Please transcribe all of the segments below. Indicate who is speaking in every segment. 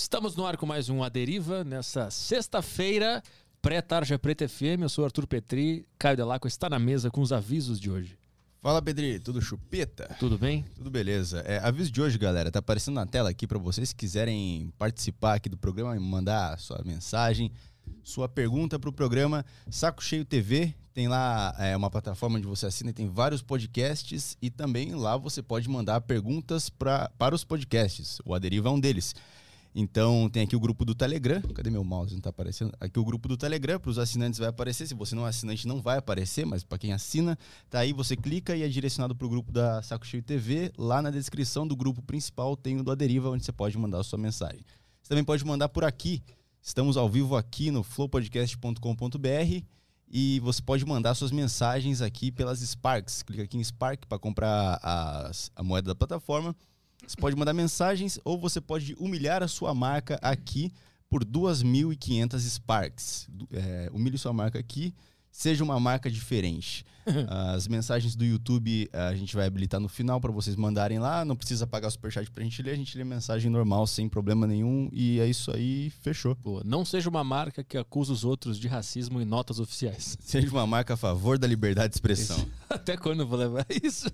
Speaker 1: Estamos no ar com mais um A Deriva, nessa sexta-feira, pré-Tarja Preta FM. Eu sou Arthur Petri, Caio Delacqua está na mesa com os avisos de hoje.
Speaker 2: Fala, Pedri, tudo chupeta?
Speaker 1: Tudo bem?
Speaker 2: Tudo beleza. Aviso de hoje, galera, tá aparecendo na tela aqui para vocês que quiserem participar aqui do programa e mandar sua mensagem, sua pergunta pro programa Saco Cheio TV. Tem lá uma plataforma onde você assina e tem vários podcasts e também lá você pode mandar perguntas para os podcasts. O A Deriva é um deles. Então tem aqui o grupo do Telegram. Cadê meu mouse? Não tá aparecendo. Aqui o grupo do Telegram, para os assinantes vai aparecer. Se você não é assinante não vai aparecer, mas para quem assina, tá aí, você clica e é direcionado para o grupo da Saco Cheio TV. Lá na descrição do grupo principal tem o do A Deriva, onde você pode mandar a sua mensagem. Você também pode mandar por aqui. Estamos ao vivo aqui no flowpodcast.com.br e você pode mandar suas mensagens aqui pelas Sparks. Clica aqui em Spark para comprar a moeda da plataforma. Você pode mandar mensagens ou você pode humilhar a sua marca aqui por 2.500 Sparks. Humilhe sua marca aqui, seja uma marca diferente. As mensagens do YouTube a gente vai habilitar no final para vocês mandarem lá. Não precisa pagar superchat pra gente lê mensagem normal, sem problema nenhum. E é isso aí, fechou.
Speaker 1: Boa. Não seja uma marca que acusa os outros de racismo em notas oficiais.
Speaker 2: Seja uma marca a favor da liberdade de expressão.
Speaker 1: Isso. Até quando eu vou levar isso?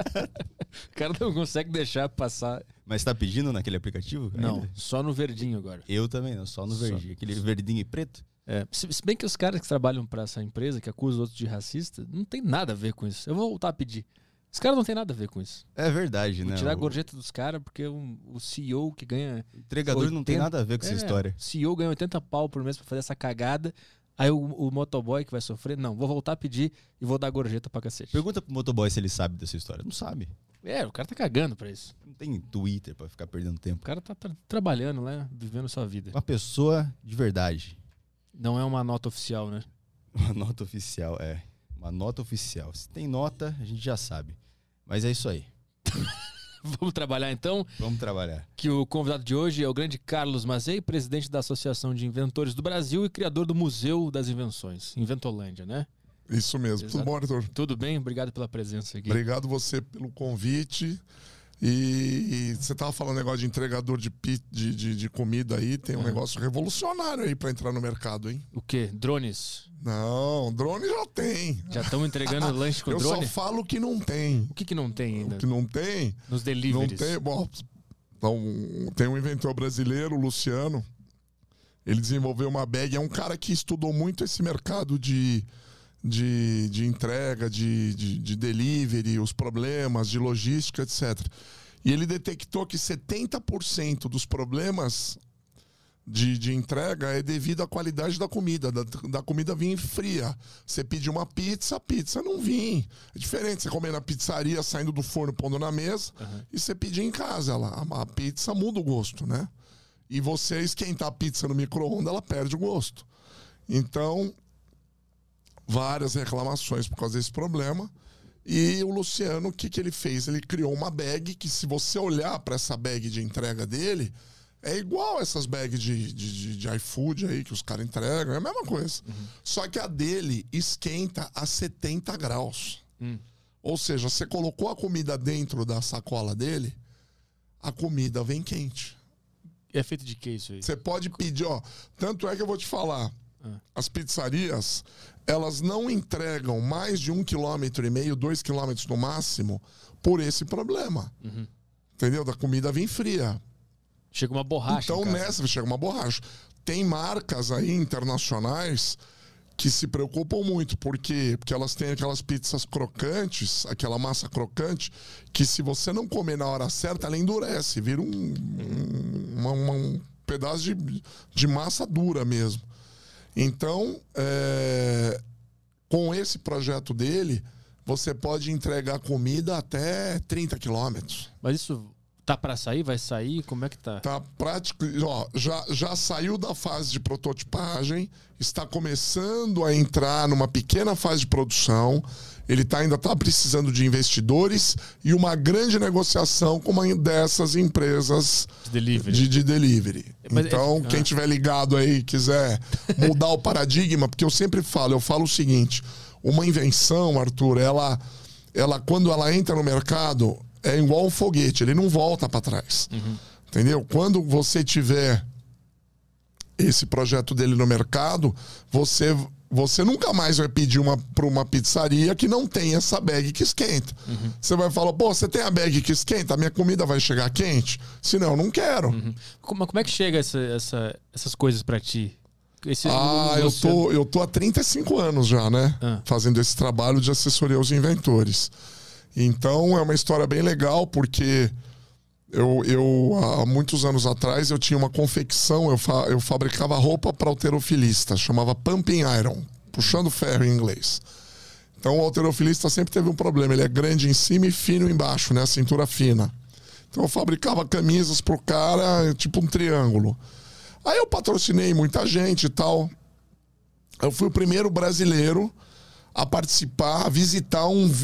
Speaker 1: O cara não consegue deixar passar.
Speaker 2: Mas tá pedindo naquele aplicativo?
Speaker 1: Não,
Speaker 2: ainda?
Speaker 1: Só no verdinho agora.
Speaker 2: Eu também, não, só no verdinho. Aquele verdinho e preto.
Speaker 1: Se bem que os caras que trabalham para essa empresa, que acusam os outros de racista, não tem nada a ver com isso. Eu vou voltar a pedir. Os caras não tem nada a ver com isso.
Speaker 2: É verdade,
Speaker 1: vou
Speaker 2: né?
Speaker 1: Tirar a gorjeta dos caras, porque o CEO que ganha...
Speaker 2: O entregador 80, não tem nada a ver com essa história.
Speaker 1: O CEO ganha 80 pau por mês pra fazer essa cagada. Aí o motoboy que vai sofrer... Não, vou voltar a pedir e vou dar gorjeta pra cacete.
Speaker 2: Pergunta pro motoboy se ele sabe dessa história. Não sabe.
Speaker 1: O cara tá cagando pra isso.
Speaker 2: Não tem Twitter pra ficar perdendo tempo.
Speaker 1: O cara tá trabalhando lá, vivendo sua vida.
Speaker 2: Uma pessoa de verdade.
Speaker 1: Não é uma nota oficial, né?
Speaker 2: Uma nota oficial, uma nota oficial. Se tem nota, a gente já sabe. Mas é isso aí.
Speaker 1: Vamos trabalhar então?
Speaker 2: Vamos trabalhar.
Speaker 1: Que o convidado de hoje é o grande Carlos Mazei, presidente da Associação de Inventores do Brasil e criador do Museu das Invenções, Inventolândia, né?
Speaker 3: Isso mesmo. Exato. Tudo bom, Arthur?
Speaker 1: Tudo bem, obrigado pela presença aqui.
Speaker 3: Obrigado você pelo convite. E você tava falando negócio de entregador de comida aí, tem um negócio revolucionário aí pra entrar no mercado, hein?
Speaker 1: O quê? Drones?
Speaker 3: Não, drone já tem.
Speaker 1: Já estão entregando lanche com drone?
Speaker 3: Eu só falo que não tem.
Speaker 1: O que não tem ainda?
Speaker 3: O que não tem?
Speaker 1: Nos deliveries.
Speaker 3: Não tem, bom, então, tem um inventor brasileiro, o Luciano, ele desenvolveu uma bag, é um cara que estudou muito esse mercado de entrega, de delivery, os problemas, de logística, etc. E ele detectou que 70% dos problemas de entrega é devido à qualidade da comida, da comida vir fria. Você pediu uma pizza, a pizza não vinha. É diferente você comer na pizzaria, saindo do forno, pondo na mesa, e você pedir em casa. A pizza muda o gosto, né? E você esquentar a pizza no micro-ondas, ela perde o gosto. Então... várias reclamações por causa desse problema. E o Luciano, o que ele fez? Ele criou uma bag que, se você olhar para essa bag de entrega dele, é igual essas bags de iFood aí que os caras entregam, é a mesma coisa. Só que a dele esquenta a 70 graus. Ou seja, você colocou a comida dentro da sacola dele, a comida vem quente.
Speaker 1: E é feito de que isso aí?
Speaker 3: Você pode pedir, tanto é que eu vou te falar, as pizzarias, elas não entregam mais de 1,5 km, 2 km no máximo, por esse problema. Entendeu? Da comida vir fria.
Speaker 1: Chega uma borracha.
Speaker 3: Então nessa chega uma borracha. Tem marcas aí internacionais que se preocupam muito. Por quê? Porque elas têm aquelas pizzas crocantes, aquela massa crocante, que se você não comer na hora certa, ela endurece, vira um pedaço de massa dura mesmo. Então, com esse projeto dele, você pode entregar comida até 30 quilômetros.
Speaker 1: Mas isso tá para sair? Vai sair? Como é que tá?
Speaker 3: Tá prático. Já saiu da fase de prototipagem, está começando a entrar numa pequena fase de produção. Ele ainda está precisando de investidores e uma grande negociação com uma dessas empresas de delivery. Mas então, quem tiver ligado aí, quiser mudar o paradigma, porque eu sempre falo o seguinte, uma invenção, Arthur, ela quando ela entra no mercado, é igual um foguete, ele não volta para trás. Entendeu? Quando você tiver esse projeto dele no mercado, você nunca mais vai pedir para uma pizzaria que não tem essa bag que esquenta. Você vai falar, pô, você tem a bag que esquenta? A minha comida vai chegar quente? Senão, eu não quero.
Speaker 1: Como é que chega essas coisas pra ti?
Speaker 3: Eu tô há 35 anos já, né? Fazendo esse trabalho de assessoria aos inventores. Então, é uma história bem legal, porque há muitos anos atrás, eu tinha uma confecção, eu fabricava roupa para halterofilista, chamava pumping iron, puxando ferro em inglês. Então o halterofilista sempre teve um problema, ele é grande em cima e fino embaixo, né, a cintura fina. Então eu fabricava camisas pro cara, tipo um triângulo. Aí eu patrocinei muita gente e tal. Eu fui o primeiro brasileiro a participar, a visitar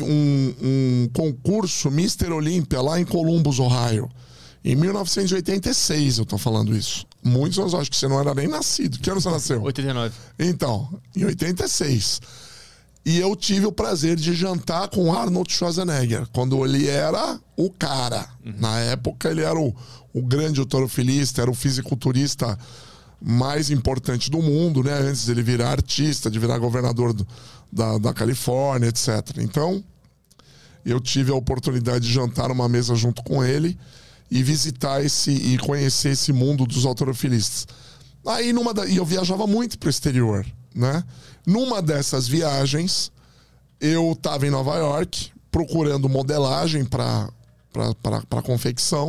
Speaker 3: um concurso Mr. Olympia lá em Columbus, Ohio. Em 1986 eu tô falando isso. Muitos anos, acho que você não era nem nascido. Que ano você nasceu?
Speaker 1: 89.
Speaker 3: Então, em 86. E eu tive o prazer de jantar com Arnold Schwarzenegger, quando ele era o cara. Na época ele era o grande halterofilista, era o fisiculturista mais importante do mundo, né? Antes dele virar artista, de virar governador da Califórnia, etc. Então, eu tive a oportunidade de jantar numa mesa junto com ele e visitar e conhecer esse mundo dos halterofilistas. Aí, e eu viajava muito para o exterior, né? Numa dessas viagens, eu estava em Nova York procurando modelagem para confecção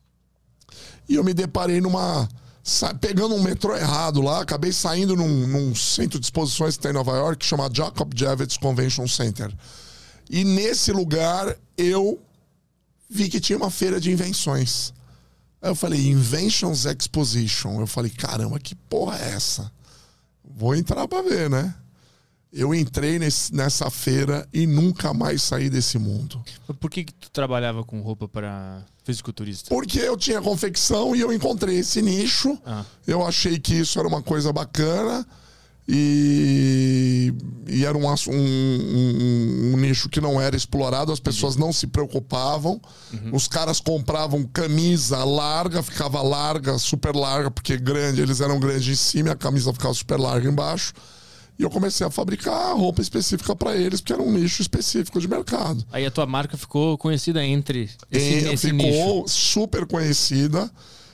Speaker 3: e eu me deparei pegando um metrô errado lá, acabei saindo num centro de exposições que tem em Nova York, chamado Jacob Javits Convention Center. E nesse lugar eu vi que tinha uma feira de invenções. Aí eu falei, Inventions Exposition. Eu falei, caramba, que porra é essa? Vou entrar pra ver, né? Eu entrei nessa feira e nunca mais saí desse mundo.
Speaker 1: Por que tu trabalhava com roupa para fisiculturista?
Speaker 3: Porque eu tinha confecção e eu encontrei esse nicho. Eu achei que isso era uma coisa bacana e era um nicho que não era explorado, as pessoas não se preocupavam. Os caras compravam camisa larga, ficava larga, super larga, porque eles eram grandes em cima e a camisa ficava super larga embaixo. E eu comecei a fabricar roupa específica para eles, porque era um nicho específico de mercado.
Speaker 1: Aí a tua marca ficou conhecida entre esse nicho.
Speaker 3: Ficou super conhecida.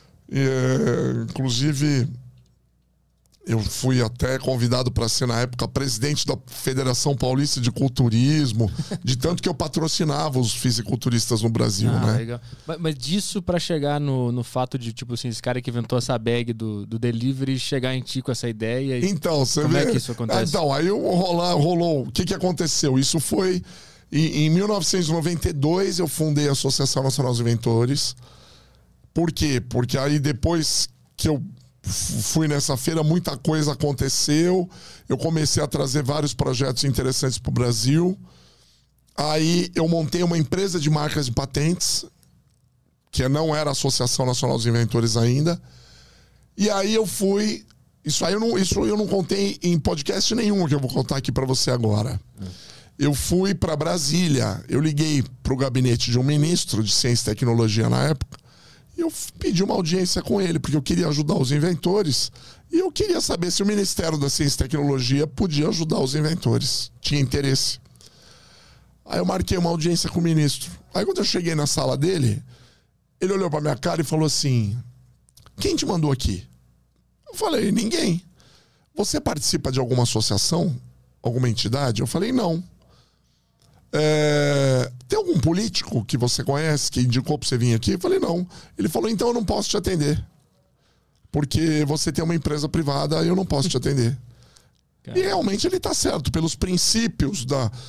Speaker 3: Inclusive, eu fui até convidado para ser, na época, presidente da Federação Paulista de Culturismo, de tanto que eu patrocinava os fisiculturistas no Brasil, né?
Speaker 1: Legal. Mas disso para chegar no fato de, tipo assim, esse cara que inventou essa bag do delivery chegar em ti com essa ideia.
Speaker 3: Então, você
Speaker 1: como
Speaker 3: vê.
Speaker 1: Como é que isso acontece?
Speaker 3: Então, aí rolou. O que aconteceu? Isso foi em 1992, eu fundei a Associação Nacional dos Inventores. Por quê? Porque aí depois que eu fui nessa feira, muita coisa aconteceu. Eu comecei a trazer vários projetos interessantes para o Brasil. Aí eu montei uma empresa de marcas de patentes, que não era a Associação Nacional dos Inventores ainda. E aí eu fui... Isso eu não contei em podcast nenhum, que eu vou contar aqui para você agora. Eu fui para Brasília. Eu liguei para o gabinete de um ministro de Ciência e Tecnologia na época. E eu pedi uma audiência com ele, porque eu queria ajudar os inventores. E eu queria saber se o Ministério da Ciência e Tecnologia podia ajudar os inventores. Tinha interesse. Aí eu marquei uma audiência com o ministro. Aí quando eu cheguei na sala dele, ele olhou pra minha cara e falou assim: quem te mandou aqui? Eu falei, ninguém. Você participa de alguma associação? Alguma entidade? Eu falei, não. Tem algum político que você conhece que indicou pra você vir aqui? Eu falei, não. Ele falou, então eu não posso te atender, porque você tem uma empresa privada e eu não posso te atender. E realmente ele tá certo. Pelos princípios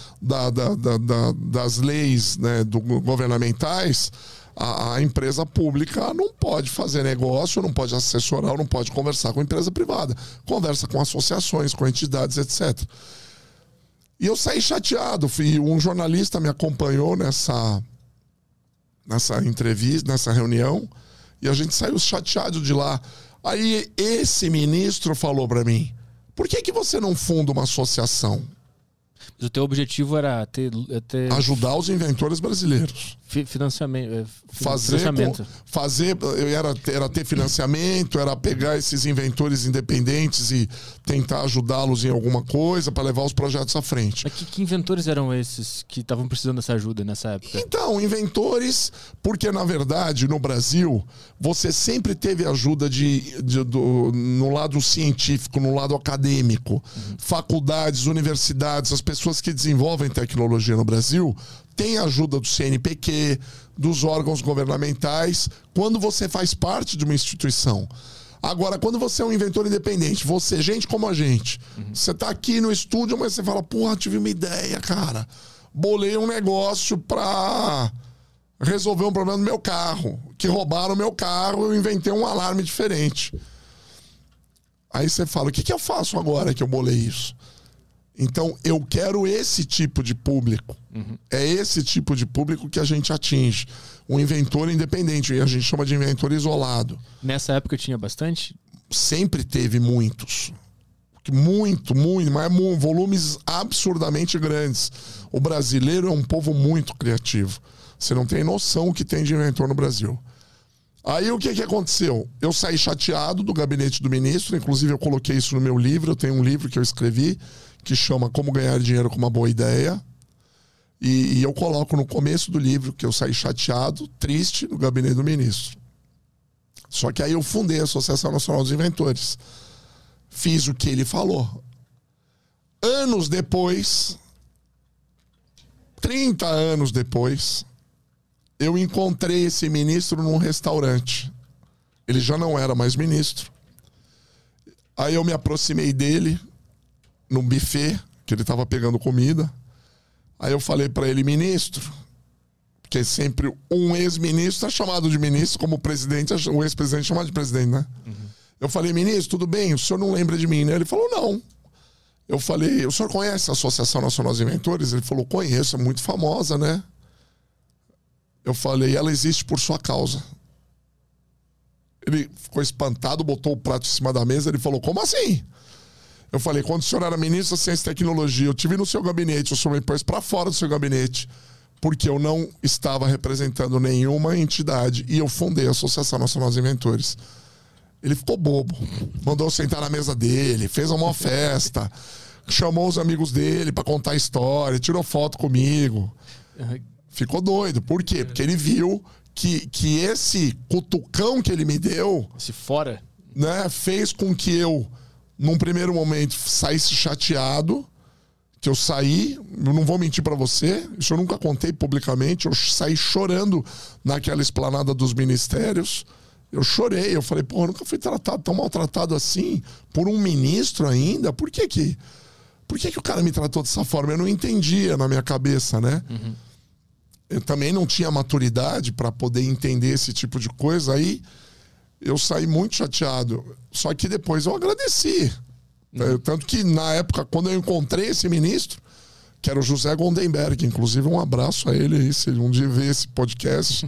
Speaker 3: das leis, né, governamentais, a empresa pública não pode fazer negócio, não pode assessorar, não pode conversar com a empresa privada. Conversa com associações, com entidades, etc. E eu saí chateado. Um jornalista me acompanhou nessa entrevista, nessa reunião, e a gente saiu chateado de lá. Aí esse ministro falou para mim: por que você não funda uma associação?
Speaker 1: Mas o teu objetivo era ter
Speaker 3: ajudar os inventores brasileiros.
Speaker 1: Financiamento.
Speaker 3: Era ter financiamento, era pegar esses inventores independentes e tentar ajudá-los em alguma coisa para levar os projetos à frente.
Speaker 1: Mas que inventores eram esses que estavam precisando dessa ajuda nessa época?
Speaker 3: Então, inventores, porque na verdade no Brasil você sempre teve ajuda no lado científico, no lado acadêmico. Faculdades, universidades, as pessoas que desenvolvem tecnologia no Brasil tem ajuda do CNPq, dos órgãos governamentais, quando você faz parte de uma instituição. Agora, quando você é um inventor independente, você, gente como a gente, você tá aqui no estúdio, mas você fala, porra, tive uma ideia, cara. Bolei um negócio pra resolver um problema do meu carro. Que roubaram o meu carro, eu inventei um alarme diferente. Aí você fala, o que eu faço agora que eu bolei isso? Então, eu quero esse tipo de público. É esse tipo de público que a gente atinge. Um inventor independente, e a gente chama de inventor isolado.
Speaker 1: Nessa época tinha bastante?
Speaker 3: Sempre teve muitos. Muito, mas volumes absurdamente grandes. O brasileiro é um povo muito criativo. Você não tem noção o que tem de inventor no Brasil. Aí o que aconteceu? Eu saí chateado do gabinete do ministro, inclusive eu coloquei isso no meu livro, eu tenho um livro que eu escrevi, que chama Como Ganhar Dinheiro com uma Boa Ideia. E eu coloco no começo do livro que eu saí chateado, triste, no gabinete do ministro. Só que aí eu fundei a Associação Nacional dos Inventores. Fiz o que ele falou. Anos depois, 30 anos depois, eu encontrei esse ministro num restaurante. Ele já não era mais ministro. Aí eu me aproximei dele num buffet, que ele estava pegando comida. Aí eu falei para ele, ministro, porque sempre um ex-ministro é chamado de ministro, como o presidente, o ex-presidente é chamado de presidente, né? Eu falei, ministro, tudo bem? O senhor não lembra de mim, né? Ele falou, não. Eu falei, o senhor conhece a Associação Nacional dos Inventores? Ele falou, conheço, é muito famosa, né? Eu falei, ela existe por sua causa. Ele ficou espantado, botou o prato em cima da mesa, ele falou, como assim? Eu falei, quando o senhor era ministro da Ciência e Tecnologia, eu estive no seu gabinete, o senhor me pôs para fora do seu gabinete, porque eu não estava representando nenhuma entidade, e eu fundei a Associação Nacional dos Inventores. Ele ficou bobo, mandou eu sentar na mesa dele, fez uma festa, chamou os amigos dele para contar a história, tirou foto comigo. Ficou doido. Por quê? Porque ele viu que esse cutucão que ele me deu,
Speaker 1: esse fora,
Speaker 3: né, fez com que eu, num primeiro momento, saísse chateado, que eu saí, eu não vou mentir pra você, isso eu nunca contei publicamente, eu saí chorando naquela esplanada dos ministérios, eu chorei, eu falei, pô, eu nunca fui tratado tão maltratado assim, por um ministro ainda, por que o cara me tratou dessa forma? Eu não entendia na minha cabeça, né? Eu também não tinha maturidade pra poder entender esse tipo de coisa, aí eu saí muito chateado. Só que depois eu agradeci. Tanto que na época, quando eu encontrei esse ministro, que era o José Gondenberg, inclusive um abraço a ele aí, se ele um dia ver esse podcast,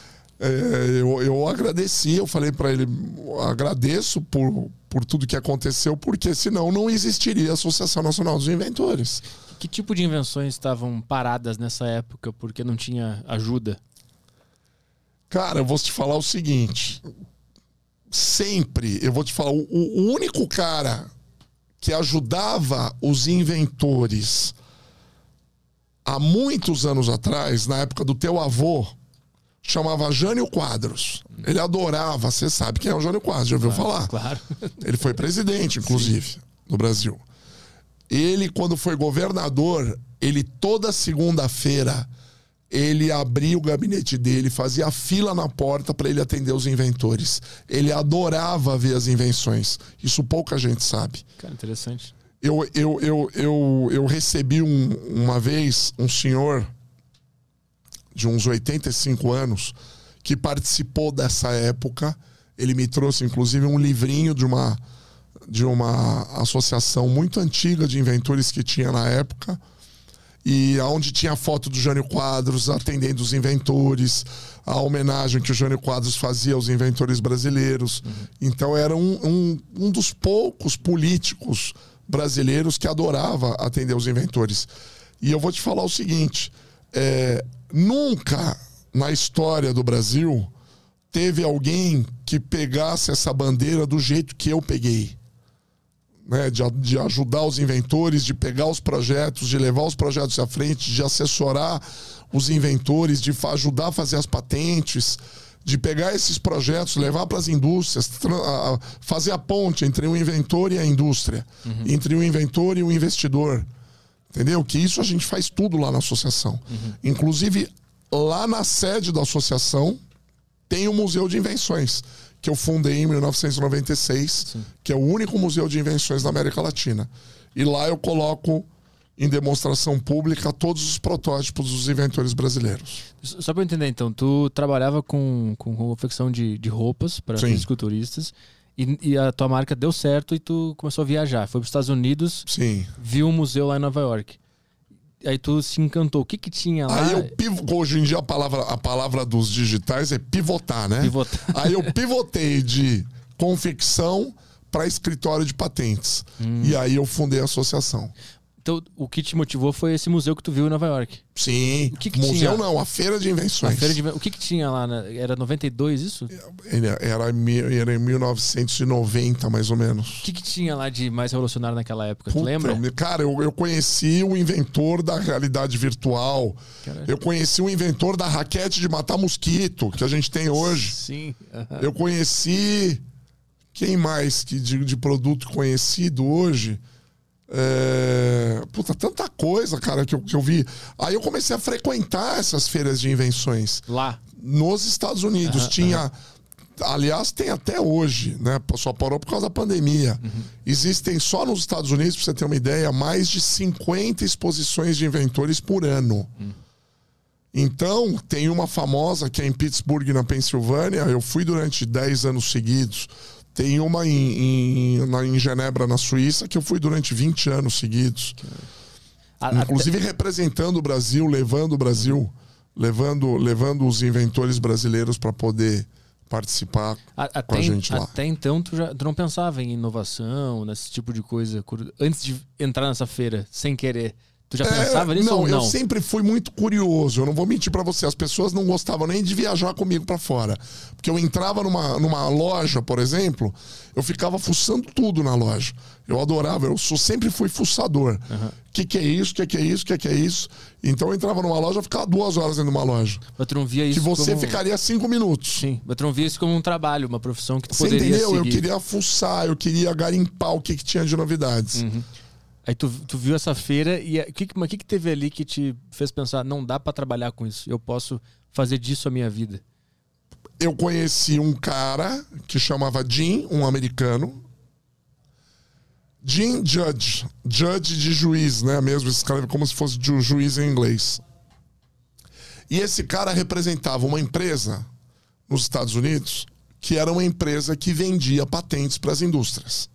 Speaker 3: eu agradeci, eu falei para ele, agradeço por tudo que aconteceu, porque senão não existiria a Associação Nacional dos Inventores.
Speaker 1: Que tipo de invenções estavam paradas nessa época porque não tinha ajuda?
Speaker 3: Cara, eu vou te falar o seguinte... Sempre, eu vou te falar, o único cara que ajudava os inventores há muitos anos atrás, na época do teu avô, chamava Jânio Quadros. Ele adorava, você sabe quem é o Jânio Quadros, já ouviu falar?
Speaker 1: Claro.
Speaker 3: Ele foi presidente, inclusive, no Brasil. Ele, quando foi governador, ele toda segunda-feira, ele abria o gabinete dele, fazia fila na porta para ele atender os inventores. Ele adorava ver as invenções. Isso pouca gente sabe.
Speaker 1: Cara, interessante.
Speaker 3: Eu recebi uma vez um senhor de uns 85 anos que participou dessa época. Ele me trouxe, inclusive, um livrinho de uma associação muito antiga de inventores que tinha na época. E onde tinha a foto do Jânio Quadros atendendo os inventores, a homenagem que o Jânio Quadros fazia aos inventores brasileiros. Então era um dos poucos políticos brasileiros que adorava atender os inventores. E eu vou te falar o seguinte, nunca na história do Brasil teve alguém que pegasse essa bandeira do jeito que eu peguei. Né, de ajudar os inventores, de pegar os projetos, de levar os projetos à frente, de assessorar os inventores, de ajudar a fazer as patentes, de pegar esses projetos, levar para as indústrias, fazer a ponte entre o inventor e a indústria, entre o inventor e o investidor. Entendeu? Que isso a gente faz tudo lá na associação. Inclusive, lá na sede da associação tem o Museu de Invenções, que eu fundei em 1996, Sim. que é o único museu de invenções da América Latina. E lá eu coloco em demonstração pública todos os protótipos dos inventores brasileiros.
Speaker 1: Só para eu entender, então, tu trabalhava com confecção de roupas para fisiculturistas e a tua marca deu certo e tu começou a viajar. Foi para os Estados Unidos,
Speaker 3: Sim.
Speaker 1: viu um museu lá em Nova York. Aí tu se encantou. O que tinha lá?
Speaker 3: Aí hoje em dia a palavra dos digitais é pivotar, né?
Speaker 1: Pivotar.
Speaker 3: Aí eu pivotei de confecção para escritório de patentes. E aí eu fundei a associação.
Speaker 1: Então, o que te motivou foi esse museu que tu viu em Nova York?
Speaker 3: Sim.
Speaker 1: O que
Speaker 3: museu
Speaker 1: tinha?
Speaker 3: Não, a Feira de Invenções.
Speaker 1: O que tinha lá? Era 92 isso?
Speaker 3: Era em 1990, mais ou menos.
Speaker 1: O que tinha lá de mais revolucionário naquela época? Tu lembra?
Speaker 3: Cara, eu conheci o inventor da realidade virtual. Caramba. Eu conheci o inventor da raquete de matar mosquito, que a gente tem hoje.
Speaker 1: Sim.
Speaker 3: Eu conheci... Quem mais de produto conhecido hoje? Tanta coisa, cara, que eu vi. Aí eu comecei a frequentar essas feiras de invenções.
Speaker 1: Lá?
Speaker 3: Nos Estados Unidos. Tinha... Aliás, tem até hoje, né? Só parou por causa da pandemia. Existem só nos Estados Unidos, pra você ter uma ideia, mais de 50 exposições de inventores por ano. Então, tem uma famosa que é em Pittsburgh, na Pensilvânia. Eu fui durante 10 anos seguidos. Tem uma em Genebra, na Suíça, que eu fui durante 20 anos seguidos. Inclusive representando o Brasil, levando o Brasil, levando os inventores brasileiros para poder participar com a gente lá.
Speaker 1: Até então, tu não pensava em inovação, nesse tipo de coisa, antes de entrar nessa feira, sem querer? Tu já pensava nisso ou não?
Speaker 3: Eu sempre fui muito curioso. Eu não vou mentir pra você. As pessoas não gostavam nem de viajar comigo pra fora. Porque eu entrava numa loja, por exemplo, eu ficava fuçando tudo na loja. Eu adorava. Sempre fui fuçador. Que é isso? Que é isso? Que é isso? Então eu entrava numa loja, eu ficava 2 horas dentro de uma loja.
Speaker 1: Mas tu não via isso
Speaker 3: que você ficaria 5 minutos.
Speaker 1: Sim. Mas tu não via isso como um trabalho, uma profissão que tu
Speaker 3: você
Speaker 1: poderia
Speaker 3: entendeu?
Speaker 1: seguir.
Speaker 3: Eu queria fuçar, eu queria garimpar o que tinha de novidades.
Speaker 1: Aí tu viu essa feira e o que teve ali que te fez pensar, não dá pra trabalhar com isso, eu posso fazer disso a minha vida?
Speaker 3: Eu conheci um cara que chamava Jim, um americano. Jim Judge. Judge de juiz, né? Mesmo escreve como se fosse de juiz em inglês. E esse cara representava uma empresa nos Estados Unidos que era uma empresa que vendia patentes para as indústrias.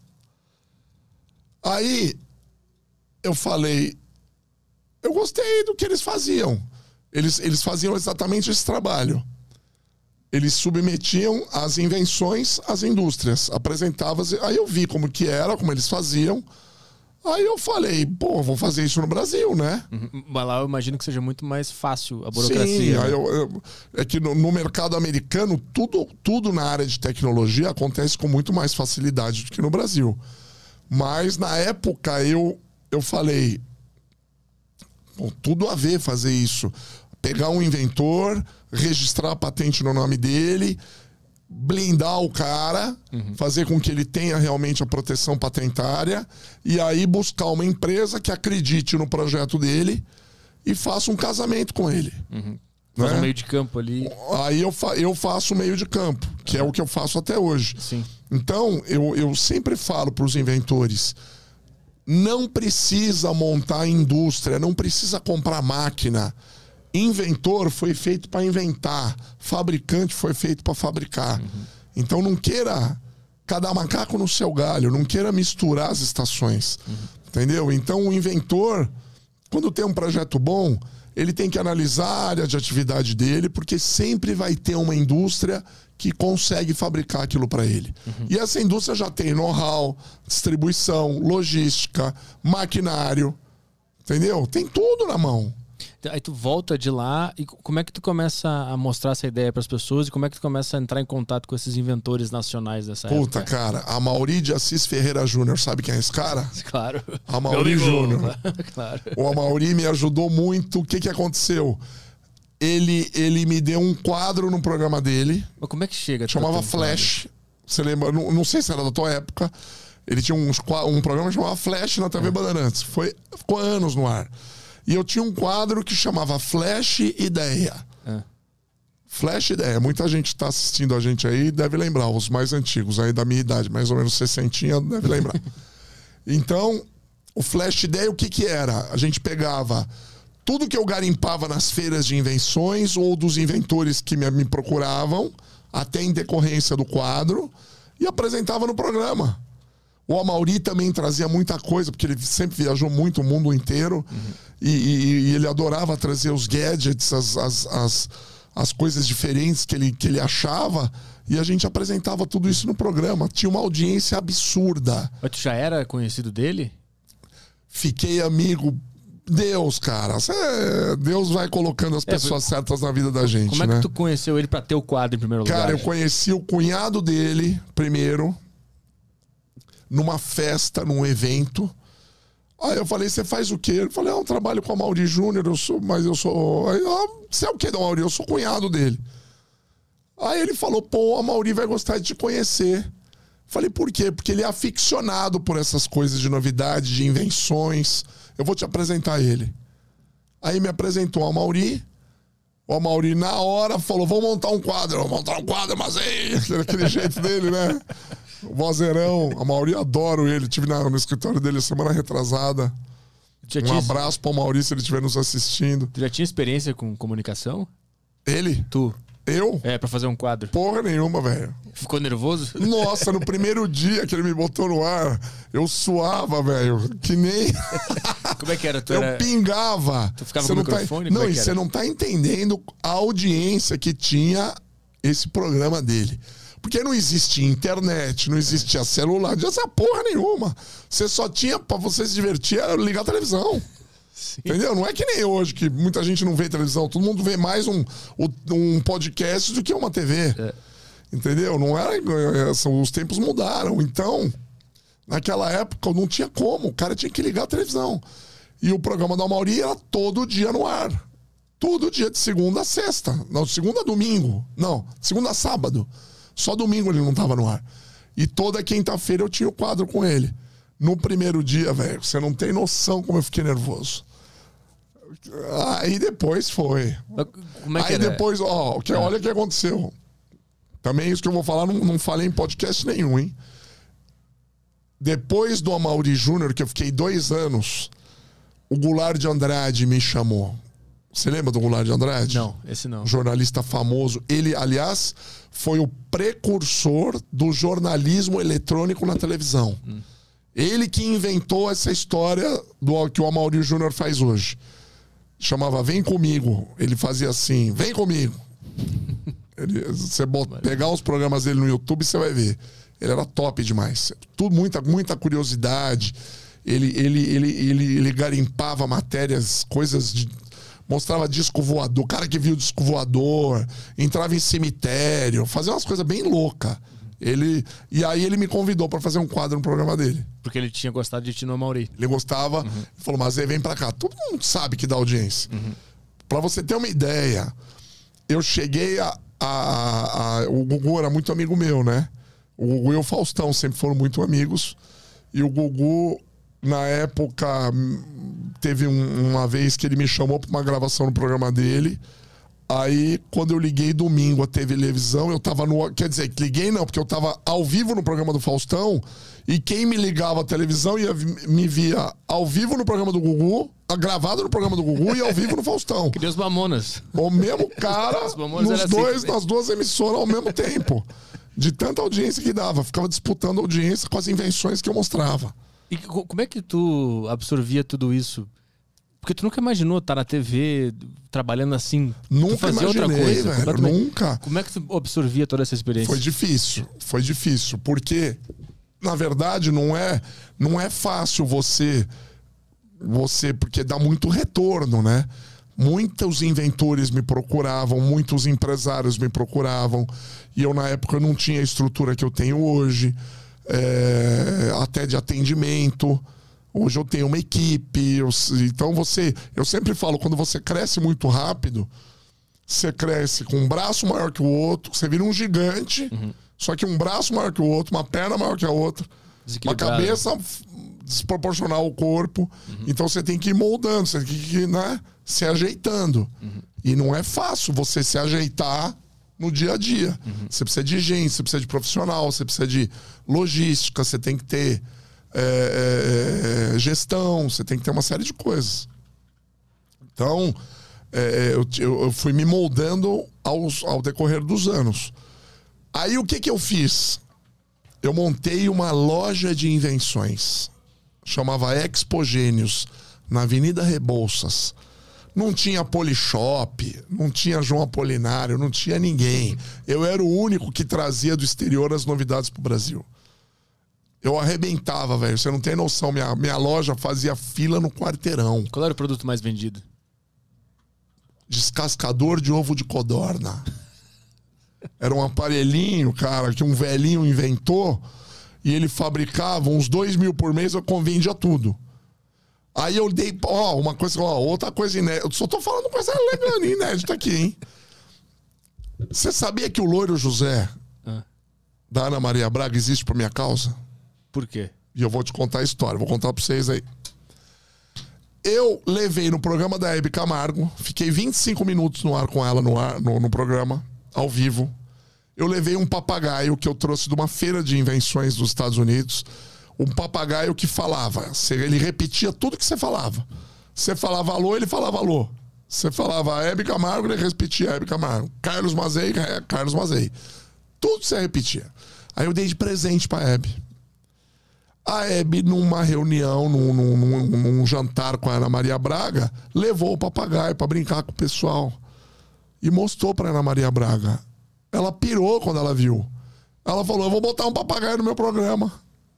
Speaker 3: Aí eu falei, eu gostei do que eles faziam. Eles faziam exatamente esse trabalho. Eles submetiam as invenções às indústrias, apresentavam. Aí eu vi como que era, como eles faziam. Aí eu falei, vou fazer isso no Brasil, né?
Speaker 1: Mas lá eu imagino que seja muito mais fácil a burocracia.
Speaker 3: Sim,
Speaker 1: né?
Speaker 3: É que no mercado americano, tudo na área de tecnologia acontece com muito mais facilidade do que no Brasil. Mas na época eu falei, tudo a ver fazer isso. Pegar um inventor, registrar a patente no nome dele, blindar o cara, fazer com que ele tenha realmente a proteção patentária e aí buscar uma empresa que acredite no projeto dele e faça um casamento com ele.
Speaker 1: Faz um meio de campo ali.
Speaker 3: Aí eu faço o meio de campo, que é o que eu faço até hoje.
Speaker 1: Sim.
Speaker 3: Então, eu sempre falo para os inventores, não precisa montar indústria, não precisa comprar máquina. Inventor foi feito para inventar, fabricante foi feito para fabricar. Então não queira cada macaco no seu galho, não queira misturar as estações. Entendeu? Então o inventor, quando tem um projeto bom, ele tem que analisar a área de atividade dele, porque sempre vai ter uma indústria que consegue fabricar aquilo para ele. E essa indústria já tem know-how, distribuição, logística, maquinário, entendeu? Tem tudo na mão.
Speaker 1: Aí tu volta de lá e como é que tu começa a mostrar essa ideia para as pessoas e como é que tu começa a entrar em contato com esses inventores nacionais dessa época?
Speaker 3: Puta, cara, Amaury de Assis Ferreira Júnior, sabe quem é esse cara?
Speaker 1: Claro.
Speaker 3: Amaury Júnior.
Speaker 1: Claro.
Speaker 3: O Amaury me ajudou muito. O que aconteceu? Ele me deu um quadro no programa dele.
Speaker 1: Mas como é que chega?
Speaker 3: Chamava Flash. Você lembra? Não sei se era da tua época. Ele tinha um programa que chamava Flash na TV Bandeirantes. Ficou anos no ar. E eu tinha um quadro que chamava Flash Ideia. Flash Ideia. Muita gente está assistindo a gente aí deve lembrar. Os mais antigos aí da minha idade, mais ou menos 60, deve lembrar. Então, o Flash Ideia, o que era? A gente pegava tudo que eu garimpava nas feiras de invenções ou dos inventores que me procuravam, até em decorrência do quadro, e apresentava no programa. O Amaury também trazia muita coisa, porque ele sempre viajou muito o mundo inteiro. E ele adorava trazer os gadgets, as coisas diferentes que ele achava. E a gente apresentava tudo isso no programa. Tinha uma audiência absurda.
Speaker 1: Mas tu já era conhecido dele?
Speaker 3: Fiquei amigo. Deus, cara. Deus vai colocando as pessoas certas na vida da gente.
Speaker 1: Como é que tu conheceu ele pra ter o quadro em primeiro lugar?
Speaker 3: Cara, eu conheci o cunhado dele primeiro, numa festa, num evento. Aí eu falei, você faz o quê? Ele falou, eu trabalho com a Amaury Júnior, mas eu sou... Aí, você é o quê da Amaury? Eu sou cunhado dele. Aí ele falou, pô, a Amaury vai gostar de te conhecer. Falei, por quê? Porque ele é aficionado por essas coisas de novidade, de invenções. Eu vou te apresentar ele. Aí me apresentou o Amaury. O Amaury, na hora, falou, vamos montar um quadro. Vamos montar um quadro, mas aí... Aquele jeito dele, né? O vozeirão. A Amaury, adoro ele. Estive no escritório dele semana retrasada. Um abraço pro Amaury se ele estiver nos assistindo.
Speaker 1: Tu já tinha experiência com comunicação?
Speaker 3: Ele?
Speaker 1: Tu?
Speaker 3: Eu?
Speaker 1: Pra fazer um quadro.
Speaker 3: Porra nenhuma, velho.
Speaker 1: Ficou nervoso?
Speaker 3: Nossa, no primeiro dia que ele me botou no ar, eu suava, velho. Que nem...
Speaker 1: Como é que era?
Speaker 3: Eu pingava.
Speaker 1: Tu ficava com o microfone?
Speaker 3: Não, e você não tá entendendo a audiência que tinha esse programa dele. Porque não existia internet, não existia celular, não existia porra nenhuma. Você só tinha, pra você se divertir, era ligar a televisão. Sim. Entendeu? Não é que nem hoje, que muita gente não vê televisão. Todo mundo vê mais um podcast do que uma TV. Entendeu? Não era... Os tempos mudaram. Então, naquela época, não tinha como. O cara tinha que ligar a televisão. E o programa da Amaury era todo dia no ar. Todo dia, de segunda a sexta. Não, de segunda a domingo. Não, de segunda a sábado. Só domingo ele não estava no ar. E toda quinta-feira eu tinha o quadro com ele. No primeiro dia, velho, você não tem noção como eu fiquei nervoso. Aí depois foi.
Speaker 1: Como é que
Speaker 3: aí
Speaker 1: era?
Speaker 3: Depois, olha o que aconteceu. Também isso que eu vou falar, não falei em podcast nenhum, hein? Depois do Amaury Júnior, que eu fiquei 2 anos, o Goulart de Andrade me chamou. Você lembra do Goulart de Andrade?
Speaker 1: Não, esse não.
Speaker 3: Jornalista famoso. Ele, aliás, foi o precursor do jornalismo eletrônico na televisão. Ele que inventou essa história que o Amaury Júnior faz hoje. Chamava Vem Comigo. Ele fazia assim, vem comigo. Você pegar os programas dele no YouTube, você vai ver. Ele era top demais. Tudo, muita curiosidade. Ele garimpava matérias, coisas de... Mostrava disco voador, cara que viu disco voador, entrava em cemitério, fazia umas coisas bem loucas. E aí ele me convidou para fazer um quadro no programa dele.
Speaker 1: Porque ele tinha gostado de ti no Amaury.
Speaker 3: Ele gostava, falou, mas aí vem pra cá. Todo mundo sabe que dá audiência. Pra você ter uma ideia, eu cheguei o Gugu era muito amigo meu, né? O Gugu e o Faustão sempre foram muito amigos. E o Gugu, na época, teve uma vez que ele me chamou pra uma gravação no programa dele. Aí, quando eu liguei domingo a televisão, eu tava no... Quer dizer, liguei não, porque eu tava ao vivo no programa do Faustão, e quem me ligava a televisão me via ao vivo no programa do Gugu, gravado no programa do Gugu e ao vivo no Faustão.
Speaker 1: Que nem os Mamonas.
Speaker 3: O mesmo cara, nas 2 emissoras ao mesmo tempo. De tanta audiência que dava. Ficava disputando audiência com as invenções que eu mostrava.
Speaker 1: E como é que tu absorvia tudo isso? Porque tu nunca imaginou estar na TV trabalhando assim?
Speaker 3: Nunca
Speaker 1: fazer
Speaker 3: imaginei,
Speaker 1: outra coisa,
Speaker 3: velho, nunca.
Speaker 1: Como é que tu absorvia toda essa experiência?
Speaker 3: Foi difícil, porque na verdade não é fácil você porque dá muito retorno, né? Muitos inventores me procuravam, muitos empresários me procuravam, e eu na época não tinha a estrutura que eu tenho hoje, até de atendimento. Hoje eu tenho uma equipe, então eu sempre falo, quando você cresce muito rápido, você cresce com um braço maior que o outro, você vira um gigante, só que um braço maior que o outro, uma perna maior que a outra, uma cabeça desproporcional ao corpo. Então você tem que ir moldando, você tem que ir, né, se ajeitando. E não é fácil você se ajeitar no dia a dia. Você precisa de gente, você precisa de profissional, você precisa de logística, você tem que ter gestão, você tem que ter uma série de coisas. Então, eu fui me moldando ao decorrer dos anos. Aí o que eu fiz? Eu montei uma loja de invenções. Chamava Expogênios, na Avenida Rebouças. Não tinha Polishop, não tinha João Apolinário, não tinha ninguém. Eu era o único que trazia do exterior as novidades pro Brasil. Eu arrebentava, velho. Você não tem noção. Minha loja fazia fila no quarteirão.
Speaker 1: Qual era o produto mais vendido?
Speaker 3: Descascador de ovo de codorna. Era um aparelhinho, cara, que um velhinho inventou. E ele fabricava uns 2.000 por mês. Eu vendia tudo. Aí eu dei... uma coisa... outra coisa inédita. Eu só tô falando coisa legal, inédita aqui, hein? Você sabia que o Loiro José da Ana Maria Braga existe por minha causa?
Speaker 1: Por quê?
Speaker 3: E eu vou te contar a história, vou contar pra vocês aí. Eu levei no programa da Hebe Camargo, fiquei 25 minutos no ar com ela, no programa, ao vivo. Eu levei um papagaio que eu trouxe de uma feira de invenções dos Estados Unidos. Um papagaio que falava, ele repetia tudo que você falava. Você falava alô, ele falava alô. Você falava Hebe Camargo, ele repetia Hebe Camargo. Carlos Mazei, Carlos Mazei. Tudo você repetia. Aí eu dei de presente pra Hebe. A Hebe, numa reunião, num jantar com a Ana Maria Braga, levou o papagaio pra brincar com o pessoal. E mostrou pra Ana Maria Braga. Ela pirou quando ela viu. Ela falou, eu vou botar um papagaio no meu programa.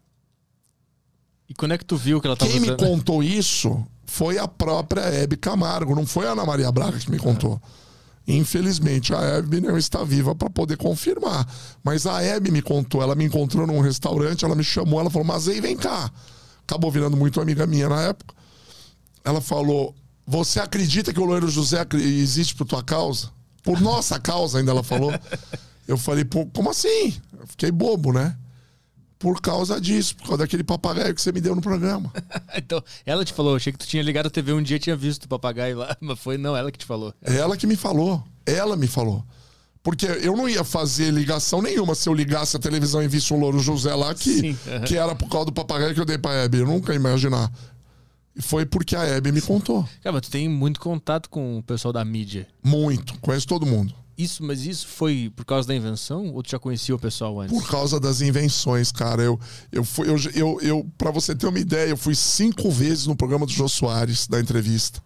Speaker 1: E quando é que tu viu que ela tava
Speaker 3: Quem me contou isso foi a própria Hebe Camargo, não foi a Ana Maria Braga que me contou. Infelizmente, a Hebe não está viva para poder confirmar. Mas a Hebe me contou, ela me encontrou num restaurante, ela me chamou, ela falou, mas aí vem cá. Acabou virando muito amiga minha na época. Ela falou, você acredita que o Loiro José existe por tua causa? Por nossa causa, ainda ela falou. Eu falei, pô, como assim? Eu fiquei bobo, né? Por causa disso, por causa daquele papagaio que você me deu no programa.
Speaker 1: Então, ela te falou, achei que tu tinha ligado a TV um dia e tinha visto o papagaio lá, mas foi não, ela que te falou.
Speaker 3: Ela que me falou, ela me falou. Porque eu não ia fazer ligação nenhuma se eu ligasse a televisão e visse o Louro José lá, que era por causa do papagaio que eu dei pra Hebe. Eu nunca ia imaginar. E foi porque a Hebe me contou.
Speaker 1: Cara, mas tu tem muito contato com o pessoal da mídia.
Speaker 3: Muito, conheço todo mundo.
Speaker 1: Mas isso foi por causa da invenção ou tu já conhecia o pessoal antes?
Speaker 3: Por causa das invenções, cara. Pra você ter uma ideia, eu fui 5 vezes no programa do Jô Soares, da entrevista.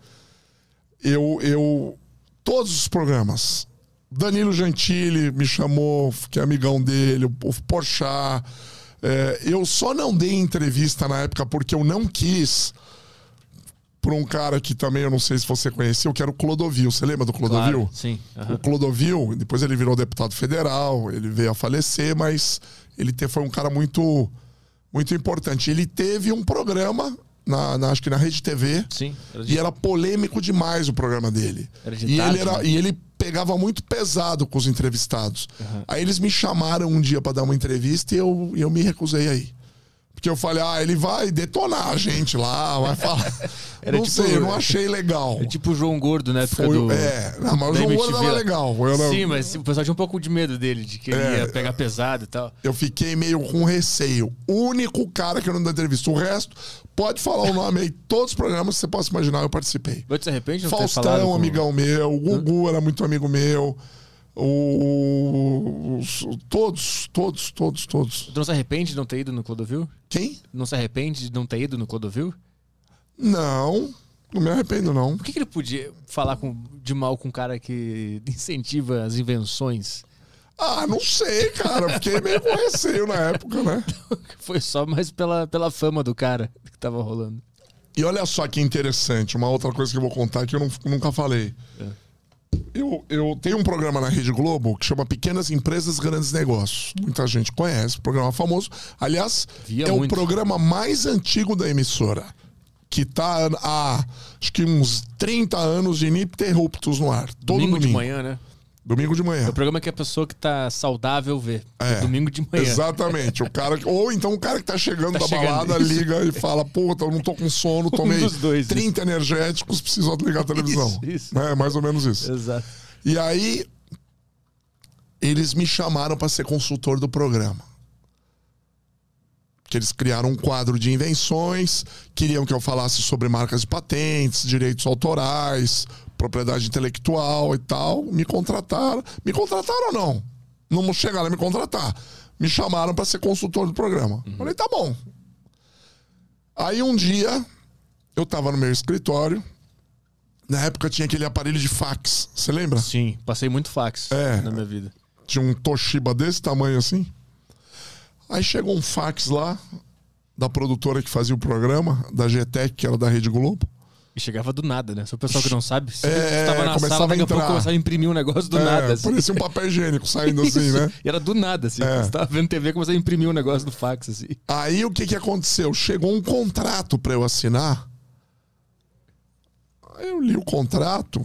Speaker 3: Todos os programas. Danilo Gentili me chamou, que é amigão dele, o Porchat. Eu só não dei entrevista na época porque eu não quis... por um cara que também eu não sei se você conheceu, que era o Clodovil. Você lembra do Clodovil?
Speaker 1: Claro, sim.
Speaker 3: O Clodovil, depois ele virou deputado federal, ele veio a falecer, mas ele foi um cara muito, muito importante. Ele teve um programa, acho que na Rede TV,
Speaker 1: sim,
Speaker 3: e era polêmico demais o programa dele.
Speaker 1: Era de tarde,
Speaker 3: e ele pegava muito pesado com os entrevistados. Aí eles me chamaram um dia para dar uma entrevista e eu me recusei aí. Porque eu falei, ele vai detonar a gente lá, vai falar. Não
Speaker 1: tipo,
Speaker 3: sei, eu não achei legal.
Speaker 1: É tipo o João Gordo, né?
Speaker 3: Mas o João Gordo era legal.
Speaker 1: Sim, mas o pessoal tinha um pouco de medo dele, de que ele ia pegar pesado e tal.
Speaker 3: Eu fiquei meio com receio. O único cara que eu não dei entrevista. O resto, pode falar o nome aí. Todos os programas que você possa imaginar, eu participei.
Speaker 1: Mas de repente não
Speaker 3: Faustão, amigão meu. O Gugu era muito amigo meu. Todos.
Speaker 1: Tu não se arrepende de não ter ido no Clodovil?
Speaker 3: Quem?
Speaker 1: Não se arrepende de não ter ido no Clodovil?
Speaker 3: Não. Não me arrependo, não.
Speaker 1: Por que ele podia falar de mal com um cara que incentiva as invenções?
Speaker 3: Ah, não sei, cara. Fiquei meio com receio na época, né?
Speaker 1: Foi só mais pela fama do cara que tava rolando.
Speaker 3: E olha só que interessante, uma outra coisa que eu vou contar que eu nunca falei. Eu tenho um programa na Rede Globo que chama Pequenas Empresas, Grandes Negócios. Muita gente conhece, programa famoso. Aliás, o programa mais antigo da emissora, que tá há, acho que uns 30 anos de ininterruptos no ar. Todo domingo.
Speaker 1: De manhã, né?
Speaker 3: Domingo de manhã.
Speaker 1: É o programa que a pessoa que tá saudável vê. Domingo de manhã.
Speaker 3: Exatamente. Ou então o cara que tá chegando da balada liga e fala: puta, eu não tô com sono, tomei 30 energéticos, preciso ligar a televisão.
Speaker 1: Isso.
Speaker 3: É mais ou menos isso.
Speaker 1: Exato.
Speaker 3: E aí, eles me chamaram para ser consultor do programa. Que eles criaram um quadro de invenções, queriam que eu falasse sobre marcas de patentes, direitos autorais, propriedade intelectual e tal. Me contrataram. Me contrataram ou não? Não chegaram a me contratar. Me chamaram para ser consultor do programa. Falei, tá bom. Aí um dia, eu tava no meu escritório. Na época tinha aquele aparelho de fax. Você lembra?
Speaker 1: Sim, passei muito fax na minha vida.
Speaker 3: Tinha um Toshiba desse tamanho assim. Aí chegou um fax lá, da produtora que fazia o programa, da GTEC, que era da Rede Globo.
Speaker 1: E chegava do nada, né? Só o pessoal que não sabe. Você
Speaker 3: tava
Speaker 1: na sala, daqui a pouco começava a imprimir um negócio do nada. Assim.
Speaker 3: Parecia um papel higiênico saindo assim, né?
Speaker 1: E era do nada, assim. Você tava vendo TV e começava a imprimir um negócio do fax, assim.
Speaker 3: Aí o que aconteceu? Chegou um contrato pra eu assinar. Aí eu li o contrato.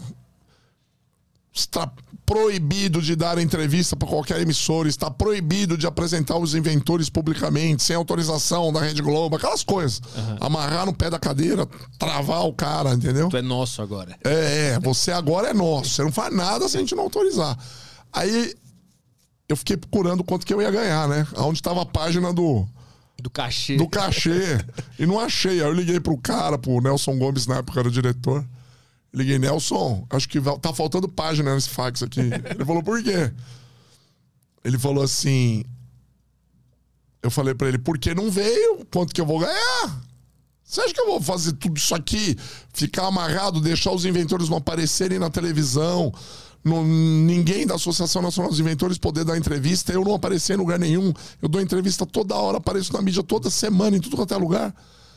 Speaker 3: Está proibido de dar entrevista para qualquer emissora, está proibido de apresentar os inventores publicamente, sem autorização da Rede Globo, aquelas coisas. Amarrar no pé da cadeira, travar o cara, entendeu?
Speaker 1: Tu é nosso agora.
Speaker 3: Você agora é nosso. Você não faz nada se a gente não autorizar. Aí eu fiquei procurando quanto que eu ia ganhar, né? Onde estava a página do
Speaker 1: cachê.
Speaker 3: Do cachê. E não achei. Aí eu liguei pro cara, pro Nelson Gomes, na época era o diretor. Liguei, Nelson, acho que tá faltando página nesse fax aqui. Ele falou, por quê? Ele falou assim... Eu falei pra ele, porque não veio? Quanto que eu vou ganhar? Você acha que eu vou fazer tudo isso aqui? Ficar amarrado, deixar os inventores não aparecerem na televisão, ninguém da Associação Nacional dos Inventores poder dar entrevista, eu não aparecer em lugar nenhum. Eu dou entrevista toda hora, apareço na mídia toda semana, em tudo quanto é lugar.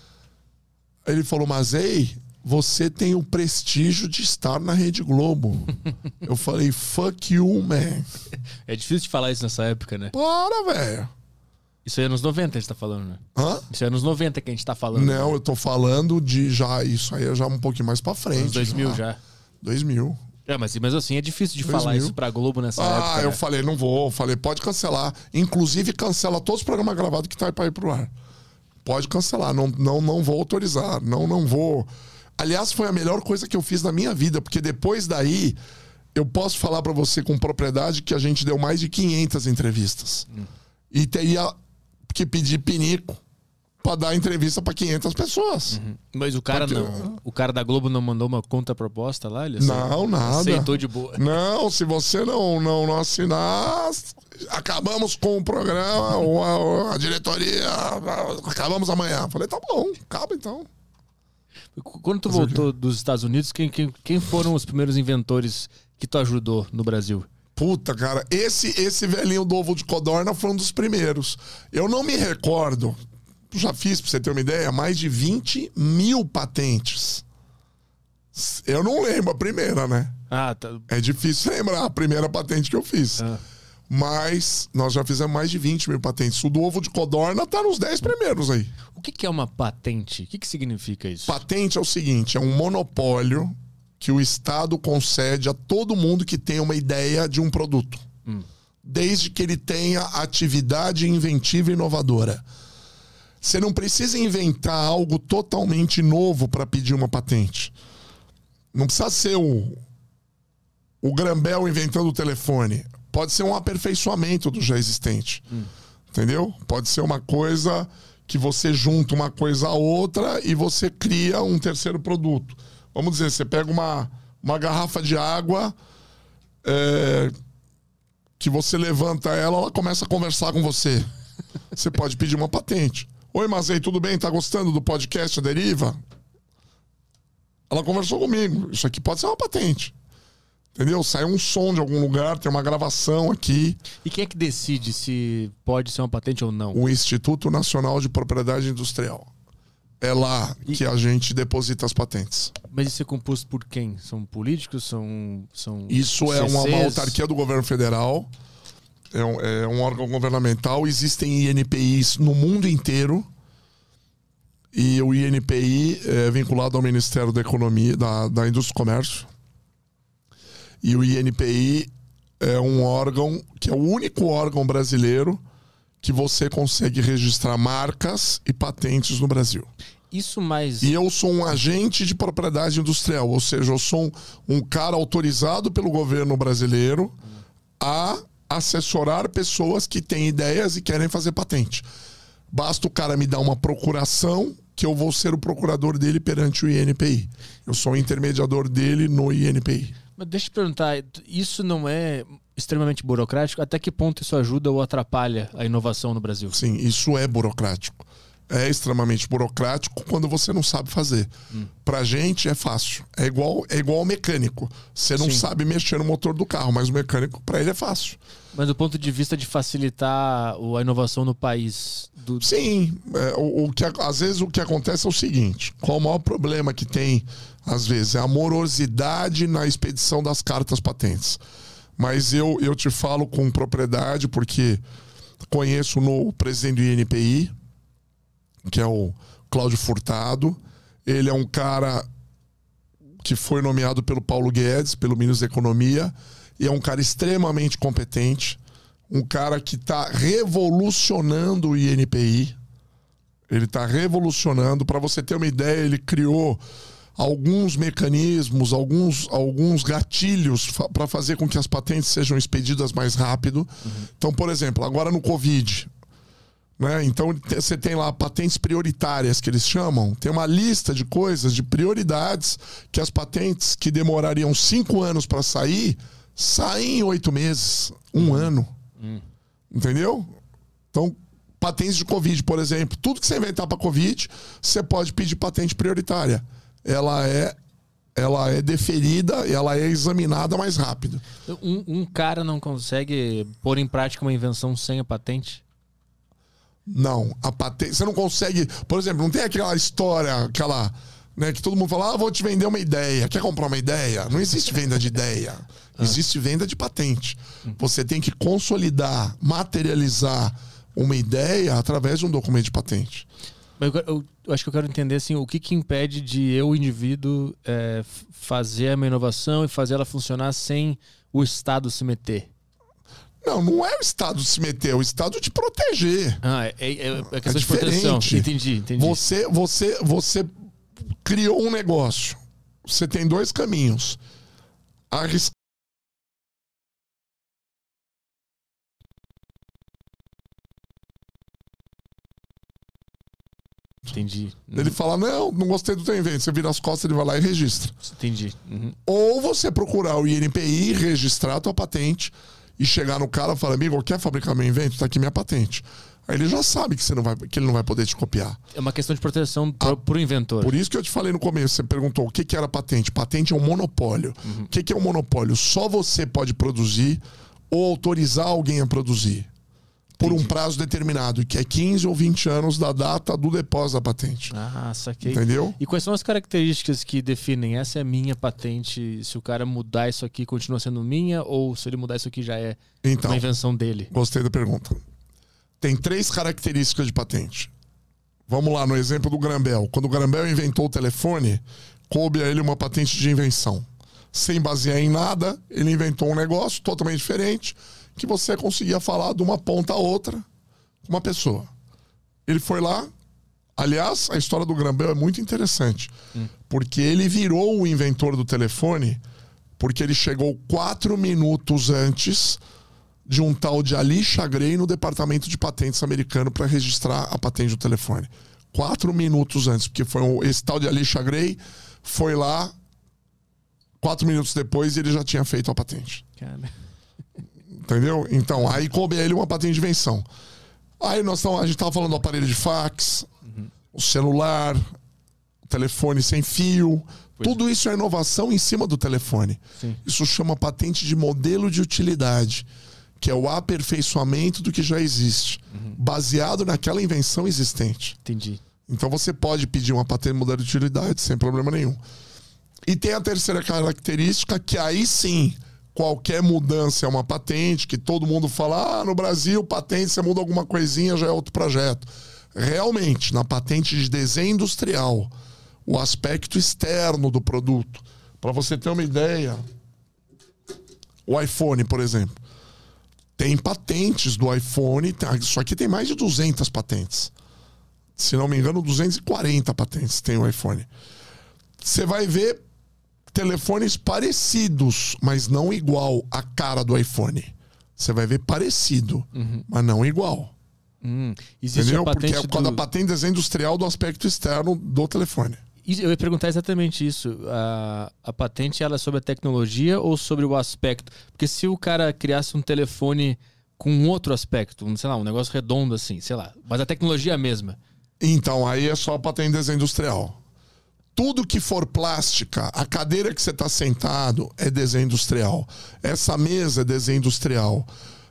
Speaker 3: Aí ele falou, mas ei... Você tem o prestígio de estar na Rede Globo. Eu falei, fuck you, man.
Speaker 1: É difícil de falar isso nessa época, né?
Speaker 3: Para, velho.
Speaker 1: Isso aí é anos 90 a gente tá falando, né?
Speaker 3: Hã?
Speaker 1: Isso é anos 90 que a gente tá falando.
Speaker 3: Não, eu tô falando de já... Isso aí é já um pouquinho mais pra frente.
Speaker 1: Anos 2000 já.
Speaker 3: 2000.
Speaker 1: Mas mesmo assim é difícil de falar isso pra Globo nessa época.
Speaker 3: Eu falei, não vou. Falei, pode cancelar. Inclusive, cancela todos os programas gravados que tá aí pra ir pro ar. Pode cancelar. Não vou autorizar. Não vou... Aliás, foi a melhor coisa que eu fiz na minha vida, porque depois daí, eu posso falar pra você com propriedade que a gente deu mais de 500 entrevistas. E teria que pedir pinico pra dar entrevista pra 500 pessoas.
Speaker 1: Mas o cara o cara da Globo não mandou uma contraproposta lá? Ele
Speaker 3: não, nada.
Speaker 1: Aceitou de boa.
Speaker 3: Não, se você não assinar, acabamos com o programa, a diretoria, acabamos amanhã. Falei, tá bom, acaba então.
Speaker 1: Quando tu voltou dos Estados Unidos, quem foram os primeiros inventores que tu ajudou no Brasil?
Speaker 3: Puta, cara, esse velhinho do ovo de codorna foi um dos primeiros. Eu não me recordo, já fiz, pra você ter uma ideia, mais de 20 mil patentes. Eu não lembro a primeira, né?
Speaker 1: Tá.
Speaker 3: É difícil lembrar a primeira patente que eu fiz. Mas nós já fizemos mais de 20 mil patentes. O do ovo de codorna tá nos 10 primeiros aí.
Speaker 1: O que é uma patente? O que significa isso?
Speaker 3: Patente é o seguinte, é um monopólio que o Estado concede a todo mundo que tem uma ideia de um produto. Desde que ele tenha atividade inventiva e inovadora. Você não precisa inventar algo totalmente novo para pedir uma patente. Não precisa ser o Grambel inventando o telefone. Pode ser um aperfeiçoamento do já existente. Entendeu? Pode ser uma coisa que você junta uma coisa a outra e você cria um terceiro produto. Vamos dizer, você pega uma garrafa de água, que você levanta ela começa a conversar com você. Você pode pedir uma patente. Oi, Mazei, tudo bem? Tá gostando do podcast A Deriva? Ela conversou comigo. Isso aqui pode ser uma patente. Entendeu? Sai um som de algum lugar, tem uma gravação aqui.
Speaker 1: E quem é que decide se pode ser uma patente ou não?
Speaker 3: O Instituto Nacional de Propriedade Industrial. É lá que a gente deposita as patentes.
Speaker 1: Mas isso é composto por quem? São políticos? São
Speaker 3: isso é uma autarquia do governo federal. É um órgão governamental. Existem INPIs no mundo inteiro. E o INPI é vinculado ao Ministério da Economia, da Indústria e Comércio. E o INPI é um órgão que é o único órgão brasileiro que você consegue registrar marcas e patentes no Brasil.
Speaker 1: Isso mais...
Speaker 3: E eu sou um agente de propriedade industrial, ou seja, eu sou um cara autorizado pelo governo brasileiro a assessorar pessoas que têm ideias e querem fazer patente. Basta o cara me dar uma procuração que eu vou ser o procurador dele perante o INPI. Eu sou o intermediador dele no INPI.
Speaker 1: Mas deixa eu te perguntar, isso não é extremamente burocrático? Até que ponto isso ajuda ou atrapalha a inovação no Brasil?
Speaker 3: Sim, isso é burocrático. É extremamente burocrático quando você não sabe fazer. Pra gente é fácil. É igual ao mecânico. Você não sabe mexer no motor do carro, mas o mecânico, pra ele é fácil.
Speaker 1: Mas do ponto de vista de facilitar a inovação no país...
Speaker 3: Sim. Às vezes o que acontece é o seguinte. Qual o maior problema que tem, às vezes, é a morosidade na expedição das cartas patentes. Mas eu te falo com propriedade porque conheço o presidente do INPI, que é o Cláudio Furtado. Ele é um cara que foi nomeado pelo Paulo Guedes, pelo ministro da Economia, e é um cara extremamente competente, um cara que está revolucionando o INPI. Ele está revolucionando. Para você ter uma ideia, ele criou alguns mecanismos, alguns gatilhos para fazer com que as patentes sejam expedidas mais rápido. Então, por exemplo, agora no Covid... né? Então você tem lá patentes prioritárias que eles chamam. Tem uma lista de coisas, de prioridades, que as patentes que demorariam 5 anos para sair, saem em 8 meses, 1 ano. Entendeu? Então, patentes de Covid, por exemplo. Tudo que você inventar para Covid, você pode pedir patente prioritária. Ela é deferida e ela é examinada mais rápido.
Speaker 1: Um cara não consegue pôr em prática uma invenção sem a patente?
Speaker 3: Não, a patente... Você não consegue... Por exemplo, não tem aquela história, né, que todo mundo fala, vou te vender uma ideia. Quer comprar uma ideia? Não existe venda de ideia. Existe venda de patente. Você tem que consolidar, materializar uma ideia através de um documento de patente.
Speaker 1: Eu acho que eu quero entender assim, o que impede de eu, indivíduo, fazer uma inovação e fazer ela funcionar sem o Estado se meter.
Speaker 3: Não é o Estado se meter, é o Estado te proteger.
Speaker 1: É questão de proteção. Entendi.
Speaker 3: Você criou um negócio. Você tem 2 caminhos.
Speaker 1: Entendi.
Speaker 3: Ele fala, não gostei do teu invento. Você vira as costas, ele vai lá e registra.
Speaker 1: Entendi.
Speaker 3: Ou você procurar o INPI, registrar a tua patente e chegar no cara e falar, amigo, quer fabricar meu invento? Tá aqui minha patente. Aí ele já sabe que ele não vai poder te copiar.
Speaker 1: É uma questão de proteção pro inventor.
Speaker 3: Por isso que eu te falei no começo, você perguntou o que era patente. Patente é um monopólio. O que é um monopólio? Só você pode produzir ou autorizar alguém a produzir. Por um prazo determinado, que é 15 ou 20 anos da data do depósito da patente.
Speaker 1: Saquei.
Speaker 3: Entendeu?
Speaker 1: E quais são as características que definem essa é a minha patente? Se o cara mudar isso aqui, continua sendo minha? Ou se ele mudar isso aqui, já é uma invenção dele?
Speaker 3: Gostei da pergunta. Tem 3 características de patente. Vamos lá, no exemplo do Graham Bell. Quando o Graham Bell inventou o telefone, coube a ele uma patente de invenção. Sem basear em nada, ele inventou um negócio totalmente diferente, que você conseguia falar de uma ponta a outra com uma pessoa. Ele foi lá. Aliás, a história do Graham Bell é muito interessante. Porque ele virou o inventor do telefone porque ele chegou 4 minutos antes de um tal de Ali Chagrey no departamento de patentes americano para registrar a patente do telefone. 4 minutos antes, porque esse tal de Ali Chagrey foi lá 4 minutos depois e ele já tinha feito a patente.
Speaker 1: Cara...
Speaker 3: Entendeu? Então, aí coube a ele uma patente de invenção. Aí a gente estava falando do aparelho de fax, o celular, telefone sem fio. Tudo isso é inovação em cima do telefone.
Speaker 1: Sim.
Speaker 3: Isso chama patente de modelo de utilidade, que é o aperfeiçoamento do que já existe, baseado naquela invenção existente.
Speaker 1: Entendi.
Speaker 3: Então você pode pedir uma patente de modelo de utilidade sem problema nenhum. E tem a terceira característica, que aí sim, qualquer mudança é uma patente, que todo mundo fala, no Brasil, patente, você muda alguma coisinha, já é outro projeto. Realmente, na patente de desenho industrial, o aspecto externo do produto. Para você ter uma ideia, o iPhone, por exemplo, tem patentes do iPhone, só que tem mais de 200 patentes. Se não me engano, 240 patentes tem o iPhone. Você vai ver telefones parecidos, mas não igual à cara do iPhone. Você vai ver parecido, mas não igual.
Speaker 1: Existe
Speaker 3: entendeu?
Speaker 1: a patente
Speaker 3: Porque é por causa da patente de desenho industrial do aspecto externo do telefone.
Speaker 1: Eu ia perguntar exatamente isso. A patente, ela é sobre a tecnologia ou sobre o aspecto? Porque se o cara criasse um telefone com outro aspecto, sei lá, um negócio redondo assim, sei lá, mas a tecnologia é a mesma.
Speaker 3: Então, aí é só a patente de desenho industrial. Tudo que for plástica, a cadeira que você está sentado é desenho industrial. Essa mesa é desenho industrial.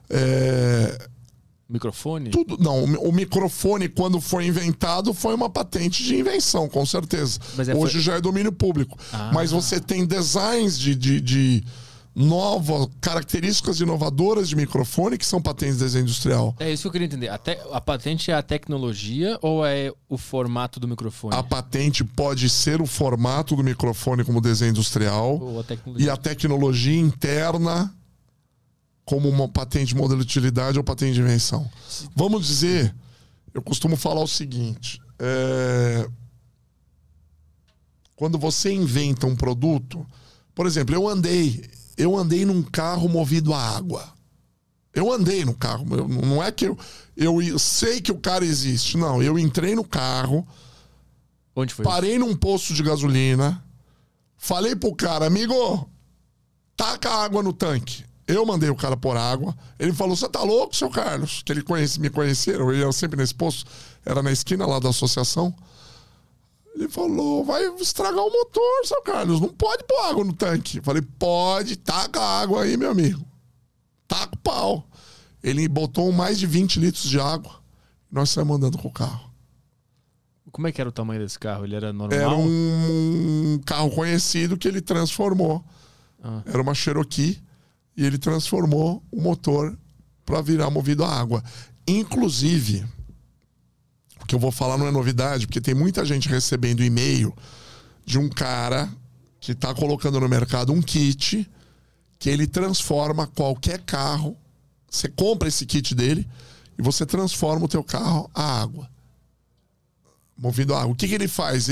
Speaker 1: Microfone?
Speaker 3: Tudo, não, o microfone, quando foi inventado, foi uma patente de invenção, com certeza. Hoje já é domínio público. Mas você tem designs de novas características inovadoras de microfone que são patentes de desenho industrial.
Speaker 1: É isso que eu queria entender. A patente é a tecnologia ou é o formato do microfone?
Speaker 3: A patente pode ser o formato do microfone como desenho industrial
Speaker 1: ou a tecnologia.
Speaker 3: E a tecnologia interna como uma patente de modelo de utilidade ou patente de invenção. Vamos dizer, eu costumo falar o seguinte, quando você inventa um produto, por exemplo, eu andei num carro movido a água. Eu andei no carro, não é que eu sei que o cara existe, não, eu entrei no carro,
Speaker 1: onde foi
Speaker 3: parei num posto de gasolina, falei pro cara, amigo, taca água no tanque. Eu mandei o cara pôr água. Ele falou, você tá louco, seu Carlos? Que ele me conheceram, eu ia sempre nesse posto, era na esquina lá da associação. Ele falou, vai estragar o motor, seu Carlos, não pode pôr água no tanque. Eu falei, pode, taca a água aí, meu amigo. Taca o pau. Ele botou mais de 20 litros de água. Nós saímos andando com o carro.
Speaker 1: Como é que era o tamanho desse carro? Ele era normal?
Speaker 3: Era um carro conhecido que ele transformou. Era uma Cherokee. E ele transformou o motor para virar movido a água. Inclusive, o que eu vou falar não é novidade, porque tem muita gente recebendo e-mail de um cara que está colocando no mercado um kit que ele transforma qualquer carro. Você compra esse kit dele e você transforma o teu carro a água. Movido a água. O que ele faz?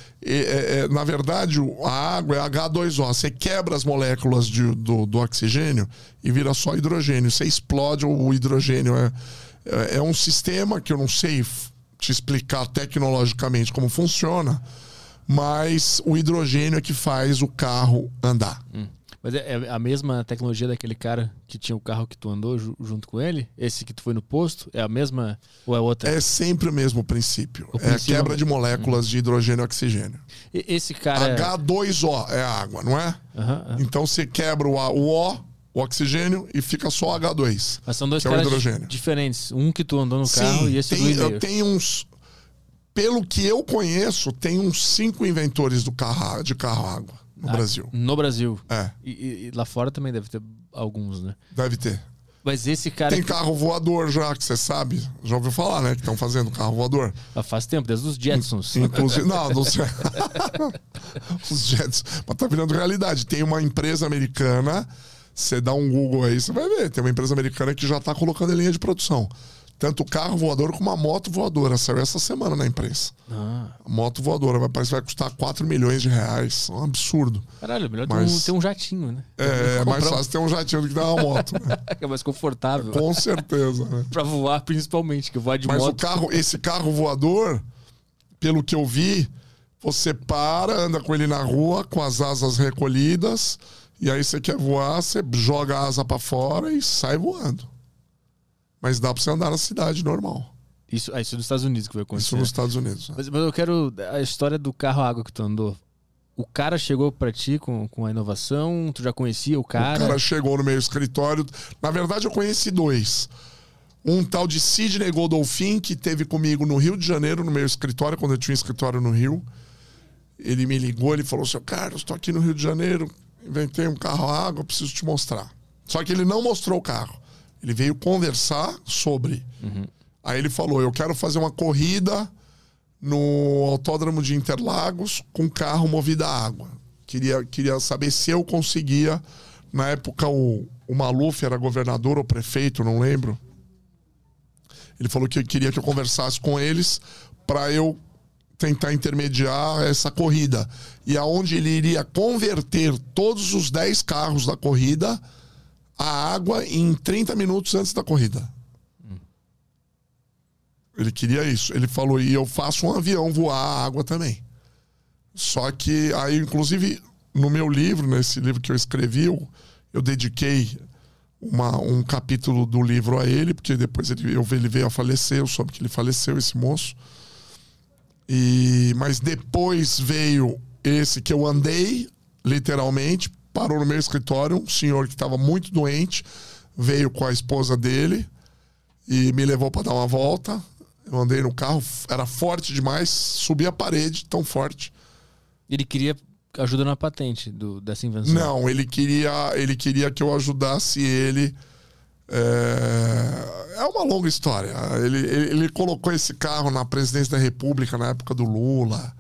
Speaker 3: Na verdade, a água é H2O. Você quebra as moléculas do oxigênio e vira só hidrogênio. Você explode o hidrogênio. É um sistema que eu não sei te explicar tecnologicamente como funciona, mas o hidrogênio é que faz o carro andar.
Speaker 1: Mas é a mesma tecnologia daquele cara que tinha o carro que tu andou junto com ele? Esse que tu foi no posto? É a mesma ou é outra?
Speaker 3: É sempre o mesmo princípio. É a quebra de moléculas de hidrogênio e oxigênio.
Speaker 1: Esse cara...
Speaker 3: H2O é a água, não é? Então você quebra o oxigênio e fica só H2.
Speaker 1: Mas são dois caras diferentes. Um que tu andou no carro e esse do e-mail.
Speaker 3: Tem uns... Pelo que eu conheço, tem uns 5 inventores de carro a água. No Brasil.
Speaker 1: No Brasil.
Speaker 3: É.
Speaker 1: E lá fora também deve ter alguns, né?
Speaker 3: Deve ter.
Speaker 1: Mas esse cara...
Speaker 3: Tem carro voador já, que você sabe. Já ouviu falar, né? Que estão fazendo carro voador.
Speaker 1: Faz tempo, desde os Jetsons.
Speaker 3: Inclusive... Não sei. Os Jetsons. Mas tá virando realidade. Tem uma empresa americana, você dá um Google aí, você vai ver. Tem uma empresa americana que já tá colocando em linha de produção. Tanto o carro voador como a moto voadora. Saiu essa semana na imprensa. A moto voadora parece que vai custar 4 milhões de reais. É um absurdo.
Speaker 1: Caralho, melhor ter um jatinho, né?
Speaker 3: É mais fácil ter um jatinho do que dar uma moto. Né?
Speaker 1: É mais confortável.
Speaker 3: Com certeza. Né?
Speaker 1: Pra voar, principalmente, que voar de moto.
Speaker 3: Mas esse carro voador, pelo que eu vi, você anda com ele na rua, com as asas recolhidas, e aí você quer voar, você joga a asa pra fora e sai voando. Mas dá pra você andar na cidade normal.
Speaker 1: Isso nos Estados Unidos que vai acontecer.
Speaker 3: Isso nos Estados Unidos.
Speaker 1: Mas eu quero a história do carro água que tu andou. O cara chegou pra ti com a inovação? Tu já conhecia o cara?
Speaker 3: O cara chegou no meu escritório. Na verdade, eu conheci 2. Um tal de Sidney Godolphin, que teve comigo no Rio de Janeiro, no meu escritório, quando eu tinha um escritório no Rio. Ele me ligou, ele falou: seu Carlos, estou aqui no Rio de Janeiro, inventei um carro a água, preciso te mostrar. Só que ele não mostrou o carro. Ele veio conversar sobre. Aí ele falou: eu quero fazer uma corrida no Autódromo de Interlagos com carro movido a água. Queria saber se eu conseguia. Na época, o Maluf era governador ou prefeito, não lembro. Ele falou que queria que eu conversasse com eles para eu tentar intermediar essa corrida. E aonde ele iria converter todos os 10 carros da corrida a água em 30 minutos antes da corrida. Ele queria isso. Ele falou: e eu faço um avião voar a água também. Só que aí, inclusive, no meu livro, nesse livro que eu escrevi, eu dediquei um capítulo do livro a ele, porque depois ele veio a falecer, eu soube que ele faleceu, esse moço. Mas depois veio esse que eu andei, literalmente, parou no meu escritório, um senhor que estava muito doente, veio com a esposa dele e me levou para dar uma volta. Eu andei no carro, era forte demais, subi a parede, tão forte.
Speaker 1: Ele queria ajuda na patente dessa invenção?
Speaker 3: Não, ele queria que eu ajudasse ele. É uma longa história. Ele colocou esse carro na presidência da República na época do Lula.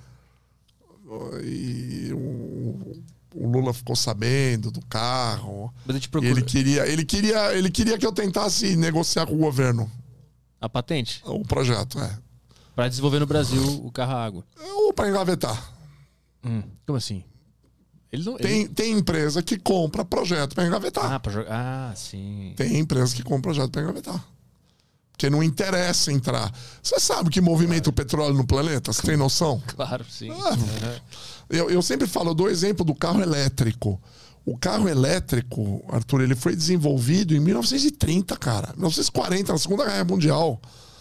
Speaker 3: E o Lula ficou sabendo do carro.
Speaker 1: Mas eu te procuro.
Speaker 3: Ele queria que eu tentasse negociar com o governo.
Speaker 1: A patente?
Speaker 3: O projeto,
Speaker 1: Para desenvolver no Brasil o carro a água.
Speaker 3: Ou para engavetar.
Speaker 1: Como assim?
Speaker 3: Tem empresa que compra projeto para engavetar.
Speaker 1: Sim.
Speaker 3: Tem empresa que compra projeto para engavetar. Porque não interessa entrar. Você sabe que movimenta o petróleo no planeta? Você tem noção?
Speaker 1: Claro, sim.
Speaker 3: Eu sempre falo, eu dou exemplo do carro elétrico. O carro elétrico, Arthur, ele foi desenvolvido em 1930, cara. 1940, na Segunda Guerra Mundial.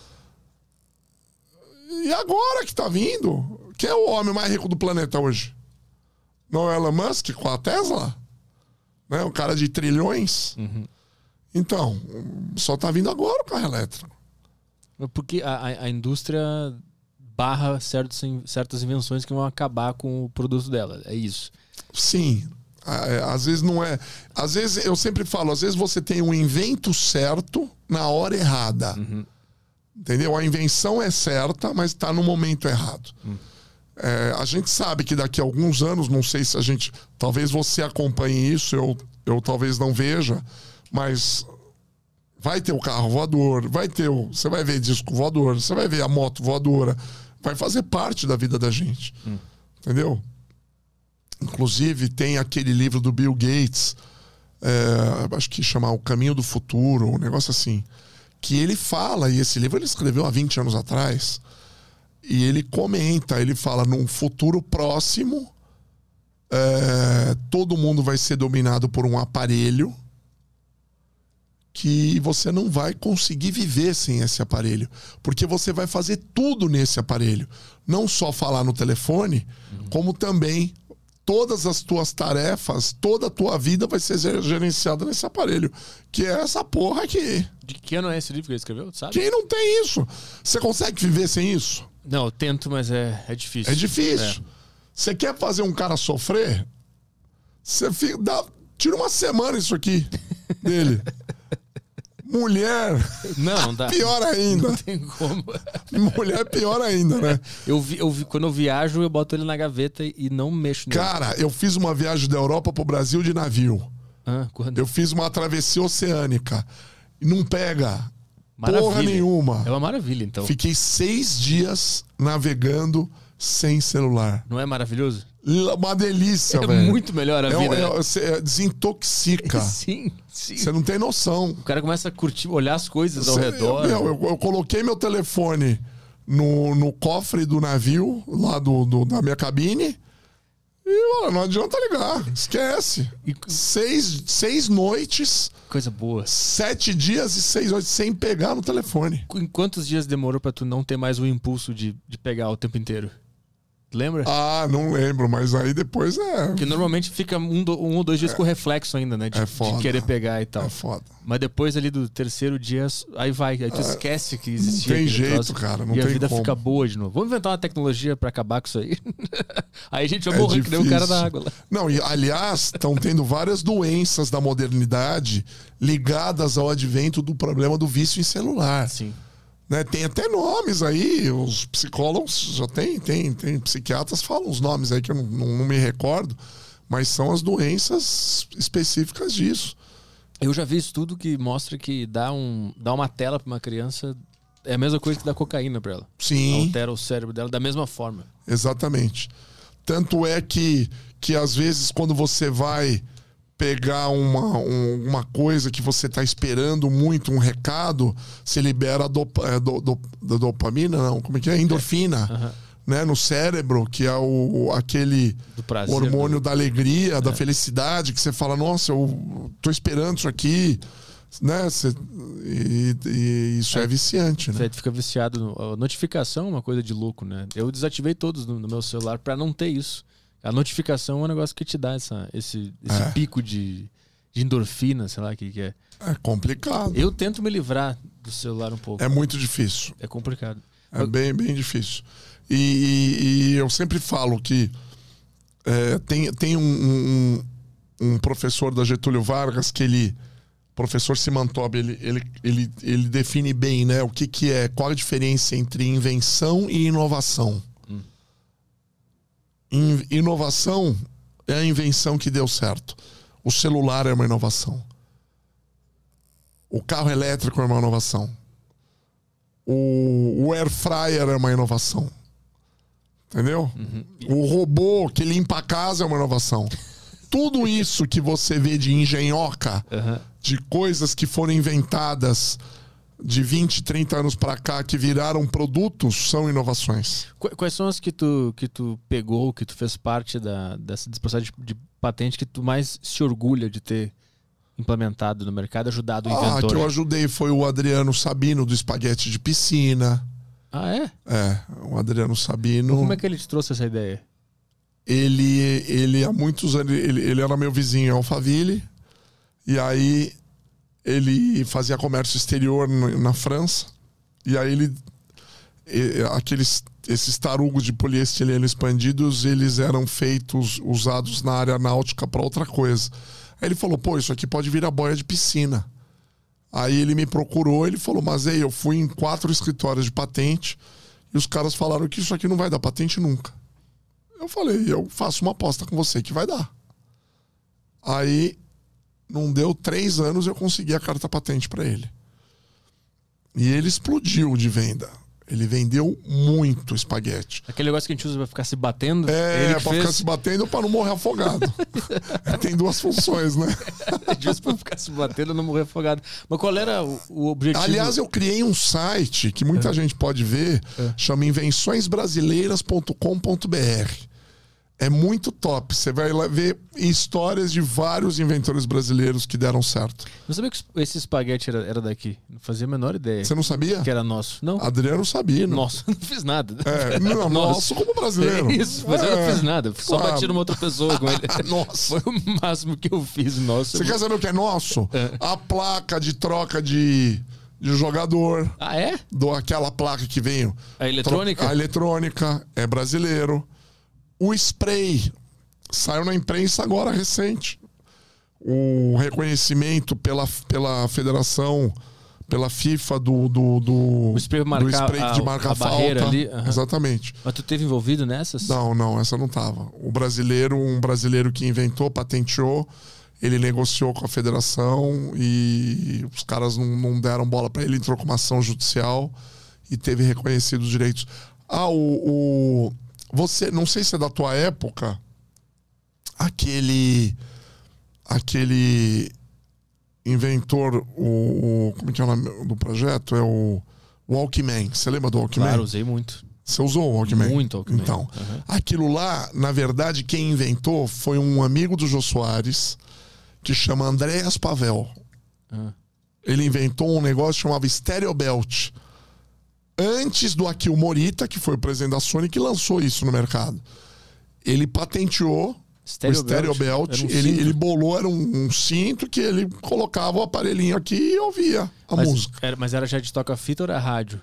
Speaker 3: E agora que tá vindo? Quem é o homem mais rico do planeta hoje? Não é Elon Musk com a Tesla? Né? O cara de trilhões? Então, só tá vindo agora o carro elétrico.
Speaker 1: Porque a indústria barra certas invenções que vão acabar com o produto dela. É isso.
Speaker 3: Sim. Às vezes não é. Às vezes, eu sempre falo, às vezes você tem um invento certo na hora errada. Entendeu? A invenção é certa, mas está no momento errado. A gente sabe que daqui a alguns anos, não sei se a gente... Talvez você acompanhe isso, eu talvez não veja, mas vai ter o carro voador, você vai ver disco voador, você vai ver a moto voadora, vai fazer parte da vida da gente. Entendeu? Inclusive, tem aquele livro do Bill Gates, acho que chama O Caminho do Futuro, um negócio assim, que ele fala, e esse livro ele escreveu há 20 anos atrás, e ele comenta, ele fala, num futuro próximo, todo mundo vai ser dominado por um aparelho que você não vai conseguir viver sem esse aparelho, porque você vai fazer tudo nesse aparelho, não só falar no telefone, como também todas as tuas tarefas, toda a tua vida vai ser gerenciada nesse aparelho, que é essa porra aqui.
Speaker 1: De que ano é esse livro que ele escreveu, sabe?
Speaker 3: Quem não tem isso? Você consegue viver sem isso?
Speaker 1: Não, eu tento, mas é difícil.
Speaker 3: É difícil. Você quer fazer um cara sofrer? Você tira uma semana isso aqui dele. Mulher.
Speaker 1: Não dá.
Speaker 3: Pior ainda.
Speaker 1: Não tem como.
Speaker 3: Mulher pior ainda, né?
Speaker 1: Quando eu viajo, eu boto ele na gaveta e não mexo nele.
Speaker 3: Cara, eu fiz uma viagem da Europa pro Brasil de navio.
Speaker 1: Quando?
Speaker 3: Eu fiz uma travessia oceânica. E não pega
Speaker 1: Maravilha.
Speaker 3: porra nenhuma.
Speaker 1: É uma maravilha, então.
Speaker 3: Fiquei 6 dias navegando sem celular.
Speaker 1: Não é maravilhoso?
Speaker 3: Uma delícia, velho.
Speaker 1: É muito melhor a vida.
Speaker 3: Você desintoxica.
Speaker 1: Sim.
Speaker 3: Você não tem noção.
Speaker 1: O cara começa a curtir, olhar as coisas ao redor.
Speaker 3: Eu coloquei meu telefone no cofre do navio, lá da minha cabine, E, mano, não adianta ligar. Esquece. 6 noites.
Speaker 1: Coisa boa.
Speaker 3: 7 dias e 6 noites sem pegar no telefone.
Speaker 1: Em quantos dias demorou pra tu não ter mais o impulso de pegar o tempo inteiro? Lembra?
Speaker 3: Ah, não lembro, mas aí depois é...
Speaker 1: Porque normalmente fica um ou 2 dias com reflexo ainda, né? De querer pegar e tal.
Speaker 3: É foda.
Speaker 1: Mas depois ali do terceiro dia, aí vai. Aí tu esquece que existia.
Speaker 3: Não tem jeito,
Speaker 1: troço,
Speaker 3: cara. Não
Speaker 1: e
Speaker 3: tem
Speaker 1: a vida
Speaker 3: como.
Speaker 1: fica boa de novo. Vamos inventar uma tecnologia pra acabar com isso aí. Aí a gente vai morrer que nem o cara da água lá.
Speaker 3: Não, e aliás, estão tendo várias doenças da modernidade ligadas ao advento do problema do vício em celular.
Speaker 1: Sim.
Speaker 3: Né? Tem até nomes aí, os psicólogos já tem psiquiatras falam os nomes aí que eu não me recordo, mas são as doenças específicas disso.
Speaker 1: Eu já vi estudo que mostra que dar uma tela pra uma criança é a mesma coisa que dar cocaína pra ela.
Speaker 3: Sim.
Speaker 1: Altera o cérebro dela da mesma forma.
Speaker 3: Exatamente. Tanto é que às vezes quando você vai pegar uma coisa que você está esperando muito, um recado, você libera a dopamina, não, como é que é? Endorfina, né, no cérebro, que é aquele
Speaker 1: prazer,
Speaker 3: hormônio da alegria, da felicidade, que você fala, nossa, eu tô esperando isso aqui, né? E isso é viciante, né?
Speaker 1: Você fica viciado. A notificação é uma coisa de louco, né? Eu desativei todos no meu celular para não ter isso. A notificação é um negócio que te dá esse pico de endorfina, sei lá o que é.
Speaker 3: É complicado.
Speaker 1: Eu tento me livrar do celular um pouco.
Speaker 3: É muito difícil.
Speaker 1: É complicado.
Speaker 3: É bem difícil. E eu sempre falo que tem um professor da Getúlio Vargas que professor Simantob, ele define bem, né, o que é, qual a diferença entre invenção e inovação. Inovação é a invenção que deu certo. O celular é uma inovação. O carro elétrico é uma inovação. O air fryer é uma inovação. Entendeu? O robô que limpa a casa é uma inovação. Tudo isso que você vê de engenhoca, de coisas que foram inventadas de 20, 30 anos pra cá, que viraram produtos, são inovações.
Speaker 1: Quais são as que tu pegou, que tu fez parte desse processo de patente que tu mais se orgulha de ter implementado no mercado, ajudado o inventor?
Speaker 3: Que eu ajudei foi o Adriano Sabino, do espaguete de piscina.
Speaker 1: Ah, é?
Speaker 3: É, o Adriano Sabino.
Speaker 1: Como é que ele te trouxe essa ideia?
Speaker 3: Ele há muitos anos, ele era meu vizinho em Alphaville, e aí ele fazia comércio exterior na França, e aí esses tarugos de poliestileno expandidos, eles eram usados na área náutica para outra coisa. Aí ele falou, pô, isso aqui pode virar boia de piscina. Aí ele me procurou, ele falou, mas aí eu fui em 4 escritórios de patente, e os caras falaram que isso aqui não vai dar patente nunca. Eu falei, eu faço uma aposta com você que vai dar. Aí, não deu 3 anos, eu consegui a carta patente para ele. E ele explodiu de venda. Ele vendeu muito espaguete.
Speaker 1: Aquele negócio que a gente usa pra ficar se batendo?
Speaker 3: Pra ficar se batendo ou pra não morrer afogado. Tem 2 funções, né?
Speaker 1: Justo pra ficar se batendo e não morrer afogado. Mas qual era o objetivo?
Speaker 3: Aliás, eu criei um site que muita gente pode ver, chama invençõesbrasileiras.com.br. É muito top. Você vai lá ver histórias de vários inventores brasileiros que deram certo.
Speaker 1: Não sabia que esse espaguete era daqui. Não fazia a menor ideia.
Speaker 3: Você não sabia?
Speaker 1: Que era nosso. Não.
Speaker 3: Adriano Sabino.
Speaker 1: Nossa, não fiz nada.
Speaker 3: Não, nosso como brasileiro.
Speaker 1: É isso, mas eu não fiz nada. Só
Speaker 3: Claro.
Speaker 1: bati numa outra pessoa com ele.
Speaker 3: Nossa.
Speaker 1: Foi o máximo que eu fiz. Nossa.
Speaker 3: Você quer saber o que é nosso? A placa de troca de jogador.
Speaker 1: Ah, é?
Speaker 3: Aquela placa que vem.
Speaker 1: A eletrônica?
Speaker 3: A eletrônica é brasileiro. O spray saiu na imprensa agora recente. O reconhecimento pela federação, pela FIFA
Speaker 1: o spray,
Speaker 3: do spray de marcar
Speaker 1: a barreira
Speaker 3: falta.
Speaker 1: ali.
Speaker 3: Exatamente.
Speaker 1: Mas tu teve envolvido nessas?
Speaker 3: Não, essa não tava. Um brasileiro que inventou, patenteou, ele negociou com a federação e os caras não deram bola para ele, entrou com uma ação judicial e teve reconhecido os direitos. Você, não sei se é da tua época, aquele inventor, como é que é o nome do projeto? É o Walkman. Você lembra do Walkman?
Speaker 1: Claro, usei muito.
Speaker 3: Você usou o Walkman?
Speaker 1: Muito Walkman.
Speaker 3: Então, aquilo lá, na verdade, quem inventou foi um amigo do Jô Soares, que chama Andreas Pavel. Ele inventou um negócio que chamava Stereo Belt. Antes do Akio Morita, que foi o presidente da Sony, que lançou isso no mercado. Ele patenteou o Stereo Belt. Ele bolou, era um cinto que ele colocava o aparelhinho aqui e ouvia a música.
Speaker 1: Mas era já de toca-fita ou era rádio?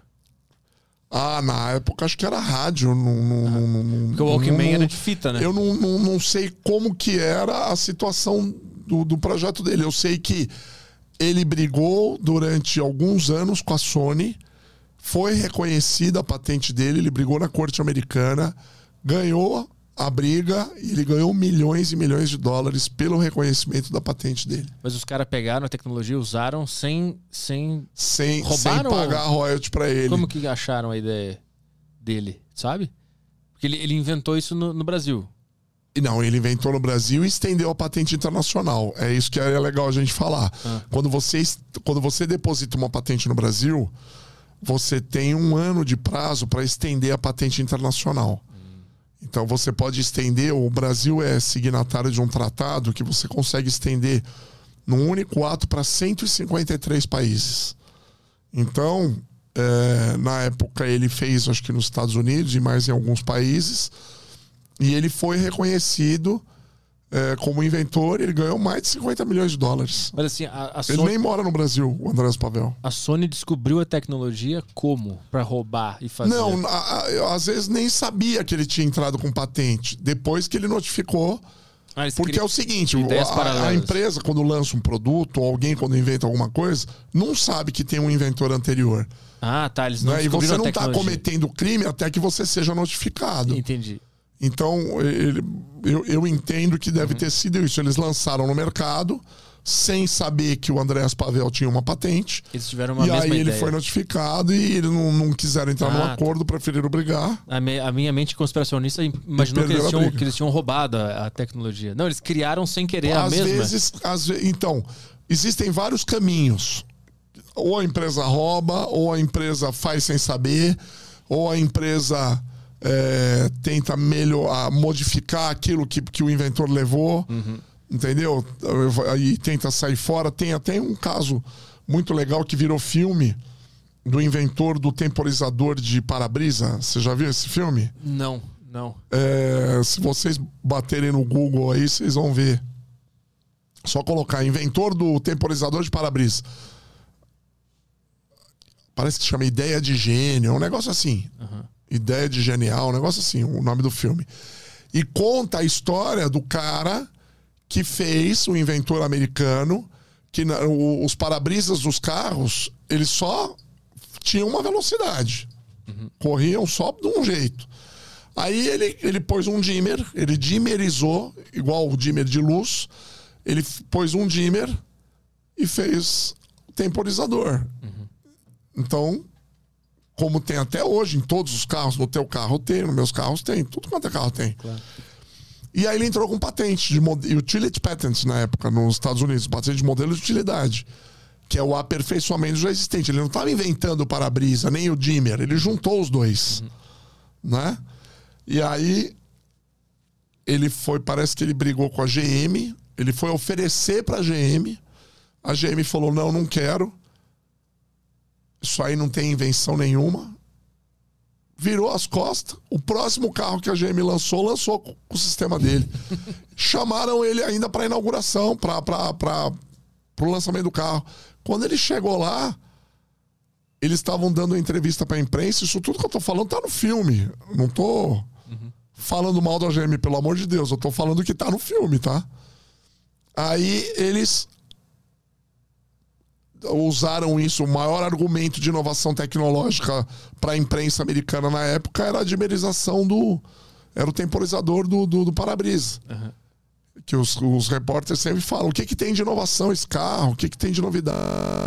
Speaker 3: Na época acho que era rádio.
Speaker 1: Porque o Walkman era de fita, né?
Speaker 3: Eu não sei como que era a situação do projeto dele. Eu sei que ele brigou durante alguns anos com a Sony, foi reconhecida a patente dele, ele brigou na corte americana, ganhou a briga e ele ganhou milhões e milhões de dólares pelo reconhecimento da patente dele.
Speaker 1: Mas os caras pegaram a tecnologia, usaram sem
Speaker 3: roubaram, sem pagar royalty pra ele.
Speaker 1: Como que acharam a ideia dele, sabe? Porque ele inventou isso no Brasil.
Speaker 3: Não, ele inventou no Brasil e estendeu a patente internacional. É isso que é legal a gente falar. Quando você deposita uma patente no Brasil, você tem 1 ano de prazo para estender a patente internacional. Então você pode estender, o Brasil é signatário de um tratado que você consegue estender num único ato para 153 países. Então, na época ele fez, acho que nos Estados Unidos e mais em alguns países, e ele foi reconhecido como inventor, ele ganhou mais de 50 milhões de dólares.
Speaker 1: Mas assim,
Speaker 3: ele nem mora no Brasil, o Andreas Pavel.
Speaker 1: A Sony descobriu a tecnologia como? Pra roubar e fazer?
Speaker 3: Não, às vezes nem sabia que ele tinha entrado com patente. Depois que ele notificou. Porque é o seguinte, a empresa, quando lança um produto, ou alguém quando inventa alguma coisa, não sabe que tem um inventor anterior.
Speaker 1: Tá, eles não descobriram a tecnologia.
Speaker 3: E você não está cometendo crime até que você seja notificado.
Speaker 1: Entendi.
Speaker 3: Então, eu entendo que deve ter sido isso. Eles lançaram no mercado, sem saber que o Andreas Pavel tinha uma patente.
Speaker 1: Eles tiveram uma mesma
Speaker 3: ideia. E aí ele
Speaker 1: ideia.
Speaker 3: foi notificado e eles não quiseram entrar num acordo, preferiram brigar.
Speaker 1: A minha mente conspiracionista imaginou que eles tinham roubado a tecnologia. Não, eles criaram sem querer a mesma.
Speaker 3: Às vezes, então, existem vários caminhos. Ou a empresa rouba, ou a empresa faz sem saber, ou a empresa tenta modificar aquilo que o inventor levou. Entendeu? Aí tenta sair fora. Tem até um caso muito legal que virou filme do inventor do temporizador de para-brisa. Você já viu esse filme?
Speaker 1: Não.
Speaker 3: Se vocês baterem no Google aí, vocês vão ver. Só colocar inventor do temporizador de para-brisa. Parece que se chama Ideia de Gênio. É um negócio assim. Ideia de Genial. Um negócio assim, o nome do filme. E conta a história do cara que fez, o inventor americano, que os para-brisas dos carros, eles só tinham uma velocidade. Corriam só de um jeito. Aí ele pôs um dimmer, ele dimmerizou, igual o dimmer de luz, ele pôs um dimmer e fez o temporizador. Então, como tem até hoje em todos os carros, no teu carro tem, nos meus carros tem, tudo quanto é carro tem.
Speaker 1: Claro.
Speaker 3: E aí ele entrou com patente, de utility patent na época, nos Estados Unidos, patente de modelo de utilidade, que é o aperfeiçoamento já existente. Ele não estava inventando o para-brisa, nem o dimmer, ele juntou os dois. Né? E aí parece que ele brigou com a GM, ele foi oferecer para a GM falou, não quero, isso aí não tem invenção nenhuma. Virou as costas. O próximo carro que a GM lançou com o sistema dele. Chamaram ele ainda para inauguração, para o lançamento do carro. Quando ele chegou lá, eles estavam dando entrevista para a imprensa. Isso tudo que eu tô falando tá no filme. Não tô falando mal da GM, pelo amor de Deus. Eu tô falando que tá no filme, tá? Aí eles usaram isso. O maior argumento de inovação tecnológica para a imprensa americana na época era a dimerização era o temporizador do para-brisa. Que os repórteres sempre falam, o que tem de inovação esse carro? O que tem de novidade?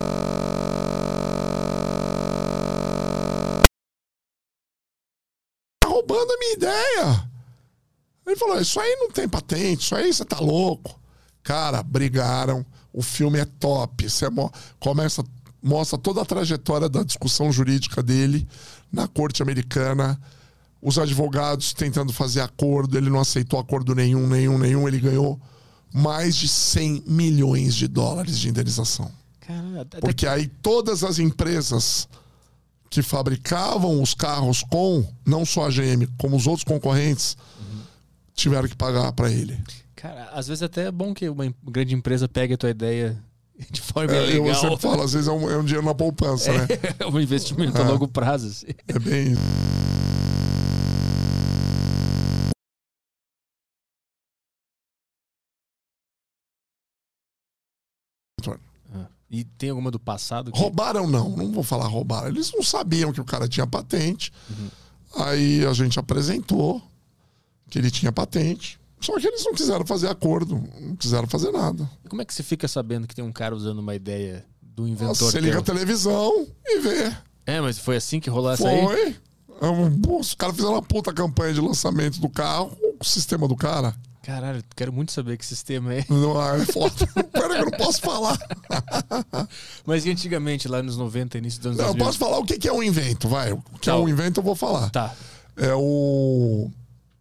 Speaker 3: Tá roubando a minha ideia. Ele falou, isso aí não tem patente, isso aí você tá louco. Cara, brigaram. O filme é top. Você mostra toda a trajetória da discussão jurídica dele na corte americana. os advogados tentando fazer acordo, ele não aceitou acordo nenhum, ele ganhou mais de 100 milhões de dólares de indenização.
Speaker 1: Caramba,
Speaker 3: porque aí todas as empresas que fabricavam os carros não só a GM, como os outros concorrentes, tiveram que pagar para ele.
Speaker 1: Cara, às vezes até é bom que uma grande empresa pegue a tua ideia de forma legal.
Speaker 3: Eu sempre falo, às vezes é um dinheiro na poupança, né?
Speaker 1: É um investimento a longo prazo. Assim.
Speaker 3: É bem isso.
Speaker 1: E tem alguma do passado? Que...
Speaker 3: Roubaram não vou falar roubaram. Eles não sabiam que o cara tinha patente. Aí a gente apresentou que ele tinha patente. Só que eles não quiseram fazer acordo, não quiseram fazer nada.
Speaker 1: E como é que você fica sabendo que tem um cara usando uma ideia do inventor?
Speaker 3: Você liga a televisão e vê.
Speaker 1: É, mas foi assim que rolou essa aí?
Speaker 3: Foi. Os caras fizeram uma puta campanha de lançamento do carro, o sistema do cara.
Speaker 1: Caralho, quero muito saber que sistema é.
Speaker 3: Não, é foda. Pera que eu não posso falar.
Speaker 1: Mas e antigamente, lá nos 90, início dos anos 2000?
Speaker 3: Eu posso falar o que é um invento, vai. O que é um invento eu vou falar.
Speaker 1: Tá.
Speaker 3: É o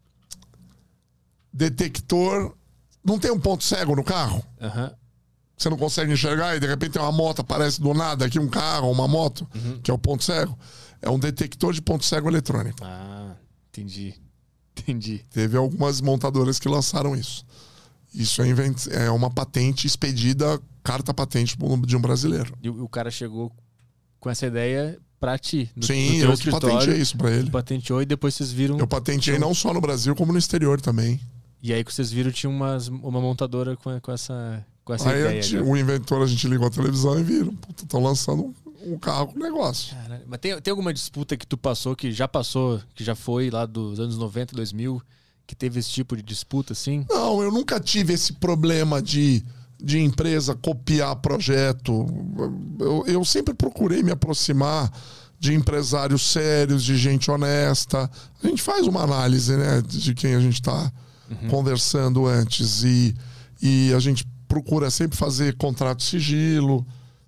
Speaker 3: detector... Não tem um ponto cego no carro? Você não consegue enxergar e de repente tem uma moto, aparece do nada aqui um carro, uma moto, que é o ponto cego. É um detector de ponto cego eletrônico.
Speaker 1: Ah, entendi.
Speaker 3: Teve algumas montadoras que lançaram isso. Isso é uma patente expedida, carta patente de um brasileiro.
Speaker 1: E o cara chegou com essa ideia pra ti.
Speaker 3: Sim, eu que patenteei isso pra ele.
Speaker 1: Patenteou e depois vocês viram...
Speaker 3: Eu patenteei não só no Brasil, como no exterior também.
Speaker 1: E aí que vocês viram tinha uma montadora com essa
Speaker 3: aí
Speaker 1: ideia.
Speaker 3: O inventor, a gente ligou a televisão e viram. Puta, estão lançando um carro com negócio.
Speaker 1: Caralho. Mas tem alguma disputa que tu passou, que já foi lá dos anos 90, 2000, que teve esse tipo de disputa, assim?
Speaker 3: Não, eu nunca tive esse problema de empresa copiar projeto. Eu sempre procurei me aproximar de empresários sérios, de gente honesta. A gente faz uma análise, né, de quem a gente está conversando antes. E a gente procura sempre fazer contrato de sigilo.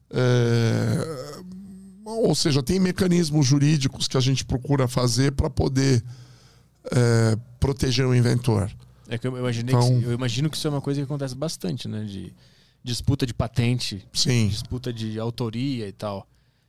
Speaker 3: Ou seja, tem mecanismos jurídicos que a gente procura fazer para poder proteger o inventor.
Speaker 1: É que eu imagino que isso é uma coisa que acontece bastante, né? De disputa de patente,
Speaker 3: sim,
Speaker 1: disputa de autoria e tal.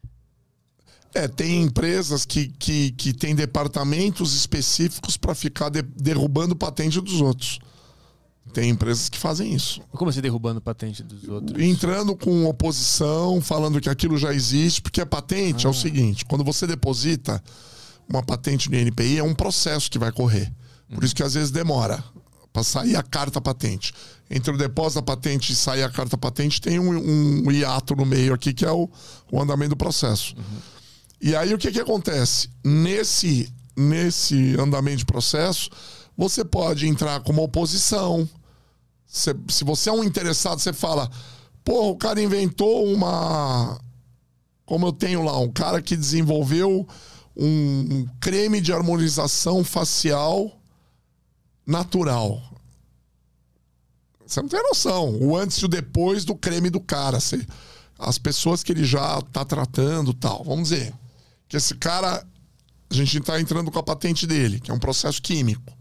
Speaker 3: Tem empresas que têm departamentos específicos para ficar derrubando patente dos outros. Tem empresas que fazem isso.
Speaker 1: Como assim derrubando patente dos outros?
Speaker 3: Entrando com oposição, falando que aquilo já existe, porque a patente é o seguinte, quando você deposita uma patente no INPI, é um processo que vai correr. Por isso que às vezes demora para sair a carta patente. Entre o depósito da patente e sair a carta patente, tem um hiato no meio aqui, que é o andamento do processo. E aí o que acontece? Nesse andamento de processo, você pode entrar como oposição. Se você é um interessado, você fala, porra, o cara inventou uma... Como eu tenho lá, um cara que desenvolveu um creme de harmonização facial natural. Você não tem noção. O antes e o depois do creme do cara. As pessoas que ele já tá tratando e tal. Vamos dizer que esse cara, a gente tá entrando com a patente dele, que é um processo químico.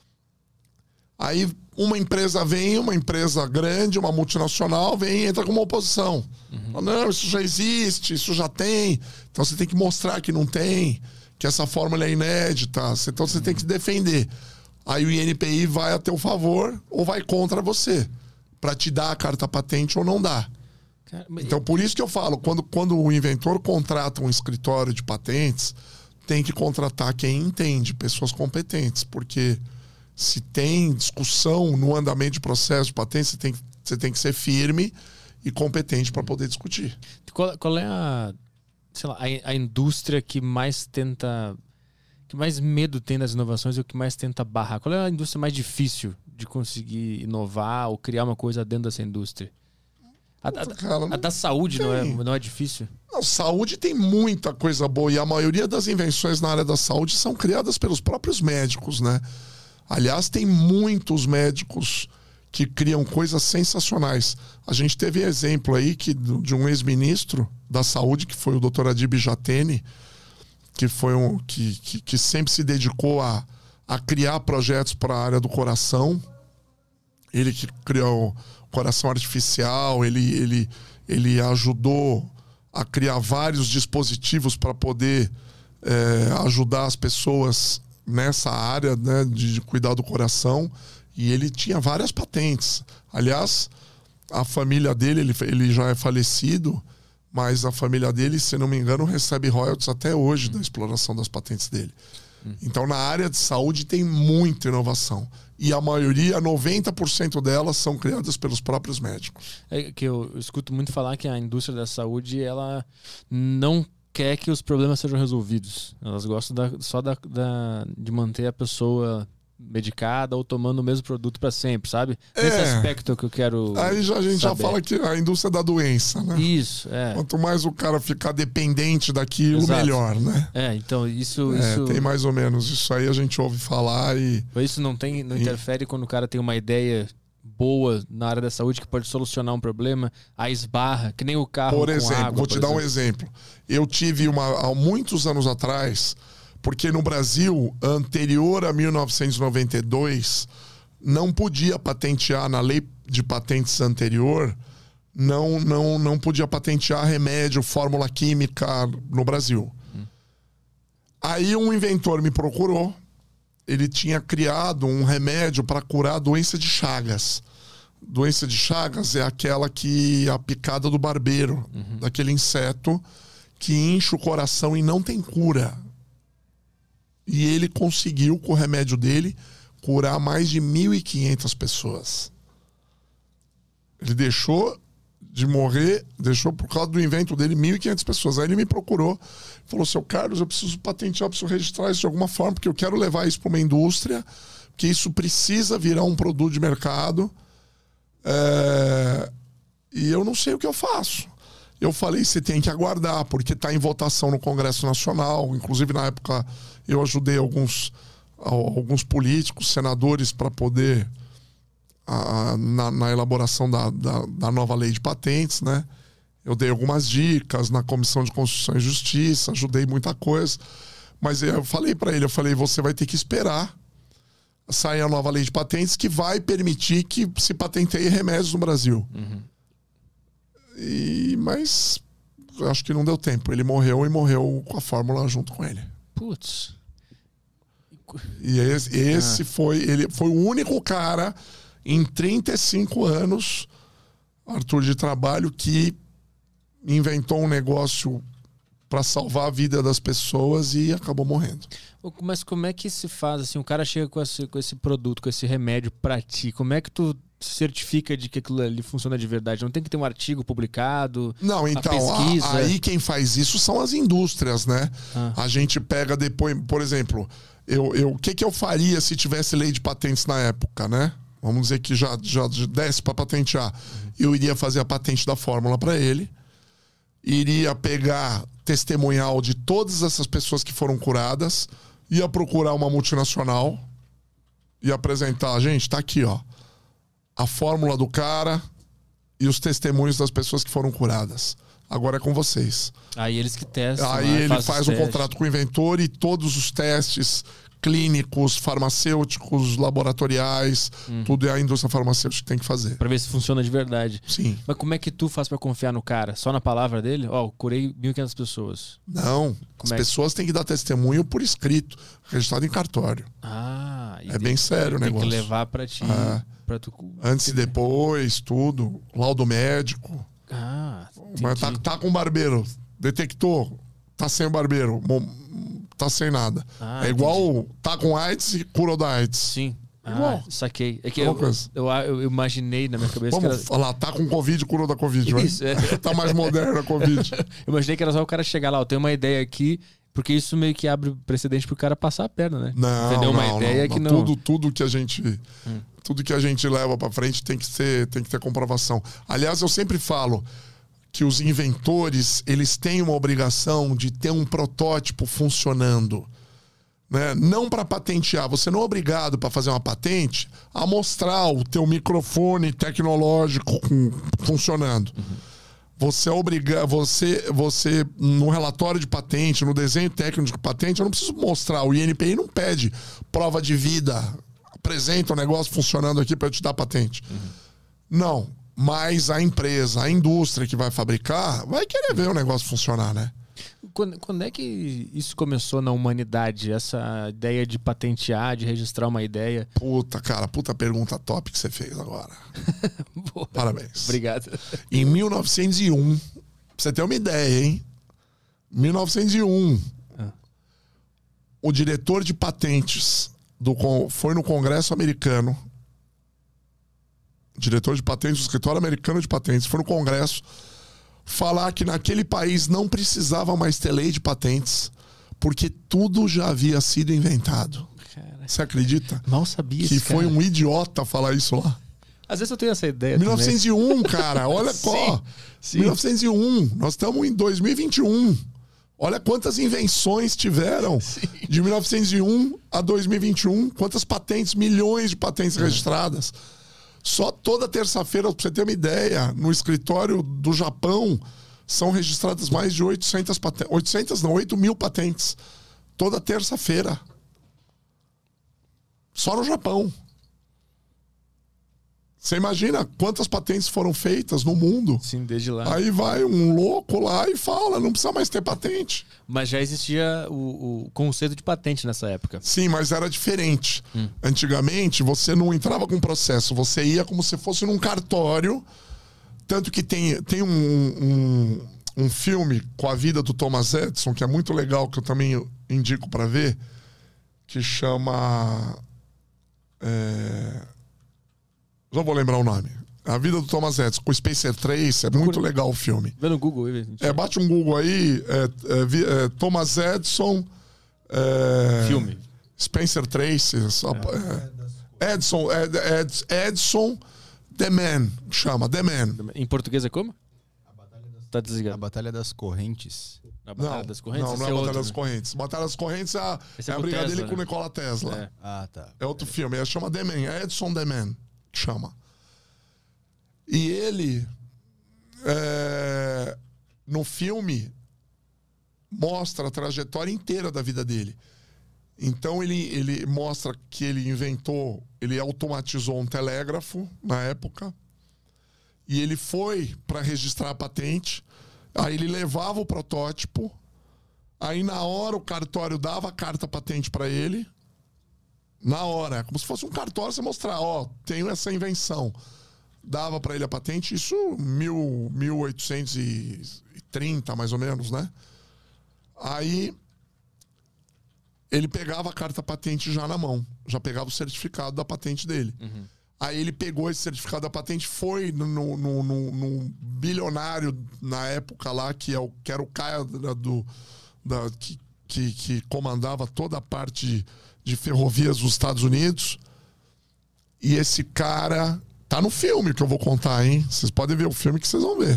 Speaker 3: Aí uma empresa grande, uma multinacional, vem e entra com uma oposição. Não, isso já existe, isso já tem. Então você tem que mostrar que não tem, que essa fórmula é inédita. Então você tem que se defender. Aí o INPI vai a teu favor ou vai contra você, para te dar a carta patente ou não dar. Então por isso que eu falo, quando o inventor contrata um escritório de patentes, tem que contratar quem entende, pessoas competentes, porque se tem discussão no andamento de processo de patente, você tem que ser firme e competente para poder discutir.
Speaker 1: Qual é a indústria que mais tenta, que mais medo tem das inovações e o que mais tenta barrar? Qual é a indústria mais difícil de conseguir inovar ou criar uma coisa dentro dessa indústria? A da saúde não é difícil?
Speaker 3: Não, saúde tem muita coisa boa e a maioria das invenções na área da saúde são criadas pelos próprios médicos, né? Aliás, tem muitos médicos que criam coisas sensacionais. A gente teve exemplo aí de um ex-ministro da saúde, que foi o Dr. Adib Jatene, que foi que sempre se dedicou a criar projetos para a área do coração. Ele que criou o coração artificial, ele ajudou a criar vários dispositivos para poder ajudar as pessoas nessa área, né, de cuidar do coração. E ele tinha várias patentes. Aliás, a família dele, ele já é falecido, mas a família dele, se não me engano, recebe royalties até hoje da exploração das patentes dele. Então, na área de saúde tem muita inovação. E a maioria, 90% delas, são criadas pelos próprios médicos.
Speaker 1: É que eu escuto muito falar que a indústria da saúde, ela não quer que os problemas sejam resolvidos. Elas gostam de manter a pessoa medicada ou tomando o mesmo produto para sempre, sabe? Nesse aspecto que eu quero
Speaker 3: Aí a gente já fala que a indústria da doença, né?
Speaker 1: Isso, Quanto
Speaker 3: mais o cara ficar dependente daquilo, exato, melhor, né?
Speaker 1: Então isso...
Speaker 3: Tem mais ou menos. Isso aí a gente ouve falar e...
Speaker 1: Isso não interfere quando o cara tem uma ideia boa na área da saúde que pode solucionar um problema, a esbarra, que nem o carro
Speaker 3: por exemplo,
Speaker 1: com água.
Speaker 3: Vou te dar um exemplo. Eu tive há muitos anos atrás... Porque no Brasil, anterior a 1992, não podia patentear, na lei de patentes anterior, não podia patentear remédio, fórmula química no Brasil. Aí um inventor me procurou, ele tinha criado um remédio para curar a doença de Chagas. Doença de Chagas é aquela a picada do barbeiro, daquele inseto que enche o coração e não tem cura. E ele conseguiu, com o remédio dele, curar mais de 1.500 pessoas. Ele deixou de morrer, deixou por causa do invento dele 1.500 pessoas. Aí ele me procurou, falou: seu Carlos, eu preciso patentear, eu preciso registrar isso de alguma forma, porque eu quero levar isso para uma indústria, porque isso precisa virar um produto de mercado. E eu não sei o que eu faço. Eu falei: você tem que aguardar, porque está em votação no Congresso Nacional. Inclusive, na época, eu ajudei alguns políticos, senadores, para poder, na elaboração da nova lei de patentes, né? Eu dei algumas dicas na Comissão de Constituição e Justiça, ajudei muita coisa. Mas eu falei para ele, você vai ter que esperar sair a nova lei de patentes que vai permitir que se patenteie remédios no Brasil. Mas eu acho que não deu tempo. Ele morreu e morreu com a fórmula junto com ele.
Speaker 1: Putz.
Speaker 3: E esse ele foi o único cara em 35 anos, Arthur, de trabalho, que inventou um negócio para salvar a vida das pessoas e acabou morrendo.
Speaker 1: Mas como é que se faz assim? O cara chega com esse produto, com esse remédio para ti. Como é que tu certifica de que aquilo ali funciona de verdade? Não tem que ter um artigo publicado?
Speaker 3: Não, então,
Speaker 1: pesquisa...
Speaker 3: aí quem faz isso são as indústrias, né? A gente pega depois, por exemplo, o que eu faria se tivesse lei de patentes na época, né? Vamos dizer que já desse para patentear. Eu iria fazer a patente da fórmula para ele, iria pegar testemunhal de todas essas pessoas que foram curadas, ia procurar uma multinacional e apresentar: gente, tá aqui, ó, a fórmula do cara e os testemunhos das pessoas que foram curadas. Agora é com vocês.
Speaker 1: Aí eles que testam.
Speaker 3: Aí ele faz um contrato com o inventor e todos os testes clínicos, farmacêuticos, laboratoriais, tudo é a indústria farmacêutica que tem que fazer.
Speaker 1: Pra ver se funciona de verdade.
Speaker 3: Sim.
Speaker 1: Mas como é que tu faz pra confiar no cara? Só na palavra dele? Curei 1.500 pessoas.
Speaker 3: Não. As pessoas têm que dar testemunho por escrito, registrado em cartório.
Speaker 1: É
Speaker 3: bem sério o negócio.
Speaker 1: Tem que levar pra ti.
Speaker 3: Pra tu... Antes e depois, tudo. Laudo médico. Mas tá com barbeiro. Detectou. Tá sem o barbeiro. Tá sem nada. É igual tá com AIDS e curou da AIDS.
Speaker 1: Sim. Saquei. É que eu imaginei na minha cabeça.
Speaker 3: Vamos falar, tá com Covid, curou da Covid. Isso, tá mais moderno a Covid.
Speaker 1: Eu imaginei que era só o cara chegar lá, eu tenho uma ideia aqui, porque isso meio que abre precedente pro cara passar a perna, né?
Speaker 3: Tudo que a gente. Tudo que a gente leva pra frente tem que ter comprovação. Aliás, eu sempre falo que os inventores, eles têm uma obrigação de ter um protótipo funcionando, né? Não para patentear. Você não é obrigado, para fazer uma patente, a mostrar o teu microfone tecnológico funcionando. você obrigar, você no relatório de patente, no desenho técnico de patente, eu não preciso mostrar. O INPI não pede prova de vida, apresenta o negócio funcionando aqui para eu te dar patente. Não, mas a empresa, a indústria que vai fabricar, vai querer ver o negócio funcionar, né?
Speaker 1: Quando é que isso começou na humanidade? Essa ideia de patentear, de registrar uma ideia?
Speaker 3: Puta pergunta top que você fez agora.
Speaker 1: Boa.
Speaker 3: Parabéns.
Speaker 1: Obrigado.
Speaker 3: Em 1901, pra você ter uma ideia, hein? 1901, o diretor de patentes foi no Congresso americano. O diretor de patentes do escritório americano de patentes foi no Congresso falar que naquele país não precisava mais ter lei de patentes, porque tudo já havia sido inventado. Cara, você acredita?
Speaker 1: Mal sabia
Speaker 3: que foi um idiota falar isso lá.
Speaker 1: Às vezes eu tenho essa ideia
Speaker 3: 1901, também. Cara, olha só. Sim. 1901, nós estamos em 2021. Olha quantas invenções tiveram de 1901 a 2021. Quantas patentes, milhões de patentes registradas. Só toda terça-feira, pra você ter uma ideia, no escritório do Japão, são registradas mais de 800 patentes. 800 não, 8 mil patentes. Toda terça-feira. Só no Japão. Você imagina quantas patentes foram feitas no mundo?
Speaker 1: Sim, desde lá.
Speaker 3: Aí vai um louco lá e fala, não precisa mais ter patente.
Speaker 1: Mas já existia o conceito de patente nessa época.
Speaker 3: Sim, mas era diferente. Antigamente, você não entrava com processo, você ia como se fosse num cartório. Tanto que tem um filme com a vida do Thomas Edison, que é muito legal, que eu também indico para ver, que chama... Não vou lembrar o nome. A vida do Thomas Edison, com o Spacer 3, é muito legal o filme.
Speaker 1: Vê no Google aí.
Speaker 3: Bate um Google aí, Thomas Edison...
Speaker 1: filme.
Speaker 3: Spencer Tracy. Edison The Man, chama, The Man.
Speaker 1: Em português é como? Tá desligado.
Speaker 2: A Batalha das Correntes.
Speaker 1: A Batalha das Correntes?
Speaker 3: Não é a Batalha das Correntes. Batalha das Correntes é a briga
Speaker 1: Tesla,
Speaker 3: dele com o Nikola Tesla.
Speaker 2: Ah, tá.
Speaker 3: É outro filme. Ele chama The Man. É Edison The Man. Chama. E ele, no filme, mostra a trajetória inteira da vida dele. Então ele mostra que ele automatizou um telégrafo na época, e ele foi para registrar a patente, aí ele levava o protótipo, aí na hora o cartório dava a carta patente para ele, na hora, como se fosse um cartório, você mostrar, tenho essa invenção. Dava para ele a patente, isso 1830, mais ou menos, né? Aí ele pegava a carta patente já na mão, já pegava o certificado da patente dele. Aí ele pegou esse certificado da patente, foi no bilionário na época lá, que era o cara que comandava toda a parte de ferrovias dos Estados Unidos. E esse cara... Tá no filme que eu vou contar, hein? Vocês podem ver o filme que vocês vão ver.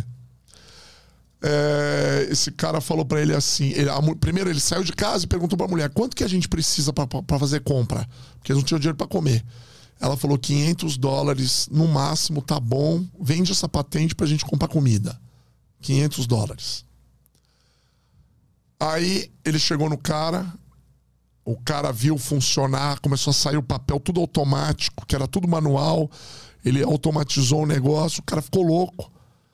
Speaker 3: Esse cara falou pra ele assim... Primeiro ele saiu de casa e perguntou pra mulher: quanto que a gente precisa pra fazer compra? Porque eles não tinham dinheiro pra comer. Ela falou: $500 no máximo, tá bom. Vende essa patente pra gente comprar comida. $500. Aí ele chegou no cara... O cara viu funcionar, começou a sair o papel tudo automático, que era tudo manual. Ele automatizou o negócio, o cara ficou louco.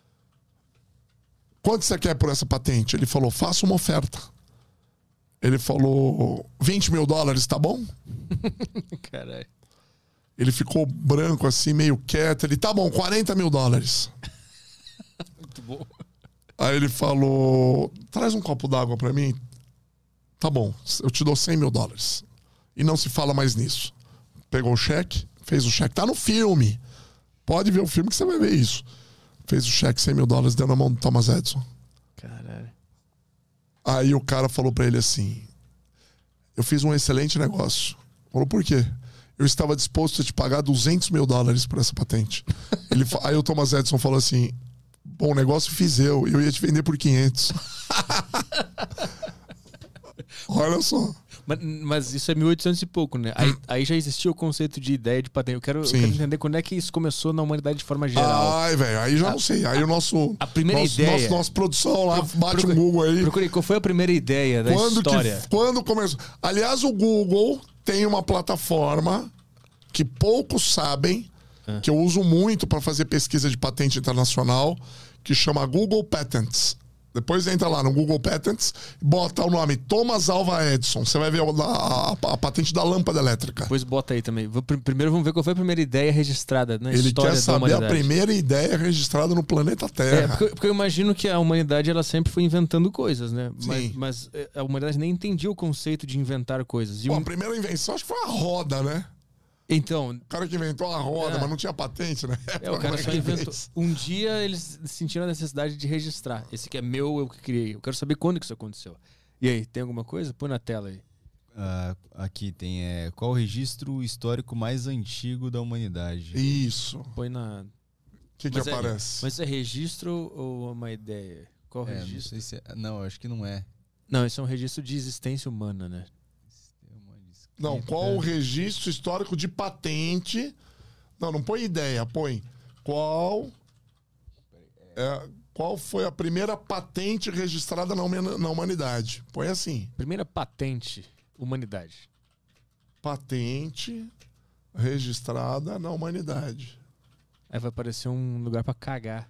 Speaker 3: Quanto você quer por essa patente? Ele falou: faça uma oferta. Ele falou: $20 mil, tá bom?
Speaker 1: Caralho.
Speaker 3: Ele ficou branco assim, meio quieto. Ele: tá bom, $40 mil.
Speaker 1: Muito bom.
Speaker 3: Aí ele falou: traz um copo d'água pra mim. Tá bom, eu te dou $100 mil. E não se fala mais nisso. Pegou o cheque, fez o cheque. Tá no filme. Pode ver o filme que você vai ver isso. Fez o cheque, $100 mil, deu na mão do Thomas Edison.
Speaker 1: Caralho.
Speaker 3: Aí o cara falou pra ele assim: eu fiz um excelente negócio. Falou: por quê? Eu estava disposto a te pagar $200 mil por essa patente. Aí o Thomas Edison falou assim: bom negócio fiz eu ia te vender por 500. Olha só.
Speaker 1: Mas isso é 1800 e pouco, né? Aí já existia o conceito de ideia de patente. Eu quero entender quando é que isso começou na humanidade de forma geral.
Speaker 3: Ai, velho, aí já não sei. Aí
Speaker 1: a primeira ideia...
Speaker 3: Nossa produção lá, bate um Google aí.
Speaker 1: Procurei, qual foi a primeira ideia da história?
Speaker 3: Quando começou? Aliás, o Google tem uma plataforma que poucos sabem, que eu uso muito para fazer pesquisa de patente internacional, que chama Google Patents. Depois entra lá no Google Patents, bota o nome Thomas Alva Edison. Você vai ver a patente da lâmpada elétrica.
Speaker 1: Depois bota aí também. Primeiro vamos ver qual foi a primeira ideia registrada na história da humanidade. Ele quer saber
Speaker 3: a primeira ideia registrada no planeta Terra.
Speaker 1: Porque eu imagino que a humanidade ela sempre foi inventando coisas, né?
Speaker 3: Sim.
Speaker 1: Mas a humanidade nem entendia o conceito de inventar coisas.
Speaker 3: A primeira invenção acho que foi a roda, né?
Speaker 1: Então,
Speaker 3: o cara que inventou a roda, mas não tinha patente, né?
Speaker 1: O cara só inventou. Um dia eles sentiram a necessidade de registrar. Esse que é meu, eu que criei. Eu quero saber quando que isso aconteceu. E aí, tem alguma coisa? Põe na tela aí.
Speaker 2: Aqui tem qual o registro histórico mais antigo da humanidade?
Speaker 3: Isso.
Speaker 1: Põe na...
Speaker 3: O que aparece?
Speaker 1: Mas é registro ou uma ideia? Qual registro?
Speaker 2: Não sei se não, acho que não é.
Speaker 1: Não, isso é um registro de existência humana, né?
Speaker 3: Não, qual o registro histórico de patente? Não põe ideia, põe qual foi a primeira patente registrada na humanidade. Põe assim.
Speaker 1: Primeira patente, humanidade.
Speaker 3: Patente registrada na humanidade.
Speaker 1: Aí vai aparecer um lugar pra cagar.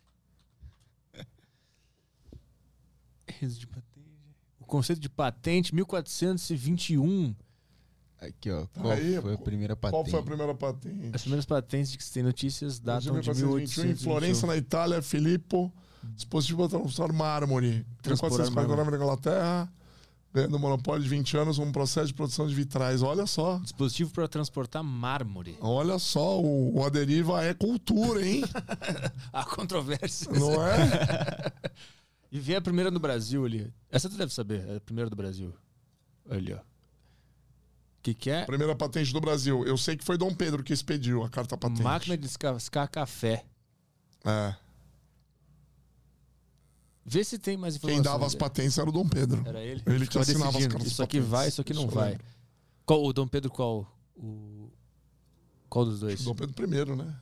Speaker 1: O conceito de patente, 1421.
Speaker 2: Aqui, ó. Qual foi a primeira patente?
Speaker 3: Qual foi a primeira patente?
Speaker 1: As primeiras patentes de que se tem notícias datam de 1821.
Speaker 3: Em Florença, na Itália, Filippo. Dispositivo para transportar mármore. 1449 na Inglaterra. Ganhando monopólio de 20 anos, um processo de produção de vitrais. Olha só.
Speaker 1: Dispositivo para transportar mármore.
Speaker 3: Olha só, o Aderiva é cultura, hein?
Speaker 1: Há controvérsias.
Speaker 3: Não é?
Speaker 1: E vê a primeira no Brasil ali. Essa tu deve saber, é a primeira do Brasil. Ali, ó. Que é?
Speaker 3: Primeira patente do Brasil. Eu sei que foi Dom Pedro que expediu a carta patente.
Speaker 1: Máquina de descascar café. Vê se tem mais informações.
Speaker 3: Quem dava as patentes era o Dom Pedro.
Speaker 1: Era ele?
Speaker 3: Ele que assinava as cartas
Speaker 1: isso aqui patentes. Vai, isso aqui não vai. O Dom Pedro qual? Qual dos dois?
Speaker 3: Dom Pedro I, né?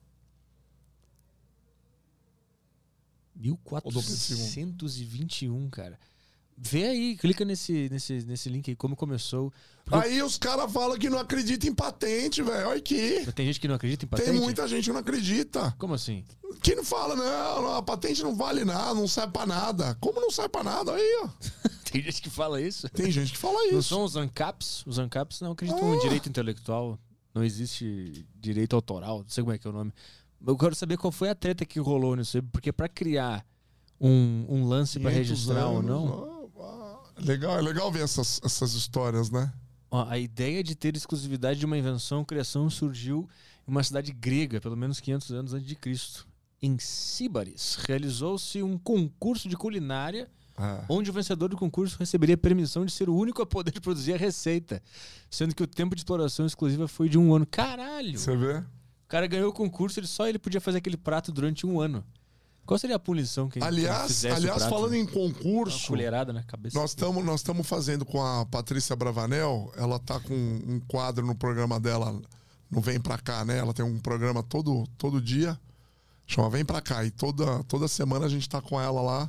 Speaker 1: 1421, cara. Vê aí, clica nesse link aí, como começou. Porque
Speaker 3: aí os caras falam que não acreditam em patente, velho. Olha aqui.
Speaker 1: Tem gente que não acredita em patente?
Speaker 3: Tem muita gente que não acredita.
Speaker 1: Como assim?
Speaker 3: Que não fala, não, a patente não vale nada, não serve pra nada. Como não serve pra nada? Aí, ó.
Speaker 1: Tem gente que fala isso?
Speaker 3: Tem gente que fala isso.
Speaker 1: Não são os ANCAPs? Os ANCAPs não acreditam em direito intelectual. Não existe direito autoral, não sei como é que é o nome. Eu quero saber qual foi a treta que rolou nisso aí, porque pra criar um lance pra registrar ou não...
Speaker 3: É legal ver essas histórias, né?
Speaker 1: A ideia de ter exclusividade de uma invenção, criação, surgiu em uma cidade grega, pelo menos 500 anos antes de Cristo. Em Síbaris, realizou-se um concurso de culinária, onde o vencedor do concurso receberia permissão de ser o único a poder produzir a receita, sendo que o tempo de exploração exclusiva foi de 1 ano. Caralho!
Speaker 3: Você vê?
Speaker 1: O cara ganhou o concurso, ele podia fazer aquele prato durante 1 ano. Qual seria a punição que
Speaker 3: aliás, falando em concurso,
Speaker 1: uma colherada na cabeça.
Speaker 3: Nós estamos fazendo com a Patrícia Bravanel. Ela tá com um quadro no programa dela, no Vem Pra Cá, né? Ela tem um programa todo dia, chama Vem Pra Cá. E toda semana a gente tá com ela lá,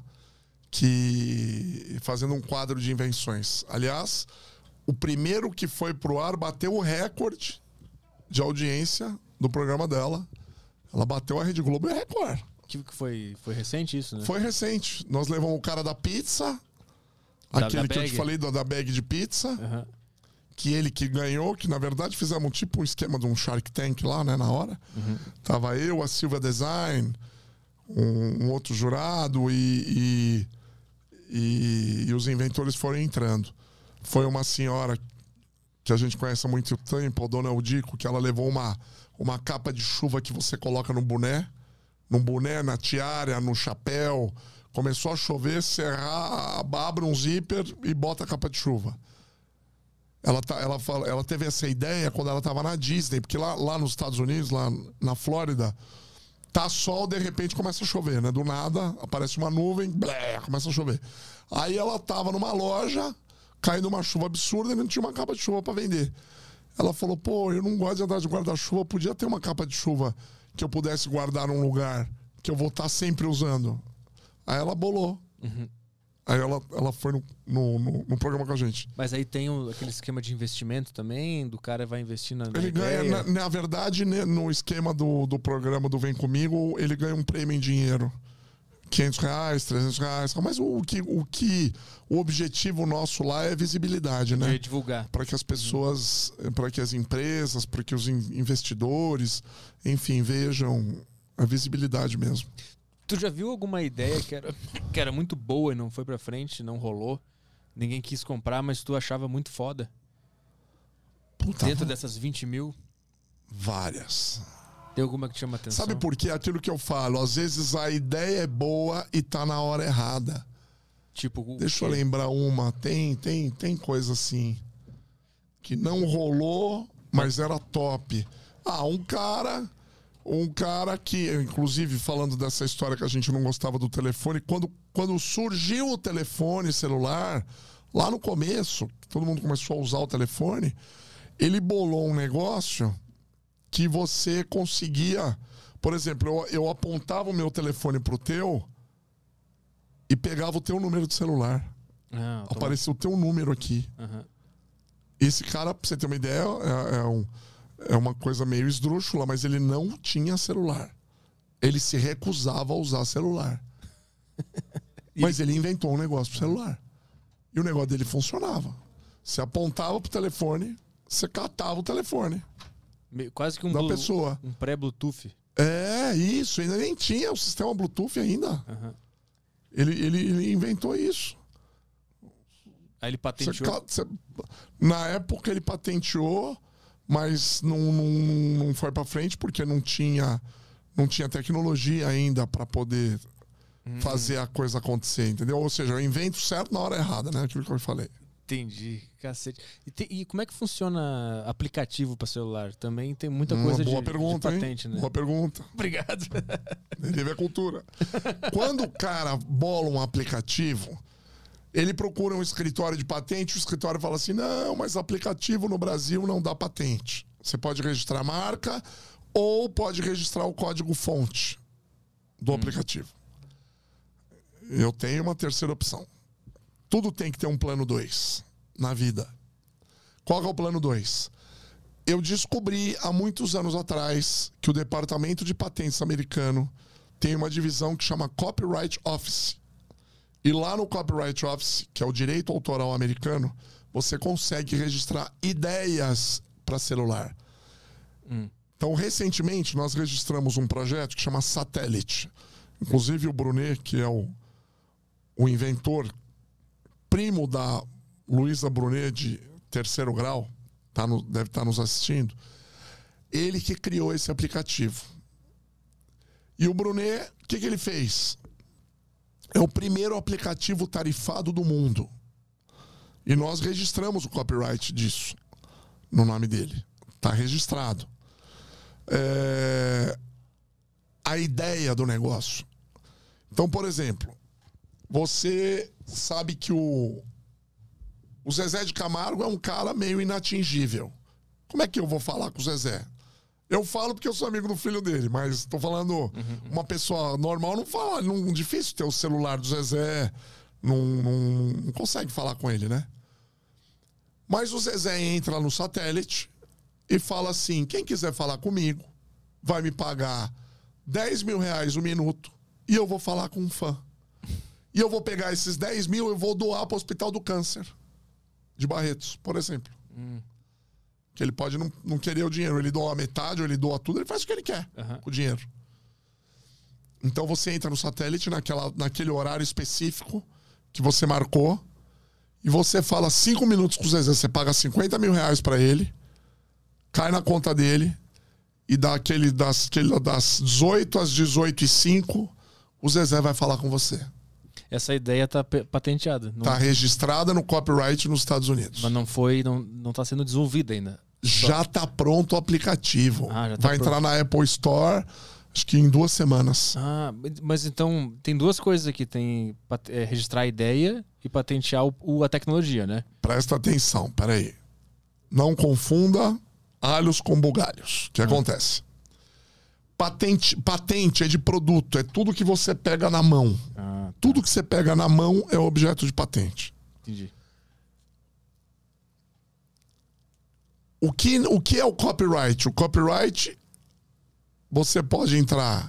Speaker 3: fazendo um quadro de invenções. Aliás, o primeiro que foi pro ar bateu o recorde de audiência do programa dela. Ela bateu a Rede Globo e a Record.
Speaker 1: Que foi recente isso, né?
Speaker 3: Foi recente. Nós levamos o cara da pizza, aquele que eu te falei da bag de pizza, que ele que ganhou, que na verdade fizemos tipo um esquema de um Shark Tank lá, né, na hora. Tava eu, a Silva Design, um outro jurado e os inventores foram entrando. Foi uma senhora que a gente conhece há muito tempo, a dona Eldico, que ela levou uma capa de chuva que você coloca no boné, na tiara, no chapéu. Começou a chover, abre um zíper e bota a capa de chuva. Ela teve essa ideia quando ela estava na Disney, porque lá nos Estados Unidos, lá na Flórida, tá sol, de repente começa a chover, né? Do nada, aparece uma nuvem, blé, começa a chover. Aí ela tava numa loja caindo uma chuva absurda e não tinha uma capa de chuva para vender. Ela falou, pô, eu não gosto de andar de guarda-chuva, podia ter uma capa de chuva que eu pudesse guardar num lugar que eu vou estar sempre usando. Aí ela bolou.
Speaker 1: Uhum.
Speaker 3: Aí ela foi no programa com a gente.
Speaker 1: Mas aí tem aquele esquema de investimento também, do cara vai investir na
Speaker 3: Ele
Speaker 1: ideia.
Speaker 3: ganha, na verdade, né, no esquema do programa do Vem Comigo, ele ganha um prêmio em dinheiro. R$500, R$300. Mas o objetivo nosso lá é visibilidade, né?
Speaker 1: De divulgar.
Speaker 3: Para que as pessoas, para que as empresas, para que os investidores, enfim, vejam a visibilidade mesmo.
Speaker 1: Tu já viu alguma ideia que era muito boa e não foi pra frente, não rolou? Ninguém quis comprar, mas tu achava muito foda?
Speaker 3: Puta,
Speaker 1: Dentro dessas 20 mil?
Speaker 3: várias.
Speaker 1: Tem alguma que te chama atenção?
Speaker 3: Sabe por quê? Aquilo que eu falo, às vezes a ideia é boa e tá na hora errada.
Speaker 1: Tipo,
Speaker 3: Deixa eu lembrar uma. Tem coisa assim que não rolou, mas era top. Um cara que, inclusive, falando dessa história que a gente não gostava do telefone, quando surgiu o telefone celular, lá no começo, todo mundo começou a usar o telefone, ele bolou um negócio que você conseguia... Por exemplo, eu apontava o meu telefone pro teu e pegava o teu número de celular. Aparecia o teu número aqui.
Speaker 1: Uhum.
Speaker 3: Esse cara, pra você ter uma ideia, é uma coisa meio esdrúxula, mas ele não tinha celular. Ele se recusava a usar celular. Mas ele inventou um negócio pro celular. E o negócio dele funcionava. Você apontava pro telefone, você catava o telefone.
Speaker 1: Quase que
Speaker 3: da pessoa.
Speaker 1: Um pré-Bluetooth.
Speaker 3: Isso. Ainda nem tinha o sistema Bluetooth ainda.
Speaker 1: Uhum.
Speaker 3: Ele inventou isso.
Speaker 1: Aí ele patenteou.
Speaker 3: Na época ele patenteou, mas não foi pra frente porque não tinha tecnologia ainda pra poder fazer a coisa acontecer, entendeu? Ou seja, eu invento certo na hora errada, né? Aquilo que eu falei.
Speaker 1: Entendi, cacete. E como é que funciona aplicativo para celular? Também tem muita coisa
Speaker 3: boa
Speaker 1: de
Speaker 3: pergunta,
Speaker 1: patente,
Speaker 3: hein?
Speaker 1: né?
Speaker 3: Boa pergunta.
Speaker 1: Obrigado.
Speaker 3: Deriva a cultura. Quando o cara bola um aplicativo, ele procura um escritório de patente, o escritório fala assim, não, mas aplicativo no Brasil não dá patente. Você pode registrar a marca ou pode registrar o código-fonte do aplicativo. Eu tenho uma terceira opção. Tudo tem que ter um plano 2 na vida. Qual é o plano 2? Eu descobri há muitos anos atrás que o Departamento de Patentes americano tem uma divisão que chama Copyright Office. E lá no Copyright Office, que é o direito autoral americano, você consegue registrar ideias para celular. Então, recentemente, nós registramos um projeto que chama Satellite. Inclusive, o Brunet, que é o inventor, primo da Luísa Brunet, de terceiro grau, deve estar nos assistindo, ele que criou esse aplicativo. E o Brunet, o que ele fez? É o primeiro aplicativo tarifado do mundo. E nós registramos o copyright disso, no nome dele. Está registrado. A ideia do negócio. Então, por exemplo, você sabe que o Zezé de Camargo é um cara meio inatingível. Como é que eu vou falar com o Zezé? Eu falo porque eu sou amigo do filho dele, mas estou falando uma pessoa normal não fala. Difícil ter o celular do Zezé, não consegue falar com ele, né? Mas o Zezé entra no Satélite e fala assim, quem quiser falar comigo vai me pagar R$10 mil um minuto e eu vou falar com um fã. E eu vou pegar esses 10 mil e vou doar para o Hospital do Câncer de Barretos, por exemplo. Que ele pode não querer o dinheiro. Ele doa a metade ou ele doa tudo, ele faz o que ele quer com o dinheiro. Então você entra no Satélite naquele horário específico que você marcou e você fala 5 minutos com o Zezé. Você paga R$50 mil para ele, cai na conta dele e das 18 às 18h05 o Zezé vai falar com você.
Speaker 1: Essa ideia tá patenteada.
Speaker 3: Tá registrada no copyright nos Estados Unidos.
Speaker 1: Mas não tá sendo desenvolvida ainda.
Speaker 3: Já tá pronto o aplicativo.
Speaker 1: Já tá
Speaker 3: vai entrar na Apple Store. Acho que em 2 semanas.
Speaker 1: Ah, mas então tem duas coisas aqui. Tem registrar a ideia e patentear a tecnologia, né?
Speaker 3: Presta atenção, peraí. Não confunda alhos com bugalhos. O que acontece? Patente é de produto, é tudo que você pega na mão.
Speaker 1: Ah, tá.
Speaker 3: Tudo que você pega na mão é objeto de patente.
Speaker 1: Entendi.
Speaker 3: O que é o copyright? O copyright, você pode entrar...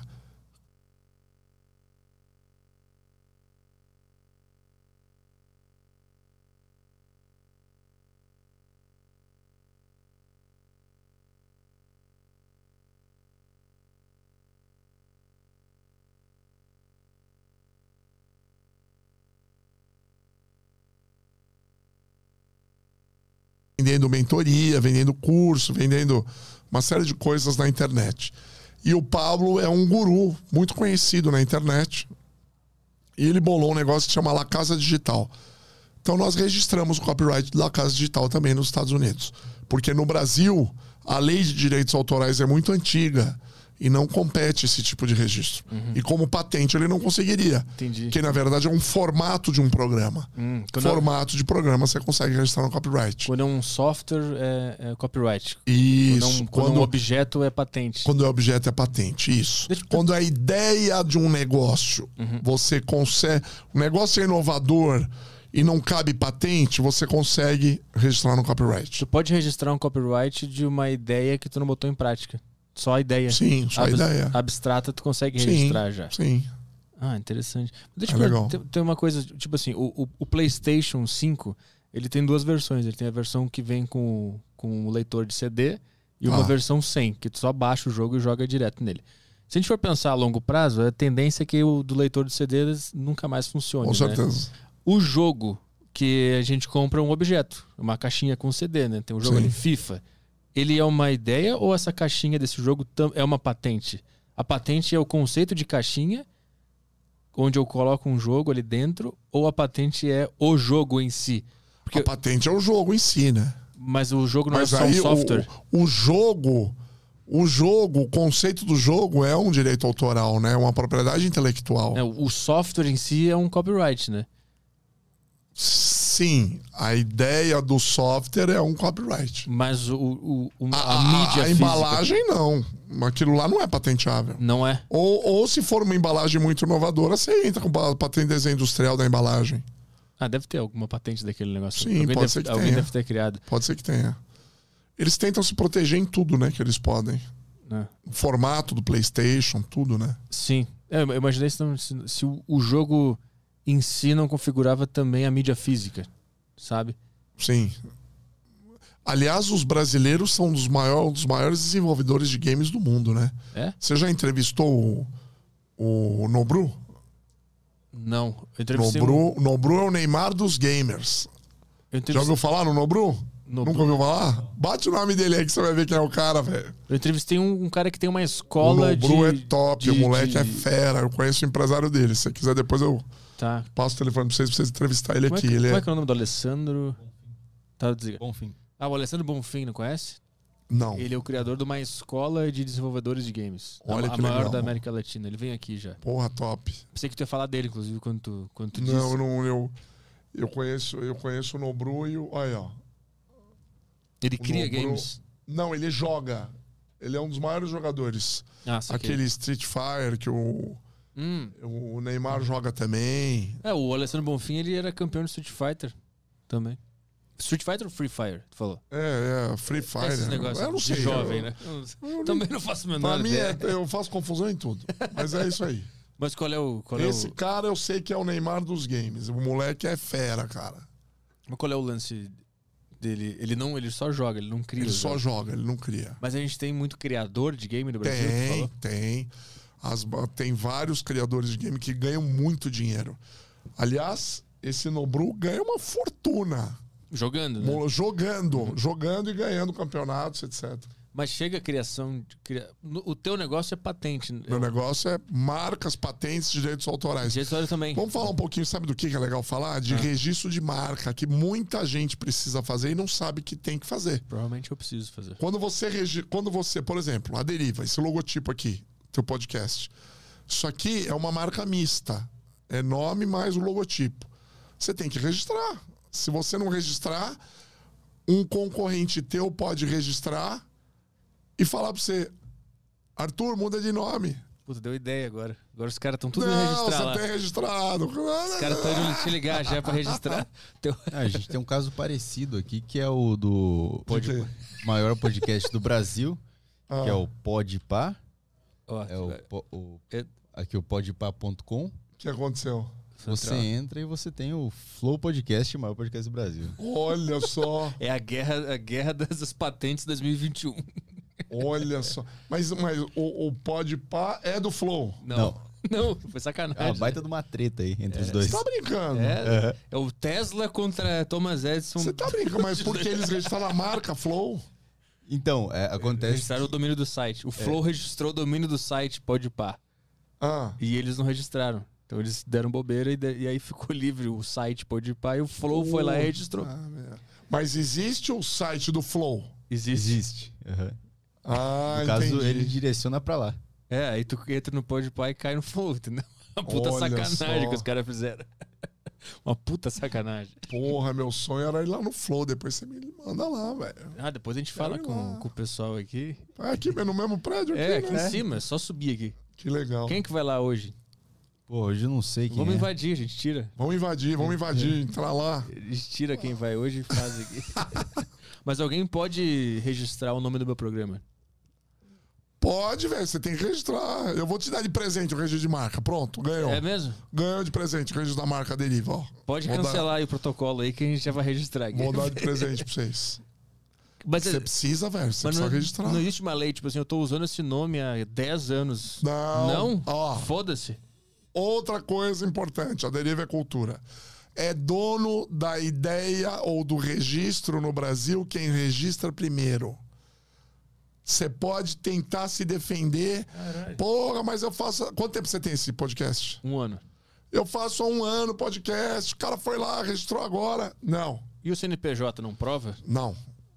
Speaker 3: vendendo mentoria, vendendo curso, vendendo uma série de coisas na internet. E o Pablo é um guru muito conhecido na internet. E ele bolou um negócio que chama La Casa Digital. Então nós registramos o copyright da Casa Digital também nos Estados Unidos. Porque no Brasil, a lei de direitos autorais é muito antiga e não compete esse tipo de registro. E como patente ele não conseguiria.
Speaker 1: Entendi.
Speaker 3: Que na verdade é um formato de um programa. Formato de programa você consegue registrar no copyright.
Speaker 1: Quando é um software, é copyright.
Speaker 3: Isso.
Speaker 1: Quando um objeto é patente.
Speaker 3: Quando o objeto é patente, isso. Quando a ideia de um negócio, você consegue... O negócio é inovador e não cabe patente, você consegue registrar no copyright.
Speaker 1: Tu pode registrar um copyright de uma ideia que tu não botou em prática. Só a ideia.
Speaker 3: Sim, só a ideia.
Speaker 1: Abstrata tu consegue registrar já.
Speaker 3: Sim.
Speaker 1: Ah, interessante. Deixa eu ver, tem uma coisa, tipo assim, o PlayStation 5, ele tem duas versões. Ele tem a versão que vem com o leitor de CD e uma versão sem, que tu só baixa o jogo e joga direto nele. Se a gente for pensar a longo prazo, a tendência é que o do leitor de CD nunca mais funcione.
Speaker 3: Com certeza.
Speaker 1: Né? O jogo que a gente compra é um objeto, uma caixinha com CD, né? Tem um jogo ali, FIFA. Ele é uma ideia ou essa caixinha desse jogo é uma patente? A patente é o conceito de caixinha, onde eu coloco um jogo ali dentro, ou a patente é o jogo em si? Porque...
Speaker 3: A patente é o jogo em si, né?
Speaker 1: Mas o jogo não é só um software?
Speaker 3: O jogo, o conceito do jogo é um direito autoral, né? Uma propriedade intelectual.
Speaker 1: O software em si é um copyright, né?
Speaker 3: Sim, a ideia do software é um copyright.
Speaker 1: Mas a mídia
Speaker 3: a embalagem não. Aquilo lá não é patenteável.
Speaker 1: Não é?
Speaker 3: Ou se for uma embalagem muito inovadora, você entra com patente de desenho industrial da embalagem.
Speaker 1: Ah, deve ter alguma patente daquele negócio.
Speaker 3: Sim, pode ser que tenha.
Speaker 1: Alguém deve ter criado.
Speaker 3: Pode ser que tenha. Eles tentam se proteger em tudo, né, que eles podem. O formato do PlayStation, tudo, né?
Speaker 1: Sim. Eu imaginei se o jogo em si não configurava também a mídia física, sabe?
Speaker 3: Sim. Aliás, os brasileiros são um dos maiores desenvolvedores de games do mundo, né?
Speaker 1: É?
Speaker 3: Você
Speaker 1: Nobru? Não. Eu entrevistei
Speaker 3: Nobru é o Neymar dos gamers. Já ouviu falar no Nobru? Nunca ouviu falar? Bate o nome dele aí que você vai ver quem é o cara, velho.
Speaker 1: Eu entrevistei um cara que tem uma escola de...
Speaker 3: O Nobru é top, o moleque é fera. Eu conheço o empresário dele. Se você quiser, depois eu passo o telefone pra vocês entrevistar ele aqui.
Speaker 1: Como é que é o nome do Alessandro?
Speaker 2: Bonfim.
Speaker 1: O Alessandro Bonfim, não conhece?
Speaker 3: Não.
Speaker 1: Ele é o criador de uma escola de desenvolvedores de games.
Speaker 3: Olha
Speaker 1: a maior da América Latina. Ele vem aqui já.
Speaker 3: Porra, top.
Speaker 1: Pensei que tu ia falar dele, inclusive, quando tu disse.
Speaker 3: Não, eu conheço o Nobru e o... Aí, ó.
Speaker 1: Ele cria games?
Speaker 3: Não, ele joga. Ele é um dos maiores jogadores. Aquele Street Fighter que o Neymar joga também.
Speaker 1: O Alessandro Bonfim, ele era campeão de Street Fighter também. Street Fighter ou Free Fire, tu falou?
Speaker 3: Free Fire.
Speaker 1: Esses negócios
Speaker 3: eu não sei,
Speaker 1: de jovem, né? Também não faço o menor ideia.
Speaker 3: Pra mim, eu faço confusão em tudo. Mas é isso aí.
Speaker 1: Mas qual é o...
Speaker 3: Esse cara eu sei que é o Neymar dos games. O moleque é fera, cara.
Speaker 1: Mas qual é o lance dele? Ele só joga, ele não cria.
Speaker 3: Ele só joga, ele não cria.
Speaker 1: Mas a gente tem muito criador de game no Brasil?
Speaker 3: Tem. Tem vários criadores de game que ganham muito dinheiro. Aliás, esse Nobru ganha uma fortuna.
Speaker 1: Jogando, né?
Speaker 3: Jogando e ganhando campeonatos, etc.
Speaker 1: Mas chega a criação... O teu negócio é patente.
Speaker 3: Meu negócio é marcas, patentes, direitos autorais.
Speaker 1: Direitos autorais também.
Speaker 3: Vamos falar um pouquinho, sabe do que é legal falar? De registro de marca, que muita gente precisa fazer e não sabe que tem que fazer.
Speaker 1: Provavelmente eu preciso fazer.
Speaker 3: Quando você, por exemplo, a Deriva, esse logotipo aqui, teu podcast. Isso aqui é uma marca mista. É nome mais o logotipo. Você tem que registrar. Se você não registrar, um concorrente teu pode registrar e falar pra você: Arthur, muda de nome.
Speaker 1: Puta, deu ideia agora. Agora os caras estão tudo
Speaker 3: Não,
Speaker 1: registrados lá.
Speaker 3: você tem registrado.
Speaker 1: Os caras estão indo te ligar já pra registrar.
Speaker 2: A gente tem um caso parecido aqui, que é o do
Speaker 3: quê?
Speaker 2: maior podcast do Brasil, que é o Podpah.
Speaker 1: Ó,
Speaker 2: Aqui o podpah.com.
Speaker 3: O que aconteceu?
Speaker 2: Você entra e você tem o Flow Podcast, o maior podcast do Brasil.
Speaker 3: Olha só.
Speaker 1: É a guerra das patentes 2021.
Speaker 3: Olha só. Mas o Podpah é do Flow.
Speaker 1: Não, foi sacanagem.
Speaker 2: É uma baita de uma treta aí entre os dois.
Speaker 3: Você tá brincando?
Speaker 1: É o Tesla contra Thomas Edison.
Speaker 3: Você tá brincando, mas por que eles registraram a marca Flow?
Speaker 2: Então, acontece...
Speaker 1: Registraram o domínio do site. O Flow registrou o domínio do site Podpah. E eles não registraram. Então eles deram bobeira e aí ficou livre o site Podpah e o Flow foi lá e registrou.
Speaker 3: Mas existe o site do Flow?
Speaker 2: Existe.
Speaker 3: No
Speaker 2: caso,
Speaker 3: entendi.
Speaker 2: ele direciona pra lá.
Speaker 1: Aí tu entra no Podpah e cai no Flow, entendeu? Uma puta
Speaker 3: Olha
Speaker 1: sacanagem
Speaker 3: só.
Speaker 1: que os caras fizeram. Uma puta sacanagem.
Speaker 3: Porra, meu sonho era ir lá no Flow. Depois você me manda lá, velho.
Speaker 1: Depois a gente fala com o pessoal aqui.
Speaker 3: Aqui, no mesmo prédio?
Speaker 1: Aqui
Speaker 3: né?
Speaker 1: em cima, é só subir aqui.
Speaker 3: Que legal.
Speaker 1: Quem que vai lá hoje?
Speaker 2: Pô, hoje eu não sei quem
Speaker 1: Vamos invadir, a gente tira.
Speaker 3: Vamos invadir, entrar lá.
Speaker 1: A gente tira quem vai hoje e faz aqui. Mas alguém pode registrar o nome do meu programa?
Speaker 3: Pode, velho, você tem que registrar. Eu vou te dar de presente o registro de marca. Pronto, ganhou.
Speaker 1: É mesmo?
Speaker 3: Ganhou de presente o registro da marca Deriva, ó.
Speaker 1: Pode cancelar aí o protocolo aí que a gente já vai registrar aqui.
Speaker 3: Vou dar de presente pra vocês.
Speaker 1: Mas
Speaker 3: Você precisa, velho, você
Speaker 1: mas
Speaker 3: precisa registrar.
Speaker 1: Não existe uma lei, tipo assim, eu tô usando esse nome há 10 anos.
Speaker 3: Não? Ó.
Speaker 1: Foda-se.
Speaker 3: Outra coisa importante, a Deriva é cultura. É dono da ideia ou do registro no Brasil quem registra primeiro. Você pode tentar se defender.
Speaker 1: Caralho.
Speaker 3: Porra, mas eu faço... Quanto tempo você tem esse podcast?
Speaker 1: 1 ano.
Speaker 3: Eu faço há 1 ano podcast, o cara foi lá, registrou agora. Não.
Speaker 1: E o CNPJ não prova?
Speaker 3: Não.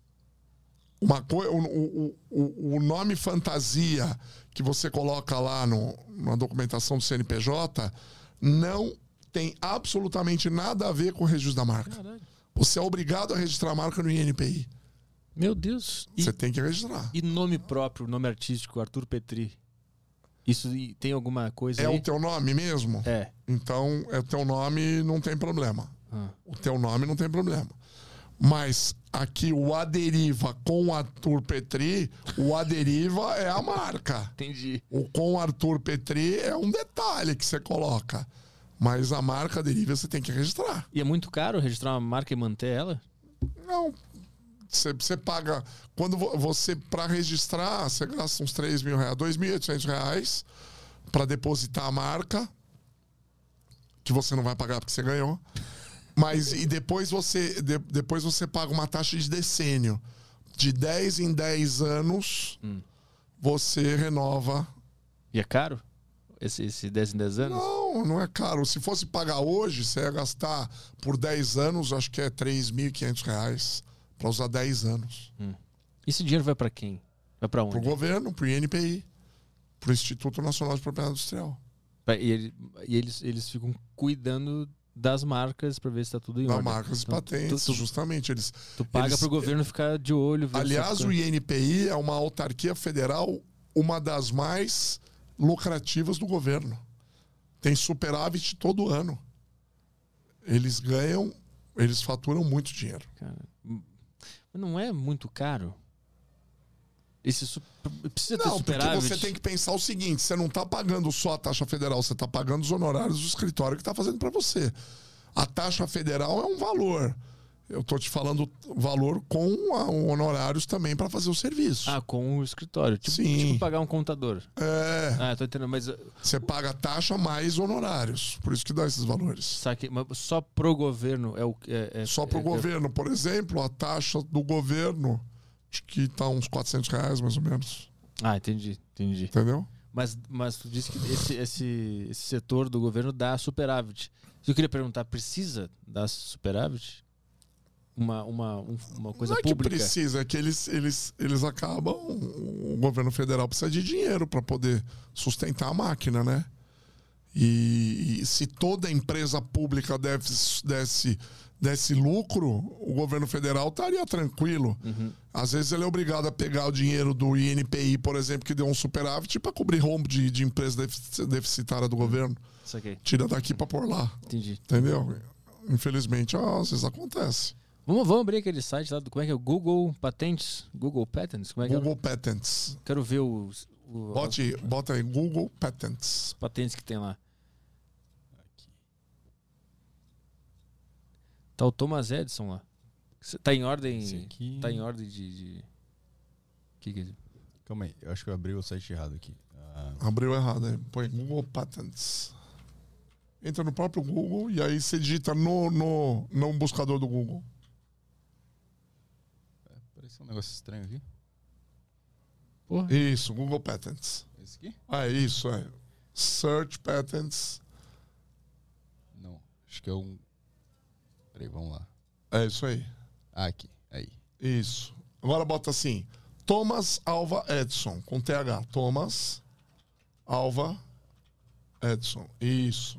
Speaker 3: O nome fantasia que você coloca lá na documentação do CNPJ não tem absolutamente nada a ver com o registro da marca.
Speaker 1: Caralho.
Speaker 3: Você é obrigado a registrar a marca no INPI.
Speaker 1: Meu Deus.
Speaker 3: Você tem que registrar.
Speaker 1: E nome próprio, nome artístico, Arthur Petri? Isso tem alguma coisa
Speaker 3: É
Speaker 1: aí?
Speaker 3: o teu nome mesmo?
Speaker 1: É.
Speaker 3: Então, é o teu nome, não tem problema.
Speaker 1: O
Speaker 3: teu nome não tem problema. Mas aqui o Aderiva com Arthur Petri, o Aderiva é a marca.
Speaker 1: Entendi.
Speaker 3: O com Arthur Petri é um detalhe que você coloca. Mas a marca Deriva você tem que registrar.
Speaker 1: E é muito caro registrar uma marca e manter ela?
Speaker 3: Não. Você paga... Quando você, para registrar, você gasta uns 3 mil reais, 2.800 reais para depositar a marca, que você não vai pagar porque você ganhou. Mas e depois você paga uma taxa de decênio. De 10 em 10 anos, você renova.
Speaker 1: E é caro? Esse 10 em 10 anos?
Speaker 3: Não é caro. Se fosse pagar hoje, você ia gastar por 10 anos, acho que é 3.500 reais para usar 10 anos.
Speaker 1: Esse dinheiro vai para quem? Vai para onde?
Speaker 3: Pro governo, pro INPI, pro Instituto Nacional de Propriedade Industrial.
Speaker 1: E eles ficam cuidando das marcas para ver se tá tudo em ordem.
Speaker 3: Das marcas e patentes, justamente.
Speaker 1: Tu paga pro governo ficar de olho. Ver
Speaker 3: aliás, o INPI é uma autarquia federal, uma das mais lucrativas do governo. Tem superávit todo ano. Eles faturam muito dinheiro.
Speaker 1: Cara, mas não é muito caro? Precisa ter superávit?
Speaker 3: Porque você tem que pensar o seguinte, você não está pagando só a taxa federal, você está pagando os honorários do escritório que está fazendo para você. A taxa federal é um valor. Eu estou te falando valor com honorários também para fazer o serviço.
Speaker 1: Com o escritório.
Speaker 3: Sim.
Speaker 1: Tipo pagar um contador. Tô entendendo, mas...
Speaker 3: Você paga taxa mais honorários. Por isso que dá esses valores.
Speaker 1: Sabe, mas só pro governo é o...
Speaker 3: Só pro governo. Por exemplo, a taxa do governo, acho que tá uns 400 reais, mais ou menos.
Speaker 1: Entendi.
Speaker 3: Entendeu?
Speaker 1: Mas tu disse que esse setor do governo dá superávit. Eu queria perguntar, precisa dar superávit? uma coisa
Speaker 3: não é
Speaker 1: pública.
Speaker 3: Que precisa, é que eles acabam... O governo federal precisa de dinheiro para poder sustentar a máquina, né? E se toda empresa pública desse lucro, o governo federal estaria tranquilo.
Speaker 1: Uhum.
Speaker 3: Às vezes ele é obrigado a pegar o dinheiro do INPI, por exemplo, que deu um superávit, para cobrir rombo de empresa deficitária do governo.
Speaker 1: Isso aqui.
Speaker 3: Tira daqui para pôr lá.
Speaker 1: Entendi.
Speaker 3: Entendeu? Infelizmente, às vezes acontece.
Speaker 1: Vamos abrir aquele site lá do... Como é que é? Google Patents? Google Patents? Como é que
Speaker 3: Google Patents.
Speaker 1: Quero ver
Speaker 3: Bota aí, Google Patents.
Speaker 1: as patentes que tem lá. Tá o Thomas Edison lá. Tá em ordem... Tá em ordem de... Que é isso?
Speaker 2: Calma aí, eu acho que eu abri o site errado aqui.
Speaker 3: Abriu errado, aí. Põe Google Patents. Entra no próprio Google e aí você digita no buscador do Google.
Speaker 2: Parece um negócio estranho aqui.
Speaker 1: Porra.
Speaker 3: Isso, Google Patents.
Speaker 2: Esse aqui?
Speaker 3: Isso, é. Search Patents.
Speaker 2: Não, acho que é um... Peraí, vamos lá.
Speaker 3: É isso aí.
Speaker 2: Aqui, aí.
Speaker 3: Isso. Agora bota assim, Thomas Alva Edison, com TH. Thomas Alva Edison. Isso.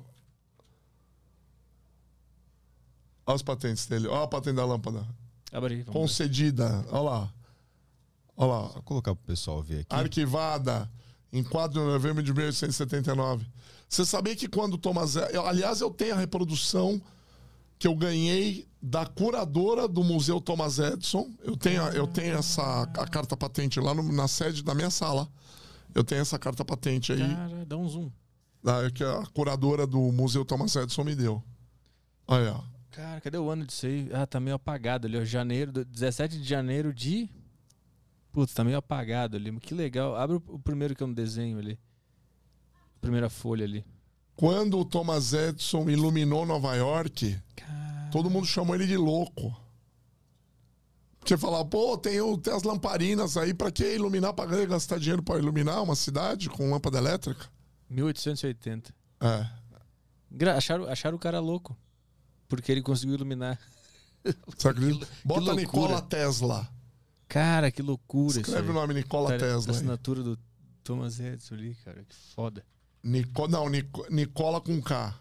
Speaker 3: Olha as patentes dele. Olha a patente da lâmpada.
Speaker 1: Abre aí.
Speaker 3: Concedida. Olha lá. Olha lá.
Speaker 2: Só colocar pro pessoal ver aqui.
Speaker 3: Arquivada em 4 de novembro de 1879. Você sabia que quando Thomas Edison... Aliás, eu tenho a reprodução que eu ganhei da curadora do Museu Thomas Edison. Eu tenho a carta patente lá na sede da minha sala. Eu tenho essa carta patente aí.
Speaker 1: Cara, dá um zoom.
Speaker 3: Que a curadora do Museu Thomas Edison me deu. Olha, ó.
Speaker 1: Cara, cadê o ano disso aí? Ah, tá meio apagado ali, ó. 17 de janeiro de... Putz, tá meio apagado ali. Que legal. Abre o primeiro que é um desenho ali. Primeira folha ali.
Speaker 3: Quando o Thomas Edison iluminou Nova York, todo mundo chamou ele de louco. Porque falava, pô, tem as lamparinas aí, pra que iluminar? Pra gastar dinheiro pra iluminar uma cidade com lâmpada elétrica?
Speaker 1: 1880.
Speaker 3: É.
Speaker 1: Acharam o cara louco. Porque ele conseguiu iluminar.
Speaker 3: Você acredita? Bota
Speaker 1: loucura.
Speaker 3: Nikola Tesla.
Speaker 1: Cara, que loucura.
Speaker 3: Escreve o nome Nikola Tesla.
Speaker 1: A assinatura do Thomas Edison ali, cara. Que foda.
Speaker 3: Nicola com K.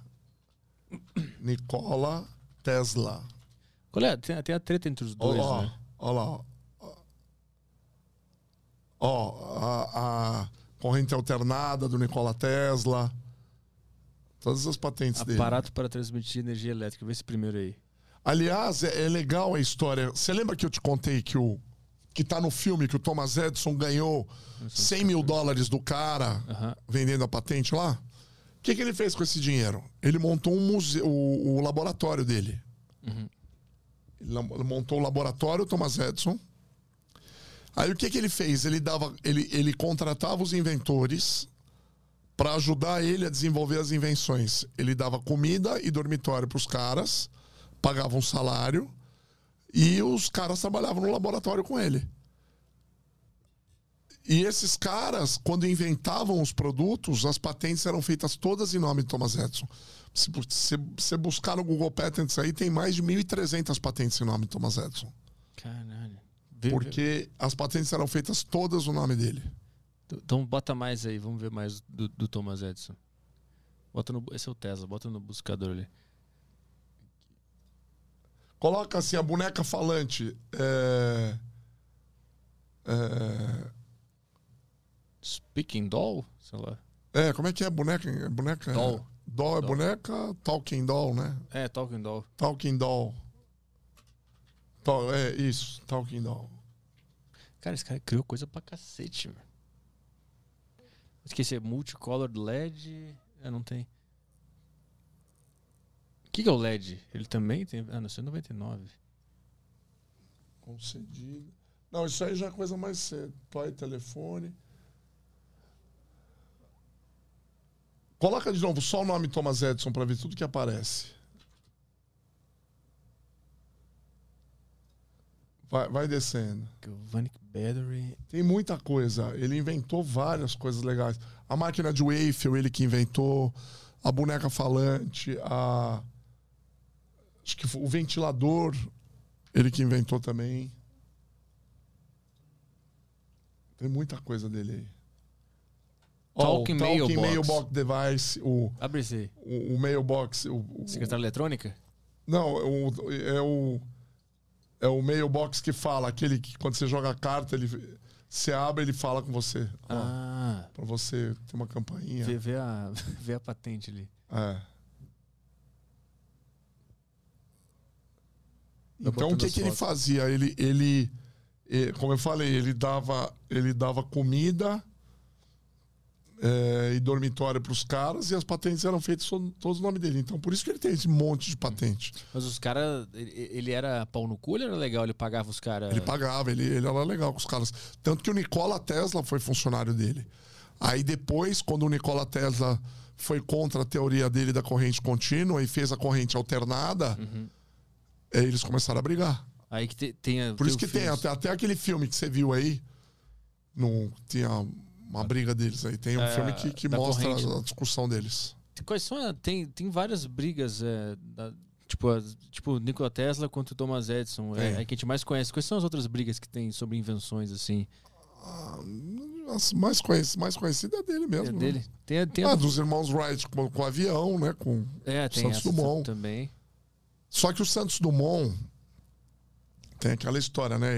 Speaker 3: Nikola Tesla.
Speaker 1: Qual é? Tem a treta entre os dois, né?
Speaker 3: Olha lá. Ó, a corrente alternada do Nikola Tesla. Todas as patentes dele.
Speaker 1: Aparato para transmitir energia elétrica. Vê esse primeiro aí.
Speaker 3: Aliás, é legal a história. Você lembra que eu te contei que tá no filme que o Thomas Edison ganhou $100 mil do cara vendendo a patente lá? O que ele fez com esse dinheiro? Ele montou um museu, o laboratório dele.
Speaker 1: Uhum.
Speaker 3: Ele montou o laboratório Thomas Edison. Aí o que ele fez? Ele contratava os inventores para ajudar ele a desenvolver as invenções. Ele dava comida e dormitório para os caras, pagava um salário e os caras trabalhavam no laboratório com ele. E esses caras, quando inventavam os produtos, as patentes eram feitas todas em nome de Thomas Edison. Se você buscar no Google Patents aí, tem mais de 1.300 patentes em nome de Thomas Edison.
Speaker 1: Caralho.
Speaker 3: Porque as patentes eram feitas todas no nome dele.
Speaker 1: Então bota mais aí, vamos ver mais do Thomas Edison. Esse é o Tesla, bota no buscador ali.
Speaker 3: Coloca assim, a boneca falante.
Speaker 1: Speaking Doll? Sei lá.
Speaker 3: Como é que é? Boneca?
Speaker 1: Doll.
Speaker 3: Doll é boneca, Talking Doll, né?
Speaker 1: Talking Doll.
Speaker 3: Talking Doll. Isso, Talking Doll.
Speaker 1: Cara, esse cara criou coisa pra cacete, mano. Esqueci, Multicolored LED. Não tem. O que é o LED? Ele também tem. Nasceu em 99.
Speaker 3: Concedido. Não, isso aí já é coisa mais cedo. Toy, telefone. Coloca de novo só o nome Thomas Edison para ver tudo que aparece. Vai descendo.
Speaker 1: Galvanic Battery.
Speaker 3: Tem muita coisa. Ele inventou várias coisas legais. A máquina de waffle, ele que inventou. A boneca falante. Acho que o ventilador Ele que inventou também. Tem muita coisa dele aí.
Speaker 1: Talking
Speaker 3: Mailbox Device.
Speaker 1: Abre esse aí.
Speaker 3: O Mailbox.
Speaker 1: Secretária eletrônica?
Speaker 3: Não, é o Mailbox que fala. Aquele que quando você joga a carta, você abre, ele fala com você.
Speaker 1: Ah.
Speaker 3: Pra você ter uma campainha.
Speaker 1: Vê a patente ali.
Speaker 3: É. Então, o que ele fazia? Ele, como eu falei, ele dava comida e dormitório para os caras, e as patentes eram feitas todos no nome dele. Então, por isso que ele tem esse monte de patente.
Speaker 1: Mas os caras, ele era pau no cu, ele era legal? Ele pagava os caras?
Speaker 3: Ele pagava, ele era legal com os caras. Tanto que o Nikola Tesla foi funcionário dele. Aí depois, quando o Nikola Tesla foi contra a teoria dele da corrente contínua e fez a corrente alternada... eles começaram a brigar.
Speaker 1: Aí que tem
Speaker 3: por isso que tem até aquele filme que você viu aí, tinha uma briga deles aí. Tem um filme que mostra a discussão deles.
Speaker 1: Quais são? Tem várias brigas, tipo Nikola Tesla contra o Thomas Edison. É que a gente mais conhece. Quais são as outras brigas que tem sobre invenções assim?
Speaker 3: A mais conhecida é dele mesmo.
Speaker 1: É dele.
Speaker 3: Né? Tem dos irmãos Wright com o avião, né? Com
Speaker 1: tem
Speaker 3: Santos Dumont
Speaker 1: também.
Speaker 3: Só que o Santos Dumont tem aquela história, né?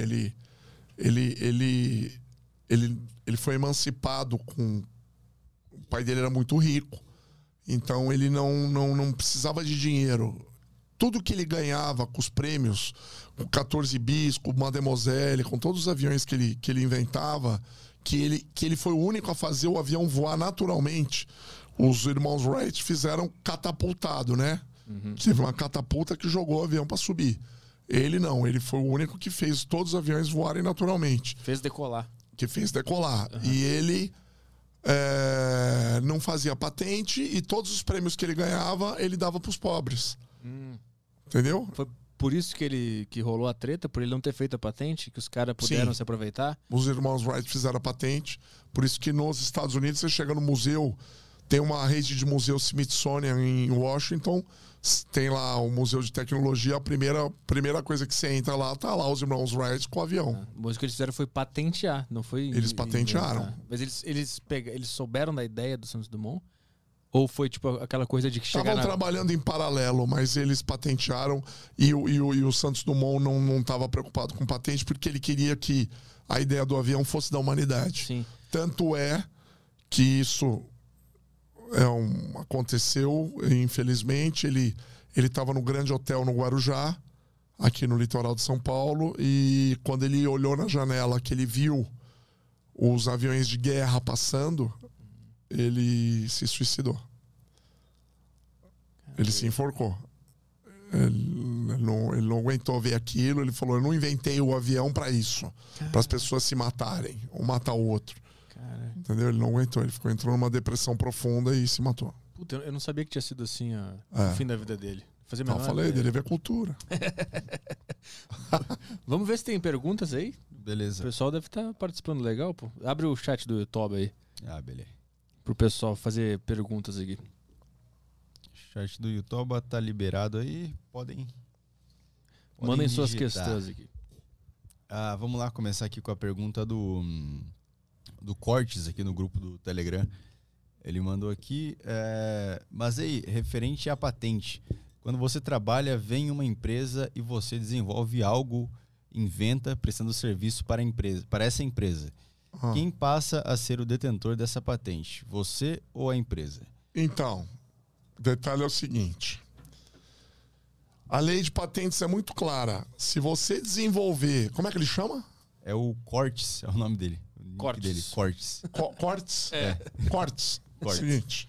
Speaker 3: Ele foi emancipado com... O pai dele era muito rico. Então ele não precisava de dinheiro. Tudo que ele ganhava com os prêmios, com 14 bis, com o Mademoiselle, com todos os aviões que ele inventava, que ele foi o único a fazer o avião voar naturalmente. Os irmãos Wright fizeram catapultado, né? Teve uma catapulta que jogou o avião para subir. Ele não, ele foi o único que fez todos os aviões voarem naturalmente.
Speaker 1: Fez decolar.
Speaker 3: E ele não fazia patente e todos os prêmios que ele ganhava, ele dava para os pobres. Entendeu?
Speaker 1: Foi por isso que rolou a treta, por ele não ter feito a patente, que os caras puderam se aproveitar?
Speaker 3: Os irmãos Wright fizeram a patente, por isso que nos Estados Unidos você chega no museu, tem uma rede de museu Smithsonian em Washington, tem lá o Museu de Tecnologia, a primeira coisa que você entra lá, tá lá os irmãos Wright com o avião.
Speaker 1: Mas o que eles fizeram foi patentear, não foi...
Speaker 3: Eles patentearam.
Speaker 1: Mas eles souberam da ideia do Santos Dumont? Ou foi tipo aquela coisa de que chegaram...
Speaker 3: Estavam trabalhando em paralelo, mas eles patentearam e o Santos Dumont não estava preocupado com patente porque ele queria que a ideia do avião fosse da humanidade.
Speaker 1: Sim.
Speaker 3: Tanto é que isso... aconteceu, infelizmente. Ele estava no Grande Hotel no Guarujá, aqui no litoral de São Paulo, e quando ele olhou na janela que ele viu os aviões de guerra passando, ele se suicidou. Ele se enforcou. Ele não aguentou ver aquilo. Ele falou: eu não inventei o avião para isso, para as pessoas se matarem ou matar o outro. Entendeu? Ele não aguentou, ele entrou numa depressão profunda e se matou.
Speaker 1: Puta, eu não sabia que tinha sido assim o fim da vida dele.
Speaker 3: Eu falei, dele ver cultura.
Speaker 1: Vamos ver se tem perguntas aí.
Speaker 2: Beleza.
Speaker 1: O pessoal deve estar participando legal, pô. Abre o chat do YouTube aí.
Speaker 2: Beleza.
Speaker 1: Pro pessoal fazer perguntas aqui.
Speaker 2: O chat do YouTube tá liberado aí. Podem
Speaker 1: Mandem suas questões aqui.
Speaker 2: Vamos lá começar aqui com a pergunta do Cortes aqui no grupo do Telegram. Ele mandou aqui, mas aí, referente à patente, quando você trabalha, vem uma empresa e você desenvolve algo, inventa, prestando serviço para essa empresa. Quem passa a ser o detentor dessa patente? Você ou a empresa? Então, o detalhe é o seguinte. A lei de patentes é muito clara. Se você desenvolver... Como é que ele chama? É o Cortes, é o nome dele.
Speaker 1: Cortes.
Speaker 2: Cortes.
Speaker 3: Cortes? Cortes.
Speaker 2: Cortes.
Speaker 3: Seguinte.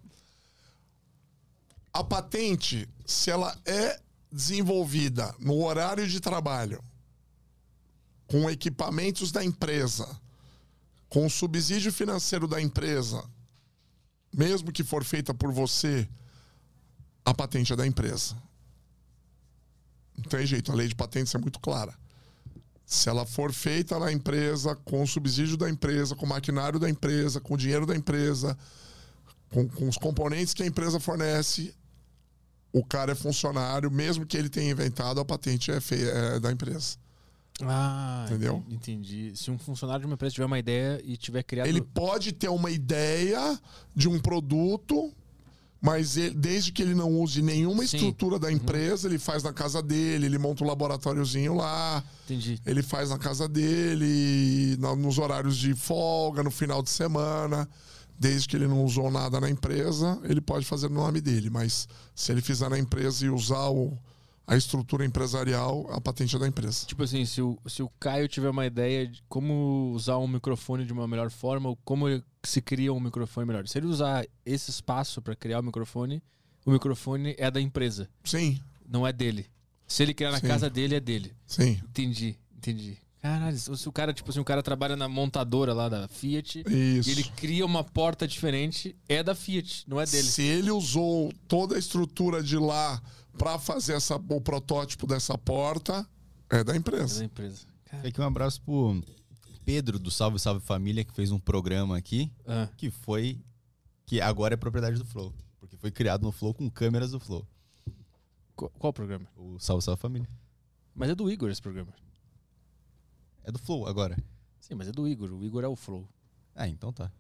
Speaker 3: A patente, se ela é desenvolvida no horário de trabalho, com equipamentos da empresa, com o subsídio financeiro da empresa, mesmo que for feita por você, a patente é da empresa. Não tem jeito, a lei de patentes é muito clara. Se ela for feita na empresa, com o subsídio da empresa, com o maquinário da empresa, com o dinheiro da empresa, com os componentes que a empresa fornece, o cara é funcionário, mesmo que ele tenha inventado, a patente é da empresa.
Speaker 1: Ah,
Speaker 3: entendeu?
Speaker 1: Entendi. Se um funcionário de uma empresa tiver uma ideia e tiver criado...
Speaker 3: Ele pode ter uma ideia de um produto, mas desde que ele não use nenhuma estrutura da empresa, ele faz na casa dele, ele monta um laboratóriozinho lá.
Speaker 1: Entendi.
Speaker 3: Ele faz na casa dele, nos horários de folga, no final de semana. Desde que ele não usou nada na empresa, ele pode fazer no nome dele. Mas se ele fizer na empresa e usar a estrutura empresarial, a patente é da empresa.
Speaker 1: Tipo assim, se o Caio tiver uma ideia de como usar um microfone de uma melhor forma, ou como se cria um microfone melhor. Se ele usar esse espaço para criar o microfone é da empresa.
Speaker 3: Sim.
Speaker 1: Não é dele. Se ele criar na casa dele, é dele.
Speaker 3: Sim.
Speaker 1: Entendi. Caralho, se o cara, tipo assim, o cara trabalha na montadora lá da Fiat
Speaker 3: Isso.
Speaker 1: e ele cria uma porta diferente, é da Fiat, não é dele.
Speaker 3: Se ele usou toda a estrutura de lá para fazer o protótipo dessa porta, é da empresa.
Speaker 1: É da empresa.
Speaker 2: Fica aqui um abraço pro Pedro do Salve Salve Família, que fez um programa aqui, que agora é propriedade do Flow, porque foi criado no Flow com câmeras do Flow.
Speaker 1: Qual programa?
Speaker 2: O Salve Salve Família.
Speaker 1: Mas é do Igor esse programa.
Speaker 2: É do Flow agora.
Speaker 1: Sim, mas é do Igor. O Igor é o Flow.
Speaker 2: Ah, então tá.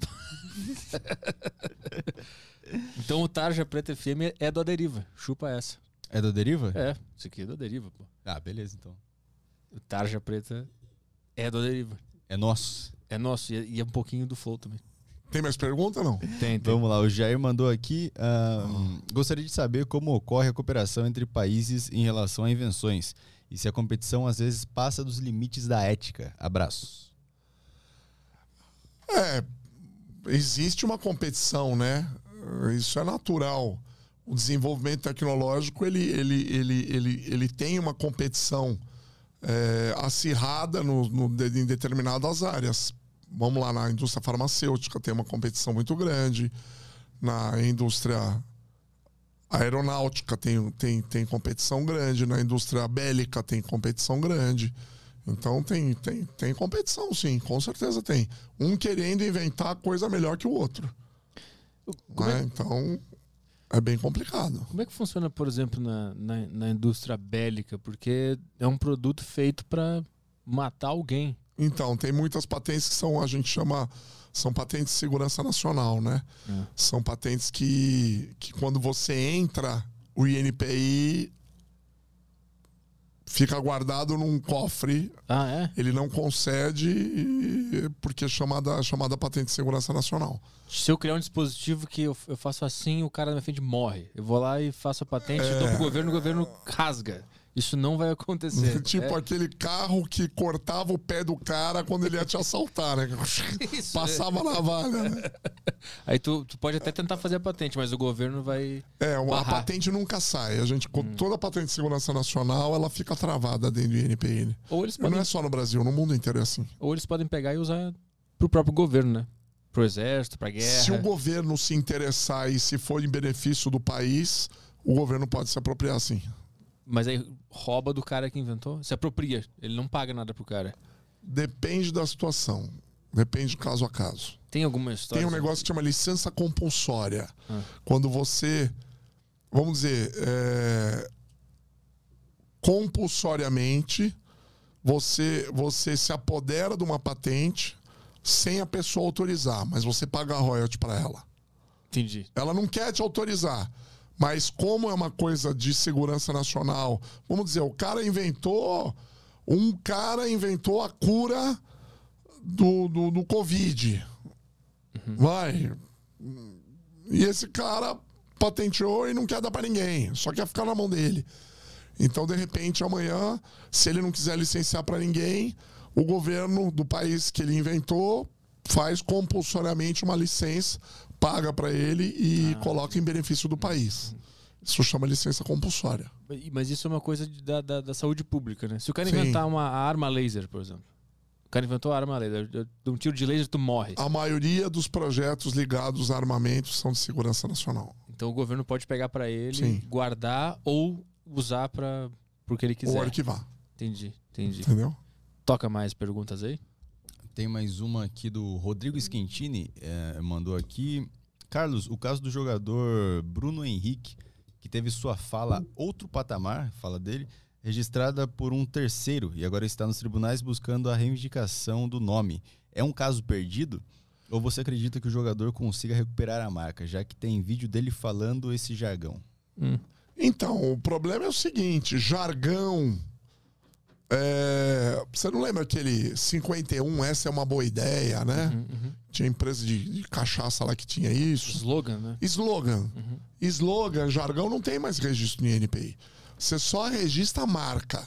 Speaker 1: Então o Tarja Preta FM é do Aderiva. Chupa essa.
Speaker 2: É do Deriva?
Speaker 1: É, isso aqui é do Aderiva, pô.
Speaker 2: Ah, beleza, então.
Speaker 1: O Tarja Preta é do Aderiva.
Speaker 2: É nosso.
Speaker 1: É nosso e é um pouquinho do Flow também.
Speaker 3: Tem mais pergunta ou não?
Speaker 1: Tem.
Speaker 2: Vamos lá, o Jair mandou aqui. Gostaria de saber como ocorre a cooperação entre países em relação a invenções e se a competição às vezes passa dos limites da ética. Abraços.
Speaker 3: Existe uma competição, né? Isso é natural. O desenvolvimento tecnológico ele tem uma competição acirrada em determinadas áreas. Vamos lá, na indústria farmacêutica tem uma competição muito grande, na indústria aeronáutica tem competição grande, na indústria bélica tem competição grande. Então tem competição, sim, com certeza tem. Um querendo inventar coisa melhor que o outro. Então é bem complicado.
Speaker 1: Como é que funciona, por exemplo, na indústria bélica? Porque é um produto feito para matar alguém.
Speaker 3: Então, tem muitas patentes que são patentes de segurança nacional, né? São patentes que quando você entra, o INPI fica guardado num cofre.
Speaker 1: Ah, é?
Speaker 3: Ele não concede porque é chamada patente de segurança nacional.
Speaker 1: Se eu criar um dispositivo que eu faço assim, o cara na minha frente morre. Eu vou lá e faço a patente, dou pro governo, o governo rasga. Isso não vai acontecer.
Speaker 3: Tipo aquele carro que cortava o pé do cara quando ele ia te assaltar, né?
Speaker 1: Isso,
Speaker 3: Passava na vaga, né?
Speaker 1: Aí tu pode até tentar fazer a patente, mas o governo vai
Speaker 3: a patente nunca sai. Toda a patente de segurança nacional, ela fica travada dentro do INPI. Não é só no Brasil, no mundo inteiro é assim.
Speaker 1: Ou eles podem pegar e usar pro próprio governo, né? Pro exército, pra guerra.
Speaker 3: Se o governo se interessar e se for em benefício do país, o governo pode se apropriar, sim.
Speaker 1: Mas aí rouba do cara que inventou? Se apropria. Ele não paga nada pro cara.
Speaker 3: Depende da situação. Depende caso a caso.
Speaker 1: Tem alguma história?
Speaker 3: Tem um negócio que chama licença compulsória. Quando você, vamos dizer, compulsoriamente, você se apodera de uma patente sem a pessoa autorizar, mas você paga royalty para ela.
Speaker 1: Entendi.
Speaker 3: Ela não quer te autorizar. Mas como é uma coisa de segurança nacional, vamos dizer, um cara inventou a cura do Covid. Vai. E esse cara patenteou e não quer dar para ninguém, só quer ficar na mão dele. Então, de repente, amanhã, se ele não quiser licenciar para ninguém, o governo do país que ele inventou faz compulsoriamente uma licença, paga para ele e coloca em benefício do país. Isso chama licença compulsória.
Speaker 1: Mas isso é uma coisa da saúde pública, né? Se o cara inventar uma arma laser, por exemplo. O cara inventou a arma laser. De um tiro de laser, tu morre.
Speaker 3: A maioria dos projetos ligados a armamentos são de segurança nacional.
Speaker 1: Então o governo pode pegar para ele, guardar ou usar porque ele quiser.
Speaker 3: Ou arquivar.
Speaker 1: Entendi.
Speaker 3: Entendeu?
Speaker 1: Toca mais perguntas aí?
Speaker 2: Tem mais uma aqui do Rodrigo Schentini, mandou aqui. Carlos, o caso do jogador Bruno Henrique, que teve sua fala Outro Patamar, fala dele, registrada por um terceiro e agora está nos tribunais buscando a reivindicação do nome. É um caso perdido? Ou você acredita que o jogador consiga recuperar a marca, já que tem vídeo dele falando esse jargão?
Speaker 3: Então, o problema é o seguinte, jargão... Você não lembra aquele 51, essa é uma boa ideia, né? Tinha empresa de cachaça lá que tinha isso.
Speaker 1: Slogan, né?
Speaker 3: Slogan. Slogan, jargão, não tem mais registro no INPI. Você só registra a marca.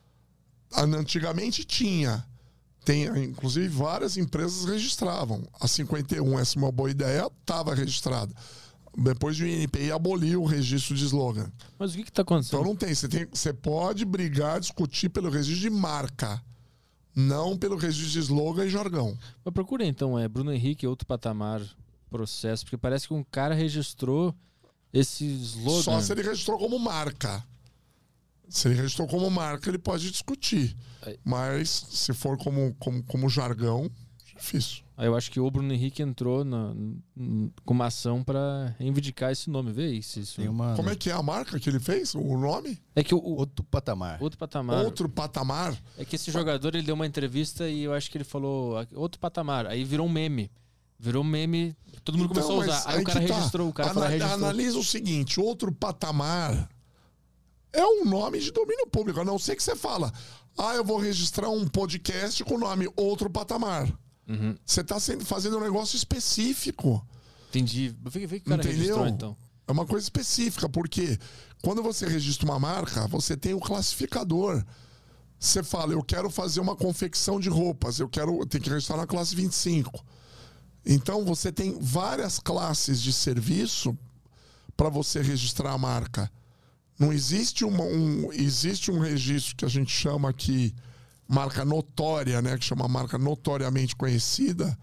Speaker 3: Antigamente tinha. Tem, inclusive, várias empresas registravam. A 51, essa é uma boa ideia, estava registrada. Depois o INPI aboliu o registro de slogan.
Speaker 1: Mas o que está acontecendo?
Speaker 3: Então não tem. Você pode brigar, discutir pelo registro de marca, não pelo registro de slogan e jargão.
Speaker 1: Mas procura então, Bruno Henrique, Outro Patamar, processo, porque parece que um cara registrou esse slogan.
Speaker 3: Só se ele registrou como marca. Se ele registrou como marca, ele pode discutir. Mas se for como jargão, é difícil.
Speaker 1: Aí eu acho que o Bruno Henrique entrou com uma ação para reivindicar esse nome. Vê aí se isso...
Speaker 3: Como é que é a marca que ele fez? O nome?
Speaker 1: É que
Speaker 2: Outro Patamar.
Speaker 1: Outro Patamar.
Speaker 3: Outro Patamar?
Speaker 1: É que esse jogador, ele deu uma entrevista e eu acho que ele falou Outro Patamar. Aí virou um meme. Virou um meme, todo mundo começou a usar. Aí o cara registrou, o cara registrou.
Speaker 3: Analisa o seguinte, Outro Patamar é um nome de domínio público. A não ser que você fala, eu vou registrar um podcast com o nome Outro Patamar. Você está fazendo um negócio específico.
Speaker 1: Entendi. Vê que o cara registrou, então.
Speaker 3: É uma coisa específica, porque quando você registra uma marca, você tem o classificador. Você fala, eu quero fazer uma confecção de roupas, tem que registrar na classe 25. Então, você tem várias classes de serviço para você registrar a marca. Não existe existe um registro que a gente chama aqui marca notória, né? Que chama marca notoriamente conhecida,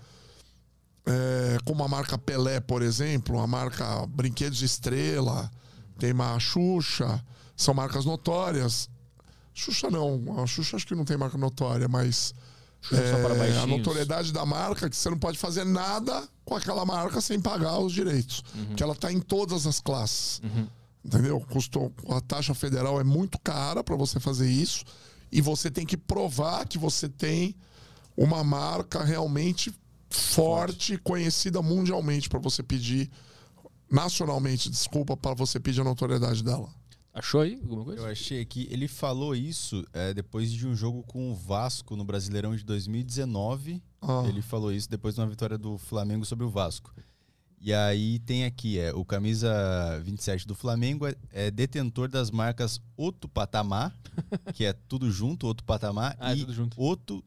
Speaker 3: como a marca Pelé, por exemplo, a marca Brinquedos Estrela, tem a Xuxa, são marcas notórias. Xuxa não, a Xuxa acho que não tem marca notória, mas a notoriedade da marca, que você não pode fazer nada com aquela marca sem pagar os direitos, que ela está em todas as classes. Entendeu? A taxa federal é muito cara para você fazer isso. E você tem que provar que você tem uma marca realmente forte, conhecida mundialmente, para você pedir, nacionalmente, desculpa, para você pedir a notoriedade dela.
Speaker 1: Achou aí alguma coisa?
Speaker 2: Eu achei aqui, ele falou isso depois de um jogo com o Vasco no Brasileirão de 2019. Ele falou isso depois de uma vitória do Flamengo sobre o Vasco. E aí tem aqui, o camisa 27 do Flamengo é detentor das marcas Outro Patamar, que é tudo junto, Outro Patamar, e
Speaker 1: tudo junto.
Speaker 2: Outro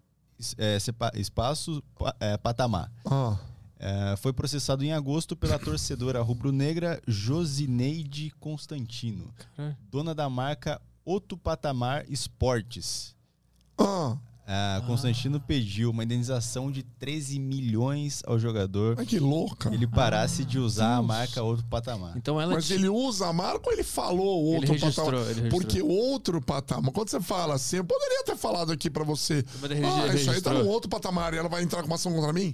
Speaker 2: Espaço Patamar. Foi processado em agosto pela torcedora rubro-negra Josineide Constantino, dona da marca Outro Patamar Esportes. Constantino pediu uma indenização de 13 milhões ao jogador.
Speaker 3: Que louca.
Speaker 2: Ele parasse de usar a marca Outro Patamar.
Speaker 1: Então
Speaker 3: Mas ele usa a marca ou ele falou Outro Patamar?
Speaker 1: Ele registrou.
Speaker 3: Porque Outro Patamar, quando você fala assim, eu poderia ter falado aqui pra você, isso aí tá no Outro Patamar e ela vai entrar com uma ação contra mim?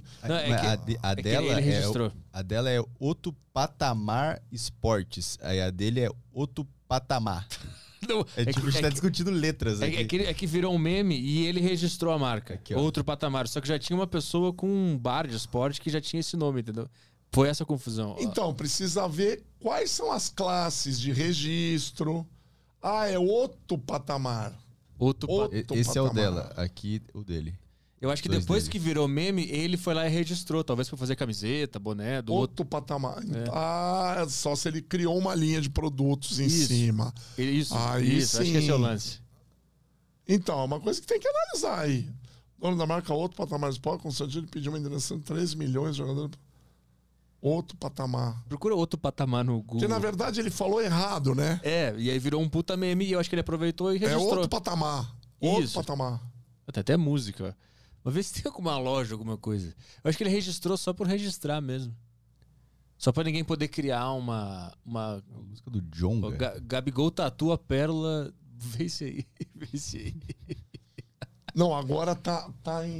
Speaker 2: A dela é Outro Patamar Esportes. Aí a dele é Outro Patamar.
Speaker 1: Não,
Speaker 2: a gente tá discutindo letras aqui.
Speaker 1: É que virou um meme e ele registrou a marca.
Speaker 2: Aqui,
Speaker 1: Outro Patamar. Só que já tinha uma pessoa com um bar de esporte que já tinha esse nome, entendeu? Foi essa confusão.
Speaker 3: Então, precisa ver quais são as classes de registro. É Outro Patamar.
Speaker 2: Esse é o dela. Aqui, o dele.
Speaker 1: Eu acho que depois que virou meme, ele foi lá e registrou. Talvez para fazer camiseta, boné, do
Speaker 3: Outro Patamar. Só se ele criou uma linha de produtos em cima.
Speaker 1: Isso,
Speaker 3: aí
Speaker 1: isso.
Speaker 3: Sim.
Speaker 1: Acho que esse é o lance.
Speaker 3: Então, é uma coisa que tem que analisar aí. O dono da marca Outro Patamar Esporte, Constantino, pediu uma indenização de 13 milhões de jogadores. Outro Patamar.
Speaker 1: Procura Outro Patamar no Google.
Speaker 3: Porque, na verdade, ele falou errado, né?
Speaker 1: E aí virou um puta meme e eu acho que ele aproveitou e registrou.
Speaker 3: É Outro Patamar. Outro Patamar.
Speaker 1: Tem até música, ó. Vou ver se tem alguma loja, alguma coisa. Eu acho que ele registrou só por registrar mesmo. Só pra ninguém poder criar uma
Speaker 2: música do John.
Speaker 1: Gabigol tatua pérola. Vê esse aí.
Speaker 3: Não, agora tá em...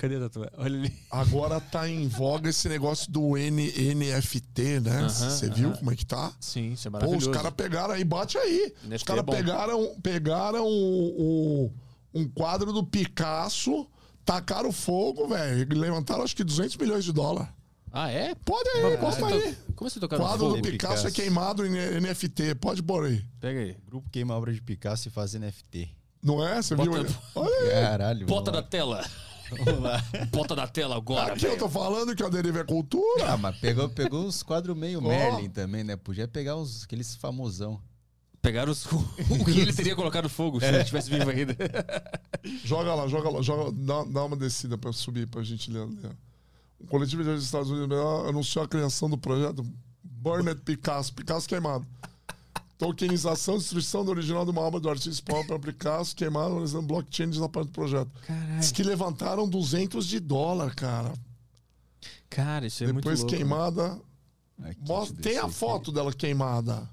Speaker 1: Cadê a tatuagem? Olha ali.
Speaker 3: Agora tá em voga esse negócio do NFT, né? Você viu como é que tá?
Speaker 1: Sim, isso é
Speaker 3: Pô,
Speaker 1: maravilhoso.
Speaker 3: os caras pegaram aí, bate aí.
Speaker 1: NFT
Speaker 3: Os caras
Speaker 1: é bom.
Speaker 3: pegaram um quadro do Picasso, tacaram fogo, velho. Levantaram acho que 200 milhões de dólares.
Speaker 1: Ah, é?
Speaker 3: Pode aí, posta aí.
Speaker 1: Como você
Speaker 3: O
Speaker 1: tocar no
Speaker 3: quadro
Speaker 1: fogo?
Speaker 3: do Picasso é queimado em NFT. Pode pôr aí.
Speaker 1: Pega aí.
Speaker 2: Grupo queima obra de Picasso e faz NFT.
Speaker 3: Não é? Você viu? Olha aí.
Speaker 2: Caralho.
Speaker 1: Bota
Speaker 2: vamos
Speaker 1: na
Speaker 2: lá.
Speaker 1: tela.
Speaker 2: Vamos lá.
Speaker 1: Bota na tela agora,
Speaker 3: Aqui eu
Speaker 1: velho.
Speaker 3: tô falando que a deriva é cultura.
Speaker 2: Ah, mas pegou os quadros meio Merlin também, né? Podia pegar aqueles famosão.
Speaker 1: Pegaram o que ele teria colocado fogo se ele tivesse vivo ainda.
Speaker 3: Joga lá. Dá uma descida pra subir pra gente ler. O coletivo dos Estados Unidos anunciou a criação do projeto Burned Picasso. Picasso queimado. Tokenização e destruição do original de uma obra do artista para Picasso queimado, analisando blockchain e desaparecimento do projeto.
Speaker 1: Caralho.
Speaker 3: Diz que levantaram $200, cara.
Speaker 1: Cara, isso é muito
Speaker 3: Depois
Speaker 1: louco.
Speaker 3: queimada.
Speaker 2: Aqui,
Speaker 3: Mostra,
Speaker 2: deixa eu
Speaker 3: tem a
Speaker 2: descer
Speaker 3: foto dela queimada.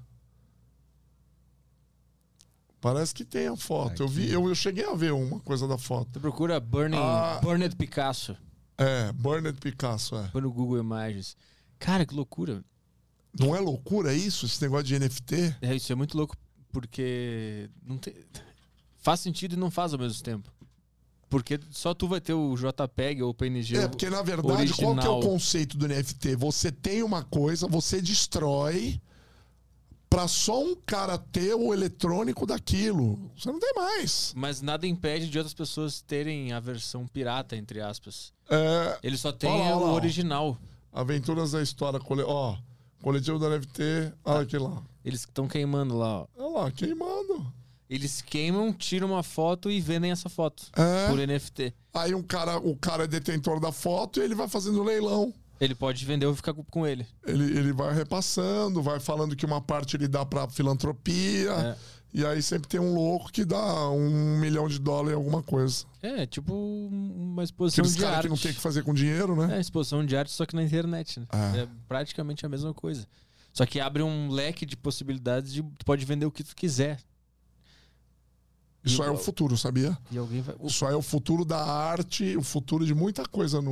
Speaker 3: Parece que tem a foto. Eu cheguei a ver uma coisa da foto.
Speaker 1: Tu procura Burned Picasso.
Speaker 3: Burned Picasso,
Speaker 1: Põe no Google Imagens. Cara, que loucura.
Speaker 3: Não é loucura isso, esse negócio de NFT?
Speaker 1: Isso é muito louco, porque não tem... faz sentido e não faz ao mesmo tempo. Porque só tu vai ter o JPEG ou o PNG
Speaker 3: Porque na verdade,
Speaker 1: original.
Speaker 3: qual que é o conceito do NFT? Você tem uma coisa, você destrói pra só um cara ter o eletrônico daquilo. Você não tem mais.
Speaker 1: Mas nada impede de outras pessoas terem a versão pirata, entre aspas. Ele só tem
Speaker 3: Olha lá,
Speaker 1: o
Speaker 3: olha lá.
Speaker 1: original.
Speaker 3: Aventuras da História. Coletivo da NFT. Olha aqui lá.
Speaker 1: Eles estão queimando lá, ó.
Speaker 3: Olha lá, queimando.
Speaker 1: Eles queimam, tiram uma foto e vendem essa foto por NFT.
Speaker 3: Aí o cara é detentor da foto e ele vai fazendo leilão.
Speaker 1: Ele pode vender ou ficar com ele.
Speaker 3: Ele vai repassando, vai falando que uma parte ele dá pra filantropia. E aí sempre tem um louco que dá $1 milhão em alguma coisa.
Speaker 1: É, tipo uma exposição
Speaker 3: Aqueles
Speaker 1: de
Speaker 3: caras
Speaker 1: arte.
Speaker 3: que não tem o que fazer com dinheiro, né?
Speaker 1: Exposição de arte, só que na internet. Né? É praticamente a mesma coisa. Só que abre um leque de possibilidades de tu pode vender o que tu quiser.
Speaker 3: Isso é o futuro, sabia?
Speaker 1: E alguém vai...
Speaker 3: Isso é o futuro da arte, o futuro de muita coisa,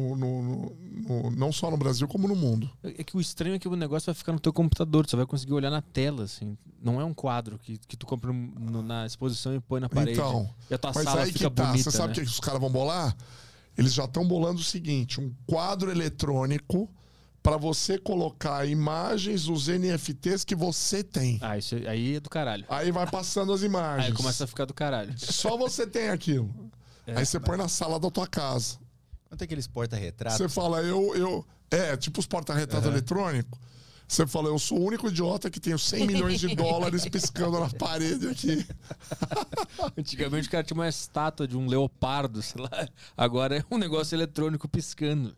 Speaker 3: não só no Brasil, como no mundo.
Speaker 1: É que o estranho é que o negócio vai ficar no teu computador, tu só vai conseguir olhar na tela, assim. Não é um quadro que tu compra na exposição e põe na parede.
Speaker 3: Então,
Speaker 1: e a tua
Speaker 3: mas
Speaker 1: sala
Speaker 3: aí
Speaker 1: fica
Speaker 3: que tá,
Speaker 1: bonita,
Speaker 3: você sabe o
Speaker 1: né?
Speaker 3: que os caras vão bolar? Eles já estão bolando o seguinte, um quadro eletrônico para você colocar imagens dos NFTs que você tem.
Speaker 1: Isso aí é do caralho.
Speaker 3: Aí vai passando as imagens.
Speaker 1: Aí começa a ficar do caralho.
Speaker 3: Só você tem aquilo. Aí você põe na sala da tua casa.
Speaker 2: Quanto é aqueles porta-retratos?
Speaker 3: Você fala, tipo os porta-retratos eletrônicos. Você fala, eu sou o único idiota que tenho $100 milhões piscando na parede aqui.
Speaker 1: Antigamente o cara tinha uma estátua de um leopardo, sei lá. Agora é um negócio eletrônico piscando.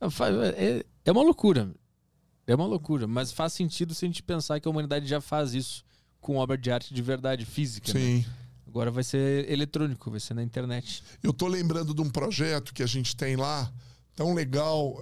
Speaker 1: É uma loucura. É uma loucura. Mas faz sentido se a gente pensar que a humanidade já faz isso com obra de arte de verdade, física.
Speaker 3: Sim.
Speaker 1: Né? Agora vai ser eletrônico, vai ser na internet.
Speaker 3: Eu tô lembrando de um projeto que a gente tem lá, tão legal,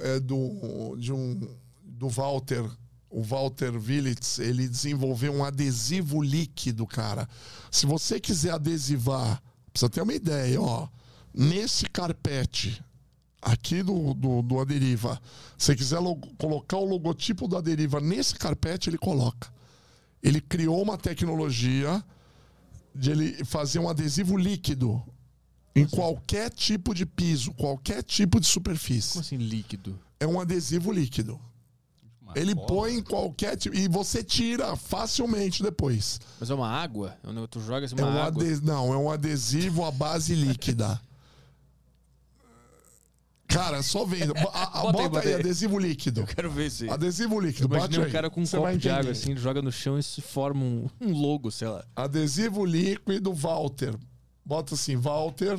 Speaker 3: do Walter. O Walter Willits, ele desenvolveu um adesivo líquido, cara. Se você quiser adesivar, precisa ter uma ideia, ó. Nesse carpete aqui do Aderiva, se você quiser colocar o logotipo do Aderiva nesse carpete, ele coloca. Ele criou uma tecnologia de ele fazer um adesivo líquido em qualquer tipo de piso, qualquer tipo de superfície.
Speaker 1: Como assim líquido?
Speaker 3: É um adesivo líquido. Ele põe em qualquer tipo. E você tira facilmente depois.
Speaker 1: Mas é uma água? Tu joga assim uma água?
Speaker 3: Não, é um adesivo à base líquida. Cara, só vendo. Bota aí, adesivo líquido.
Speaker 1: Eu quero ver isso aí.
Speaker 3: Adesivo líquido.
Speaker 1: Eu imaginei
Speaker 3: bate
Speaker 1: um cara com um
Speaker 3: Você
Speaker 1: copo
Speaker 3: vai
Speaker 1: de água
Speaker 3: entender.
Speaker 1: assim, ele joga no chão e se forma um logo, sei lá.
Speaker 3: Adesivo líquido Walter. Bota assim, Walter.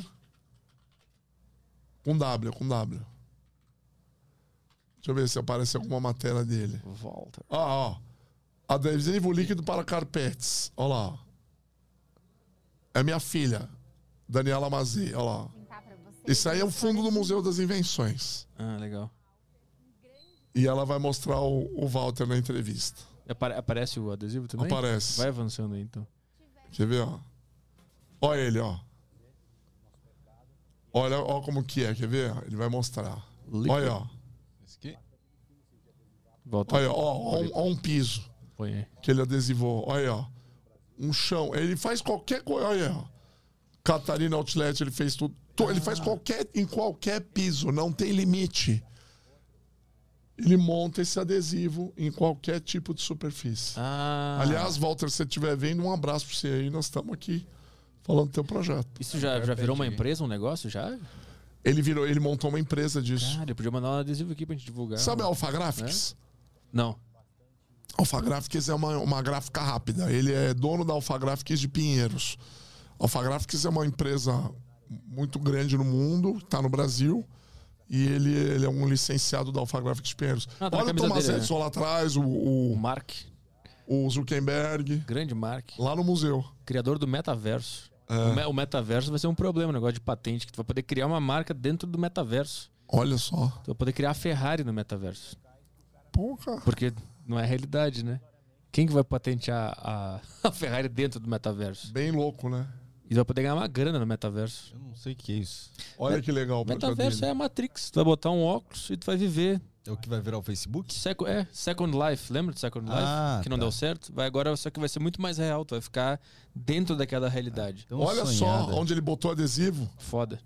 Speaker 3: Com W. Deixa eu ver se aparece alguma matéria dele.
Speaker 1: Walter.
Speaker 3: Ó. Adesivo líquido para carpetes. Ó lá. É minha filha, Daniela Mazzi. Ó lá. Isso aí é o fundo do Museu das Invenções.
Speaker 1: Ah, legal.
Speaker 3: E ela vai mostrar o Walter na entrevista.
Speaker 1: Aparece o adesivo também?
Speaker 3: Aparece.
Speaker 1: Vai avançando aí, então.
Speaker 3: Quer ver, ó? Olha ele, ó. Olha como que é, quer ver? Ele vai mostrar.
Speaker 1: Liquid.
Speaker 3: Olha, ó.
Speaker 2: Esse aqui?
Speaker 1: Volta.
Speaker 3: Olha, ó um piso
Speaker 1: Põe aí.
Speaker 3: que ele adesivou. Olha, ó. Um chão. Ele faz qualquer coisa. Olha, ó. Catarina Outlet, ele fez tudo. Ele faz em qualquer piso, não tem limite. Ele monta esse adesivo em qualquer tipo de superfície. Aliás, Walter, se você estiver vendo, um abraço para você aí. Nós estamos aqui falando do teu projeto.
Speaker 1: Isso já virou uma empresa, um negócio já?
Speaker 3: Ele montou uma empresa disso.
Speaker 1: Cara, eu podia mandar um adesivo aqui pra gente divulgar.
Speaker 3: Sabe a Alpha Graphics?
Speaker 1: Não.
Speaker 3: Alpha Graphics é uma gráfica rápida. Ele é dono da Alpha Graphics de Pinheiros. Alpha Graphics é uma empresa muito grande no mundo, está no Brasil. E ele é um licenciado da Alpha Graphics de Pinheiros.
Speaker 1: Tá
Speaker 3: Olha o Thomas
Speaker 1: dele,
Speaker 3: Edison lá atrás,
Speaker 1: o Mark.
Speaker 3: O Zuckerberg.
Speaker 1: Grande Mark.
Speaker 3: Lá no museu.
Speaker 1: Criador do metaverso. O metaverso vai ser um problema, um negócio de patente, que tu vai poder criar uma marca dentro do metaverso.
Speaker 3: Olha só.
Speaker 1: Tu vai poder criar a Ferrari no metaverso.
Speaker 3: Pô, cara.
Speaker 1: Porque não é realidade, né? Quem que vai patentear a Ferrari dentro do metaverso?
Speaker 3: Bem louco, né?
Speaker 1: E tu vai poder ganhar uma grana no metaverso.
Speaker 2: Eu não sei o que é isso.
Speaker 3: Olha que legal.
Speaker 1: O metaverso é a Matrix. Tu vai botar um óculos e tu vai viver.
Speaker 2: É o que vai virar o Facebook?
Speaker 1: Second Life. Lembra do Second Life? Que não deu certo? Vai agora, só que vai ser muito mais real. Tu vai ficar dentro daquela realidade.
Speaker 2: Então,
Speaker 3: olha
Speaker 2: sonhada.
Speaker 3: só onde ele botou adesivo.
Speaker 1: Foda.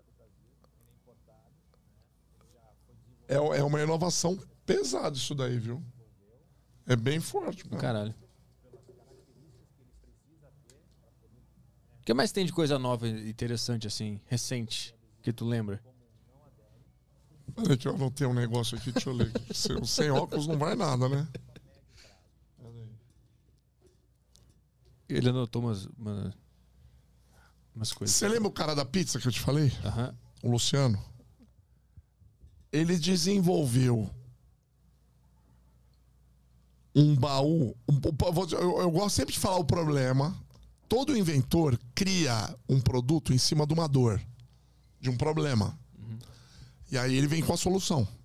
Speaker 3: É uma inovação pesada isso daí, viu? É bem forte. Mano.
Speaker 1: Caralho. O que mais tem de coisa nova e interessante, assim, recente, que tu lembra?
Speaker 3: Olha que eu anotei um negócio aqui, deixa eu ler. Sem óculos não vai nada, né?
Speaker 1: Ele anotou umas coisas.
Speaker 3: Você lembra o cara da pizza que eu te falei? O Luciano? Ele desenvolveu um baú. Eu gosto sempre de falar o problema. Todo inventor cria um produto em cima de uma dor, de um problema. E aí ele vem com a solução. O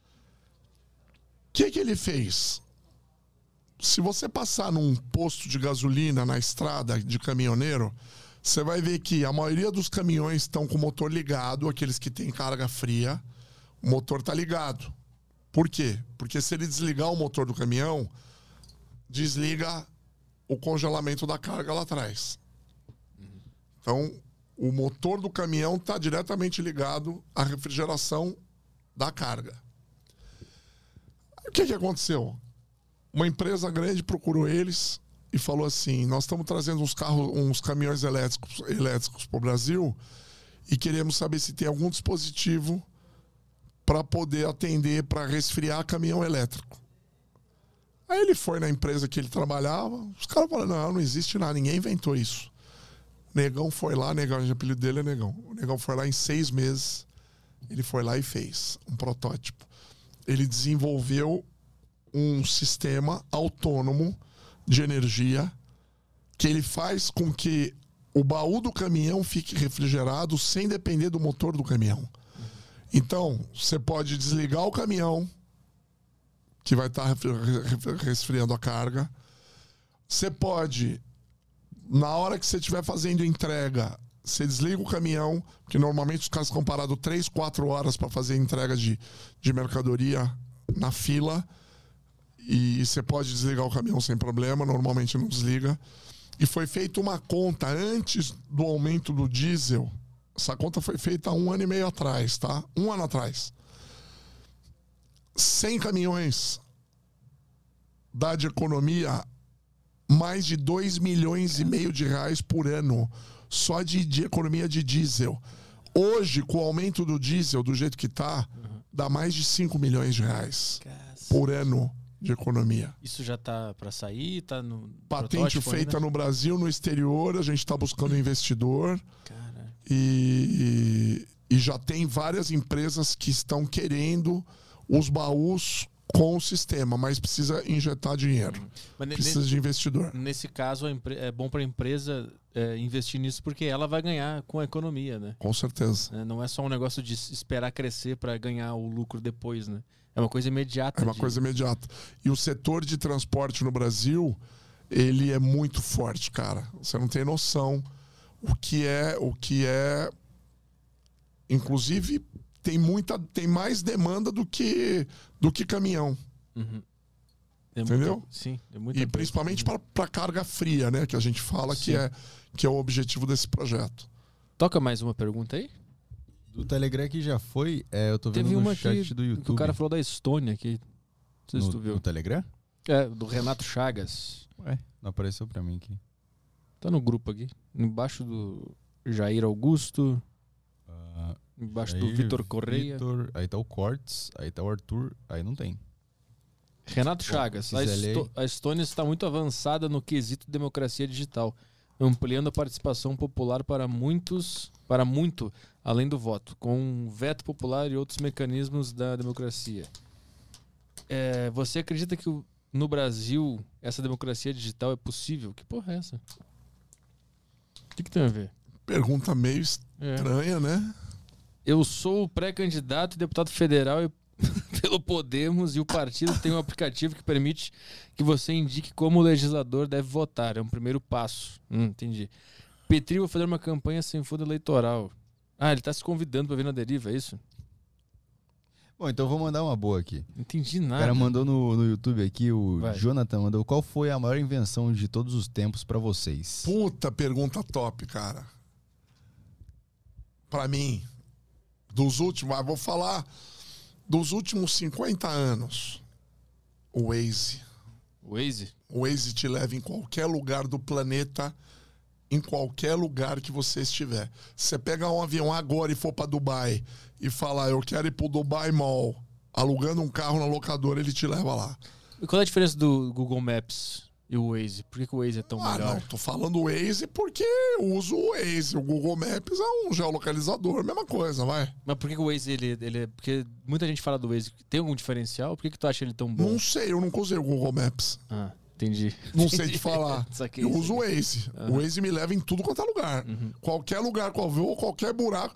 Speaker 3: que ele fez? Se você passar num posto de gasolina na estrada de caminhoneiro, você vai ver que a maioria dos caminhões estão com o motor ligado, aqueles que têm carga fria, o motor está ligado. Por quê? Porque se ele desligar o motor do caminhão, desliga o congelamento da carga lá atrás. Então, o motor do caminhão está diretamente ligado à refrigeração da carga. O que aconteceu? Uma empresa grande procurou eles e falou assim: nós estamos trazendo uns caminhões elétricos para o Brasil e queremos saber se tem algum dispositivo para poder atender, para resfriar caminhão elétrico. Aí ele foi na empresa que ele trabalhava, os caras falaram: não existe nada, ninguém inventou isso. O Negão foi lá, o apelido dele é Negão. O Negão foi lá em 6 meses, ele foi lá e fez um protótipo. Ele desenvolveu um sistema autônomo de energia que ele faz com que o baú do caminhão fique refrigerado sem depender do motor do caminhão. Então, você pode desligar o caminhão, que vai estar resfriando a carga. Você pode, na hora que você estiver fazendo entrega, você desliga o caminhão, porque normalmente os caras ficam parados 3, 4 horas para fazer entrega de mercadoria na fila. E você pode desligar o caminhão sem problema, normalmente não desliga. E foi feita uma conta antes do aumento do diesel. Essa conta foi feita há 1 ano e meio atrás, tá? 1 ano atrás. 100 caminhões dá de economia mais de 2,5 milhões de reais por ano, só de economia de diesel. Hoje, com o aumento do diesel do jeito que tá, dá mais de 5 milhões de reais por ano de economia.
Speaker 1: Isso já tá para sair? Tá no
Speaker 3: patente feita no Brasil, no exterior, a gente está buscando investidor. E já tem várias empresas que estão querendo os baús com o sistema, mas precisa injetar dinheiro. Mas precisa de investidor.
Speaker 1: Nesse caso, é bom para a empresa investir nisso porque ela vai ganhar com a economia, né?
Speaker 3: Com certeza.
Speaker 1: Não é só um negócio de esperar crescer para ganhar o lucro depois, né? É uma coisa imediata.
Speaker 3: É uma coisa imediata. E o setor de transporte no Brasil, ele é muito forte, cara. Você não tem noção o que é Inclusive, tem mais demanda do que caminhão.
Speaker 1: Uhum.
Speaker 3: Entendeu?
Speaker 1: Sim, é muita
Speaker 3: E
Speaker 1: coisa.
Speaker 3: principalmente para carga fria, né? Que a gente fala que é o objetivo desse projeto.
Speaker 1: Toca mais uma pergunta aí?
Speaker 2: Do Telegram que já foi, eu tô vendo
Speaker 1: Teve
Speaker 2: no
Speaker 1: uma
Speaker 2: chat
Speaker 1: aqui
Speaker 2: do YouTube.
Speaker 1: que o cara falou da Estônia aqui. Não sei se tu viu.
Speaker 2: No Telegram?
Speaker 1: É, do Renato Chagas.
Speaker 2: Ué, não apareceu pra mim aqui.
Speaker 1: Tá no grupo aqui. Embaixo do Jair Augusto. Embaixo do Vitor Correia.
Speaker 2: Aí tá o Cortes, aí tá o Arthur, aí não tem.
Speaker 1: Renato Chagas. A Estônia está muito avançada no quesito democracia digital, ampliando a participação popular para muito além do voto, com veto popular e outros mecanismos da democracia. Você acredita que no Brasil essa democracia digital é possível? Que porra é essa? O que tem a ver?
Speaker 3: Pergunta meio estranha, né?
Speaker 1: Eu sou pré-candidato e deputado federal pelo Podemos e o partido tem um aplicativo que permite que você indique como o legislador deve votar. É um primeiro passo. Entendi. Petri vai fazer uma campanha sem fundo eleitoral. Ele tá se convidando para vir na deriva, é isso?
Speaker 2: Bom, então eu vou mandar uma boa aqui.
Speaker 1: Não entendi
Speaker 2: O
Speaker 1: nada.
Speaker 2: cara mandou no YouTube aqui,
Speaker 1: Vai.
Speaker 2: Jonathan mandou: qual foi a maior invenção de todos os tempos pra vocês?
Speaker 3: Puta pergunta top, cara. Pra mim, vou falar dos últimos 50 anos. O Waze.
Speaker 1: Waze?
Speaker 3: O Waze te leva em qualquer lugar do planeta, em qualquer lugar que você estiver. Você pega um avião agora e for pra Dubai e falar, eu quero ir pro Dubai Mall, alugando um carro na locadora, ele te leva lá.
Speaker 1: E qual é a diferença do Google Maps e o Waze? Por que o Waze é tão melhor?
Speaker 3: Não, tô falando Waze porque eu uso o Waze. O Google Maps é um geolocalizador, mesma coisa, vai.
Speaker 1: Mas por que o Waze, ele é... Porque muita gente fala do Waze. Tem algum diferencial? Por que tu acha ele tão bom?
Speaker 3: Não sei, eu nunca usei o Google Maps.
Speaker 1: Entendi.
Speaker 3: Não sei te falar.
Speaker 1: Saquei,
Speaker 3: Eu uso o
Speaker 1: saquei.
Speaker 3: Waze. O Waze me leva em tudo quanto é lugar. Qualquer lugar que eu vou, qualquer buraco.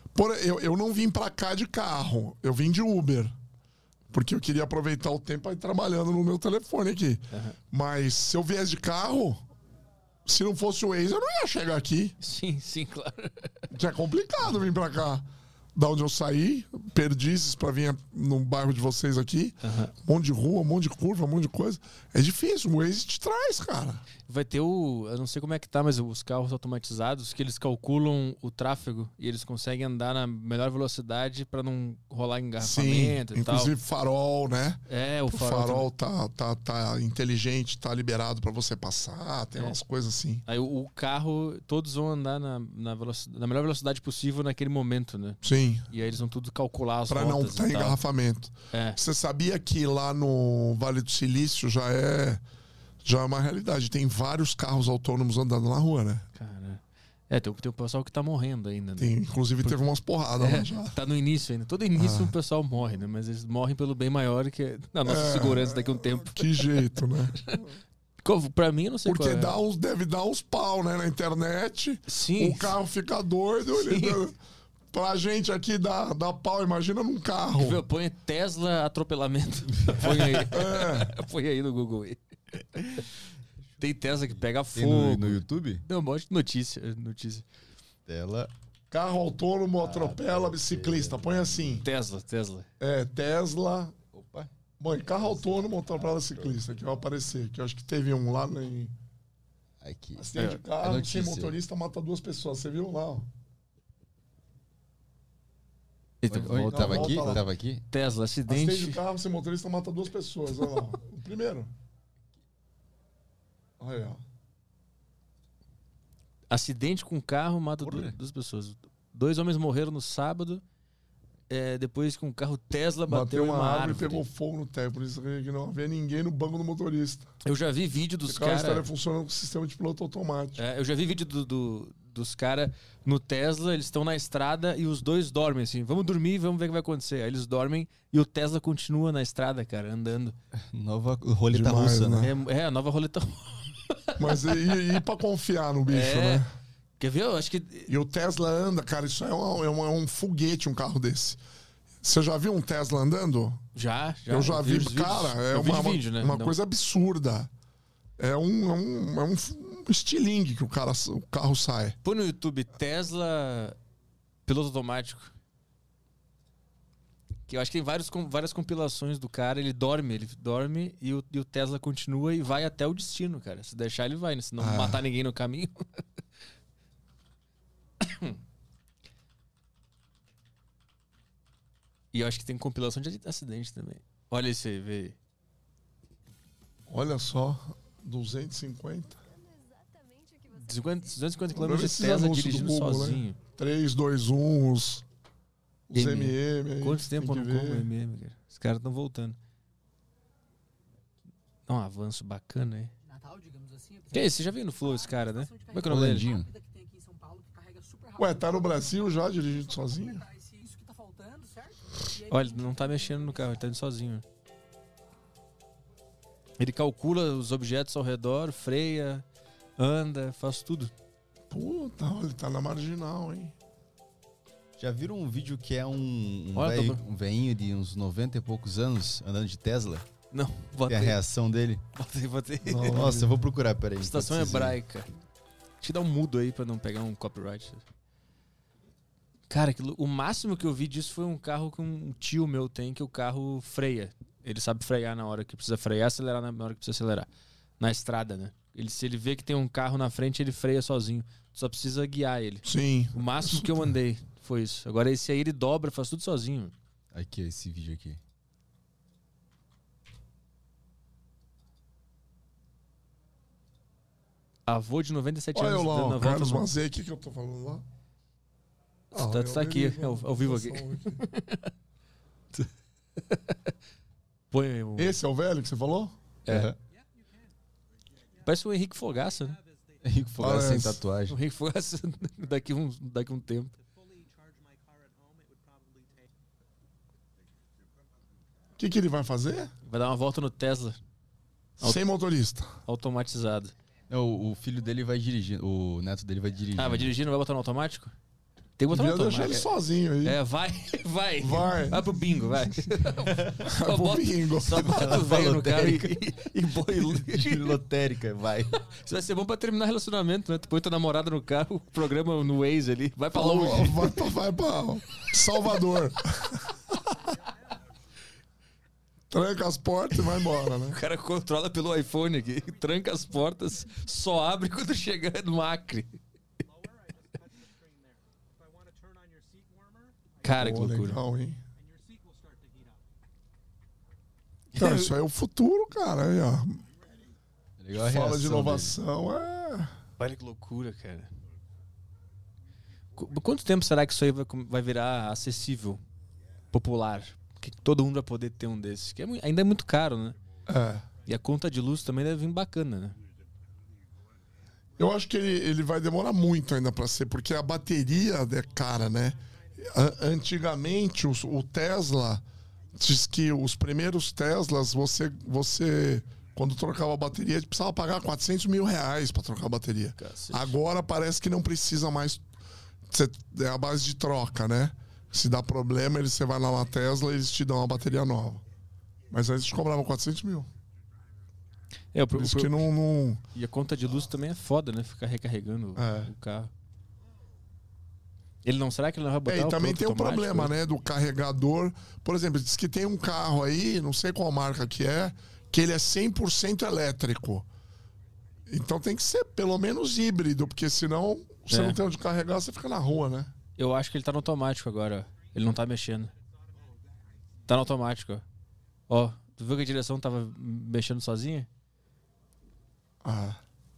Speaker 3: Eu não vim pra cá de carro. Eu vim de Uber. Porque eu queria aproveitar o tempo aí trabalhando no meu telefone aqui. Mas se eu viesse de carro, se não fosse o Waze, eu não ia chegar aqui.
Speaker 1: Sim, claro.
Speaker 3: Que é complicado vir pra cá. Da onde eu saí, Perdizes pra vir no bairro de vocês aqui. Um monte de rua, um monte de curva, um monte de coisa. É difícil, o Waze te traz, cara.
Speaker 1: Vai ter eu não sei como é que tá, mas os carros automatizados que eles calculam o tráfego e eles conseguem andar na melhor velocidade pra não rolar engarrafamento.
Speaker 3: Sim,
Speaker 1: e tal.
Speaker 3: inclusive farol, né?
Speaker 1: O
Speaker 3: O
Speaker 1: farol.
Speaker 3: tá inteligente, tá liberado pra você passar, tem umas coisas assim.
Speaker 1: Aí o carro, todos vão andar na melhor velocidade possível naquele momento, né?
Speaker 3: Sim,
Speaker 1: E aí eles vão tudo calcular as
Speaker 3: pra
Speaker 1: rotas
Speaker 3: não
Speaker 1: e
Speaker 3: ter
Speaker 1: tal.
Speaker 3: engarrafamento.
Speaker 1: É.
Speaker 3: Você sabia que lá no Vale do Silício já é uma realidade. Tem vários carros autônomos andando na rua, né?
Speaker 1: Cara. Tem um pessoal que tá morrendo ainda, né?
Speaker 3: Inclusive teve umas porradas lá já.
Speaker 1: Tá no início ainda. Todo início o pessoal morre, né? Mas eles morrem pelo bem maior que a nossa segurança daqui a um tempo.
Speaker 3: Que jeito, né?
Speaker 1: Pra mim, eu não sei
Speaker 3: Porque
Speaker 1: qual é.
Speaker 3: deve dar uns pau, né? Na internet.
Speaker 1: Sim.
Speaker 3: O carro fica doido. Pra gente aqui dá pau, imagina num carro.
Speaker 1: Põe Tesla atropelamento. Põe aí. Põe aí no Google. Aí. Tem Tesla que pega
Speaker 2: Tem
Speaker 1: fogo.
Speaker 2: no YouTube?
Speaker 1: Não, um monte de notícia.
Speaker 2: Tela.
Speaker 3: Carro autônomo atropela biciclista. Põe assim.
Speaker 1: Tesla.
Speaker 3: Tesla.
Speaker 2: Opa.
Speaker 3: Mãe, carro autônomo atropela ciclista. Que vai aparecer. Que eu acho que teve um lá em
Speaker 2: Aqui.
Speaker 3: acidente de carro, sem motorista, mata 2 pessoas. Você viu lá, ó.
Speaker 2: Oi, tava
Speaker 3: volta
Speaker 2: aqui?
Speaker 3: lá.
Speaker 2: Tava aqui?
Speaker 1: Tesla,
Speaker 3: Acidente de
Speaker 1: acidente.
Speaker 3: carro, sem motorista, mata 2 pessoas. Olha lá. O primeiro. Olha aí, ó.
Speaker 1: Acidente com carro mata
Speaker 2: Porra.
Speaker 1: 2 pessoas. 2 homens morreram no sábado. Depois que um carro Tesla bateu em uma árvore.
Speaker 3: E pegou fogo no teto. Por isso que não havia ninguém no banco do motorista.
Speaker 1: Eu já vi vídeo dos
Speaker 3: O carro estaria
Speaker 1: caras.
Speaker 3: funcionando com o sistema de piloto automático.
Speaker 1: Eu já vi vídeo dos caras no Tesla, eles estão na estrada e os dois dormem assim. Vamos dormir, vamos ver o que vai acontecer. Aí eles dormem e o Tesla continua na estrada, cara, andando.
Speaker 2: Nova roleta
Speaker 3: Demais,
Speaker 2: russa, né?
Speaker 3: né?
Speaker 1: A nova roleta.
Speaker 3: Mas e pra confiar no bicho, né?
Speaker 1: Quer ver? Eu acho que.
Speaker 3: E o Tesla anda, cara, isso é um foguete, um carro desse. Você já viu um Tesla andando?
Speaker 1: Já.
Speaker 3: Eu já vi,
Speaker 1: os vídeos.
Speaker 3: cara, é
Speaker 1: Eu vi de vídeo, né?
Speaker 3: uma
Speaker 1: Não.
Speaker 3: coisa absurda. É um estilingue que o carro sai.
Speaker 1: Põe no YouTube Tesla piloto automático. Que eu acho que tem várias compilações do cara, ele dorme e o Tesla continua e vai até o destino, cara. Se deixar, ele vai, né? Se não matar ninguém no caminho. E eu acho que tem compilação de acidente também. Olha esse aí, vê aí.
Speaker 3: Olha só, 250.
Speaker 1: 250 km de Tesla dirigindo sozinho.
Speaker 3: Né? 3, 2, 1, os MM aí.
Speaker 1: Quanto tempo eu não como MM, cara? Os caras estão voltando. Dá um avanço bacana aí.
Speaker 4: Natal, digamos assim.
Speaker 1: Que é esse? Você já viu no Flow esse cara, né? Como é que é o nome dele?
Speaker 3: Ué, tá no Brasil já dirigindo sozinho?
Speaker 4: Isso que tá faltando, certo?
Speaker 1: Olha, ele não tá mexendo no carro, ele tá indo sozinho. Ele calcula os objetos ao redor, freia, anda, faz tudo.
Speaker 3: Puta, ele tá na marginal, hein?
Speaker 2: Já viram um vídeo que é um velhinho de uns 90 e poucos anos andando de Tesla?
Speaker 1: Não,
Speaker 2: botei. Tem a reação dele?
Speaker 1: Botei.
Speaker 2: Nossa, eu vou procurar, peraí.
Speaker 1: Estação hebraica. Deixa eu dar um mudo aí pra não pegar um copyright. Cara, o máximo que eu vi disso foi um carro que um tio meu tem, que o carro freia. Ele sabe frear na hora que precisa frear, acelerar na hora que precisa acelerar. Na estrada, né? Se ele vê que tem um carro na frente, ele freia sozinho. Só precisa guiar ele.
Speaker 3: Sim.
Speaker 1: O máximo que eu andei foi isso. Agora esse aí ele dobra, faz tudo sozinho.
Speaker 2: Aqui, esse vídeo aqui.
Speaker 1: Avô de 97
Speaker 3: Olha
Speaker 1: anos.
Speaker 3: lá,
Speaker 1: dando a
Speaker 3: o
Speaker 1: volta
Speaker 3: Carlos
Speaker 1: no...
Speaker 3: Mazei, o que eu tô falando lá?
Speaker 1: Tá aqui, ao vivo aqui. Põe o...
Speaker 3: Esse é o velho que você falou?
Speaker 1: É. Parece o Henrique Fogaça, né?
Speaker 2: Henrique Fogaça sem tatuagem.
Speaker 1: O Henrique Fogaça daqui um tempo.
Speaker 3: O que ele vai fazer?
Speaker 1: Vai dar uma volta no Tesla.
Speaker 3: Sem motorista.
Speaker 1: Automatizado.
Speaker 2: Não, o filho dele vai dirigir. O neto dele vai dirigir.
Speaker 1: Ah, vai dirigir, não vai botar no automático? Tem que botar no automático.
Speaker 3: Deixar ele sozinho aí.
Speaker 1: É, vai. Vai pro bingo, vai.
Speaker 3: Vai pro bingo.
Speaker 1: Só bota o velho no carro e
Speaker 2: boi lotérica, vai.
Speaker 1: Isso vai ser bom pra terminar relacionamento, né? Tu põe tua namorada no carro, programa no Waze ali, vai pra longe.
Speaker 3: Vai pra Salvador. Tranca as portas e vai embora, né?
Speaker 1: O cara controla pelo iPhone aqui, tranca as portas, só abre quando chegar no Acre. Cara, que loucura.
Speaker 3: Legal, hein? Cara, isso aí é o futuro, cara. Aí, ó.
Speaker 2: Legal a
Speaker 3: Fala de
Speaker 2: inovação
Speaker 3: inovação, é...
Speaker 1: Olha que loucura, cara. Quanto tempo será que isso aí vai virar acessível, popular? Que todo mundo vai poder ter um desses? Que ainda é muito caro, né?
Speaker 3: É.
Speaker 1: E a conta de luz também deve vir bacana, né?
Speaker 3: Eu acho que ele vai demorar muito ainda pra ser, porque a bateria é cara, né? Antigamente, o Tesla, diz que os primeiros Teslas, você quando trocava a bateria, precisava pagar R$400 mil pra trocar a bateria.
Speaker 1: Cacete.
Speaker 3: Agora parece que não precisa mais. É a base de troca, né? Se dá problema, você vai lá na Tesla e eles te dão uma bateria nova. Mas antes eles cobravam R$400 mil. Por isso que não...
Speaker 1: E a conta de luz também é foda, né? Ficar recarregando o carro. Será que ele não vai botar
Speaker 3: e também tem um problema,
Speaker 1: aí?
Speaker 3: né? Do carregador. Por exemplo, diz que tem um carro aí, não sei qual marca que ele é 100% elétrico. Então tem que ser pelo menos híbrido, porque senão você não tem onde carregar, você fica na rua, né?
Speaker 1: Eu acho que ele tá no automático agora, ó. Ele não tá mexendo. Tá no automático, ó. Ó, tu viu que a direção tava mexendo sozinha?
Speaker 3: Ah.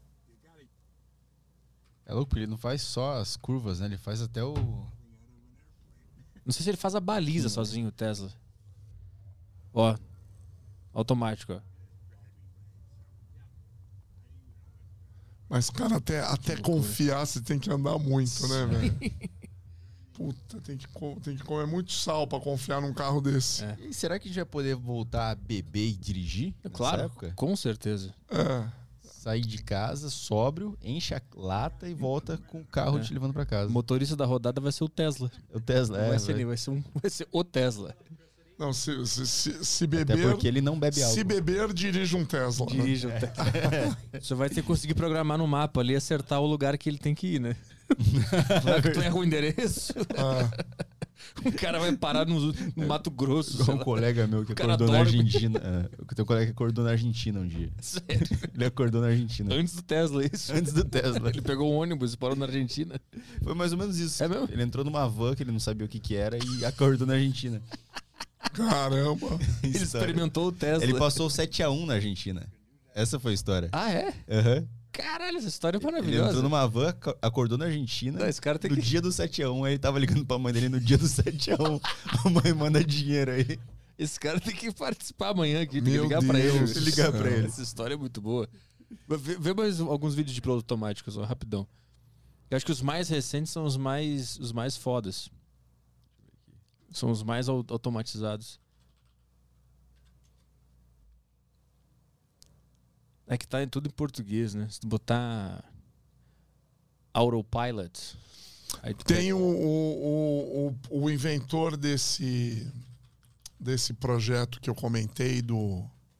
Speaker 2: É louco, porque ele não faz só as curvas, né? Ele faz até o...
Speaker 1: Não sei se ele faz a baliza sozinho, o Tesla. Ó. Automático, ó.
Speaker 3: Mas, cara, até confiar, você tem que andar muito, né, velho? Puta, tem que comer muito sal pra confiar num carro desse.
Speaker 2: E será que a gente vai poder voltar a beber e dirigir?
Speaker 1: Claro,
Speaker 2: época?
Speaker 1: com certeza.
Speaker 2: Sair de casa, sóbrio, enche a lata e volta com o carro te levando pra casa.
Speaker 1: O motorista da rodada vai ser o Tesla.
Speaker 2: O Tesla,
Speaker 1: vai ser o Tesla.
Speaker 3: Não, se beber...
Speaker 2: Até porque ele não bebe álcool.
Speaker 3: Se beber, dirige um Tesla.
Speaker 1: Dirige um Tesla. Você vai ter que conseguir programar no mapa ali e acertar o lugar que ele tem que ir, né? Vai que tu erra o endereço. Um cara vai parar no Mato Grosso. sei
Speaker 2: Igual um
Speaker 1: lá.
Speaker 2: colega meu que
Speaker 1: O cara
Speaker 2: acordou na
Speaker 1: dorme.
Speaker 2: Argentina. Tem um colega que acordou na Argentina um dia.
Speaker 1: Sério.
Speaker 2: Ele acordou na Argentina.
Speaker 1: Antes do Tesla, isso.
Speaker 2: Antes do Tesla.
Speaker 1: Ele pegou um ônibus e parou na Argentina.
Speaker 2: Foi mais ou menos isso.
Speaker 1: É mesmo?
Speaker 2: Ele entrou numa van que ele não sabia o que era e acordou na Argentina.
Speaker 3: Caramba.
Speaker 1: Ele
Speaker 2: História.
Speaker 1: experimentou o Tesla.
Speaker 2: Ele passou 7-1 na Argentina. Essa foi a história.
Speaker 1: Ah, é?
Speaker 2: Aham.
Speaker 1: Caralho, essa história é
Speaker 2: Ele
Speaker 1: maravilhosa.
Speaker 2: entrou numa van, acordou na Argentina.
Speaker 1: Não, esse cara tem
Speaker 2: no
Speaker 1: que...
Speaker 2: dia do 7-1, aí ele tava ligando pra mãe dele no dia do 7-1. A mãe manda dinheiro aí.
Speaker 1: Esse cara tem que participar amanhã aqui, tem que
Speaker 3: Meu
Speaker 1: ligar pra ele.
Speaker 3: Deus do
Speaker 2: Ligar pra
Speaker 3: céu.
Speaker 2: ele.
Speaker 1: Essa história é muito boa. Vê mais alguns vídeos de piloto automáticos, ó, rapidão. Eu acho que os mais recentes são os mais fodas. São os mais automatizados. É que tá em tudo em português, né? Se tu botar Autopilot... aí tu
Speaker 3: Tem o inventor desse projeto que eu comentei do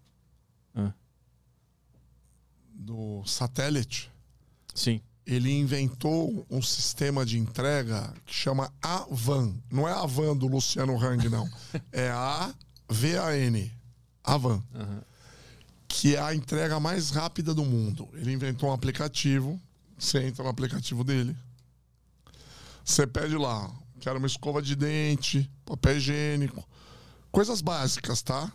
Speaker 3: satélite.
Speaker 1: Sim.
Speaker 3: Ele inventou um sistema de entrega que chama Avan. Não é a van do Luciano Hang, não. É AVAN. Avan.
Speaker 1: Uhum.
Speaker 3: Que é a entrega mais rápida do mundo. Ele inventou um aplicativo. Você entra no aplicativo dele. Você pede lá, quero uma escova de dente, papel higiênico. Coisas básicas, tá?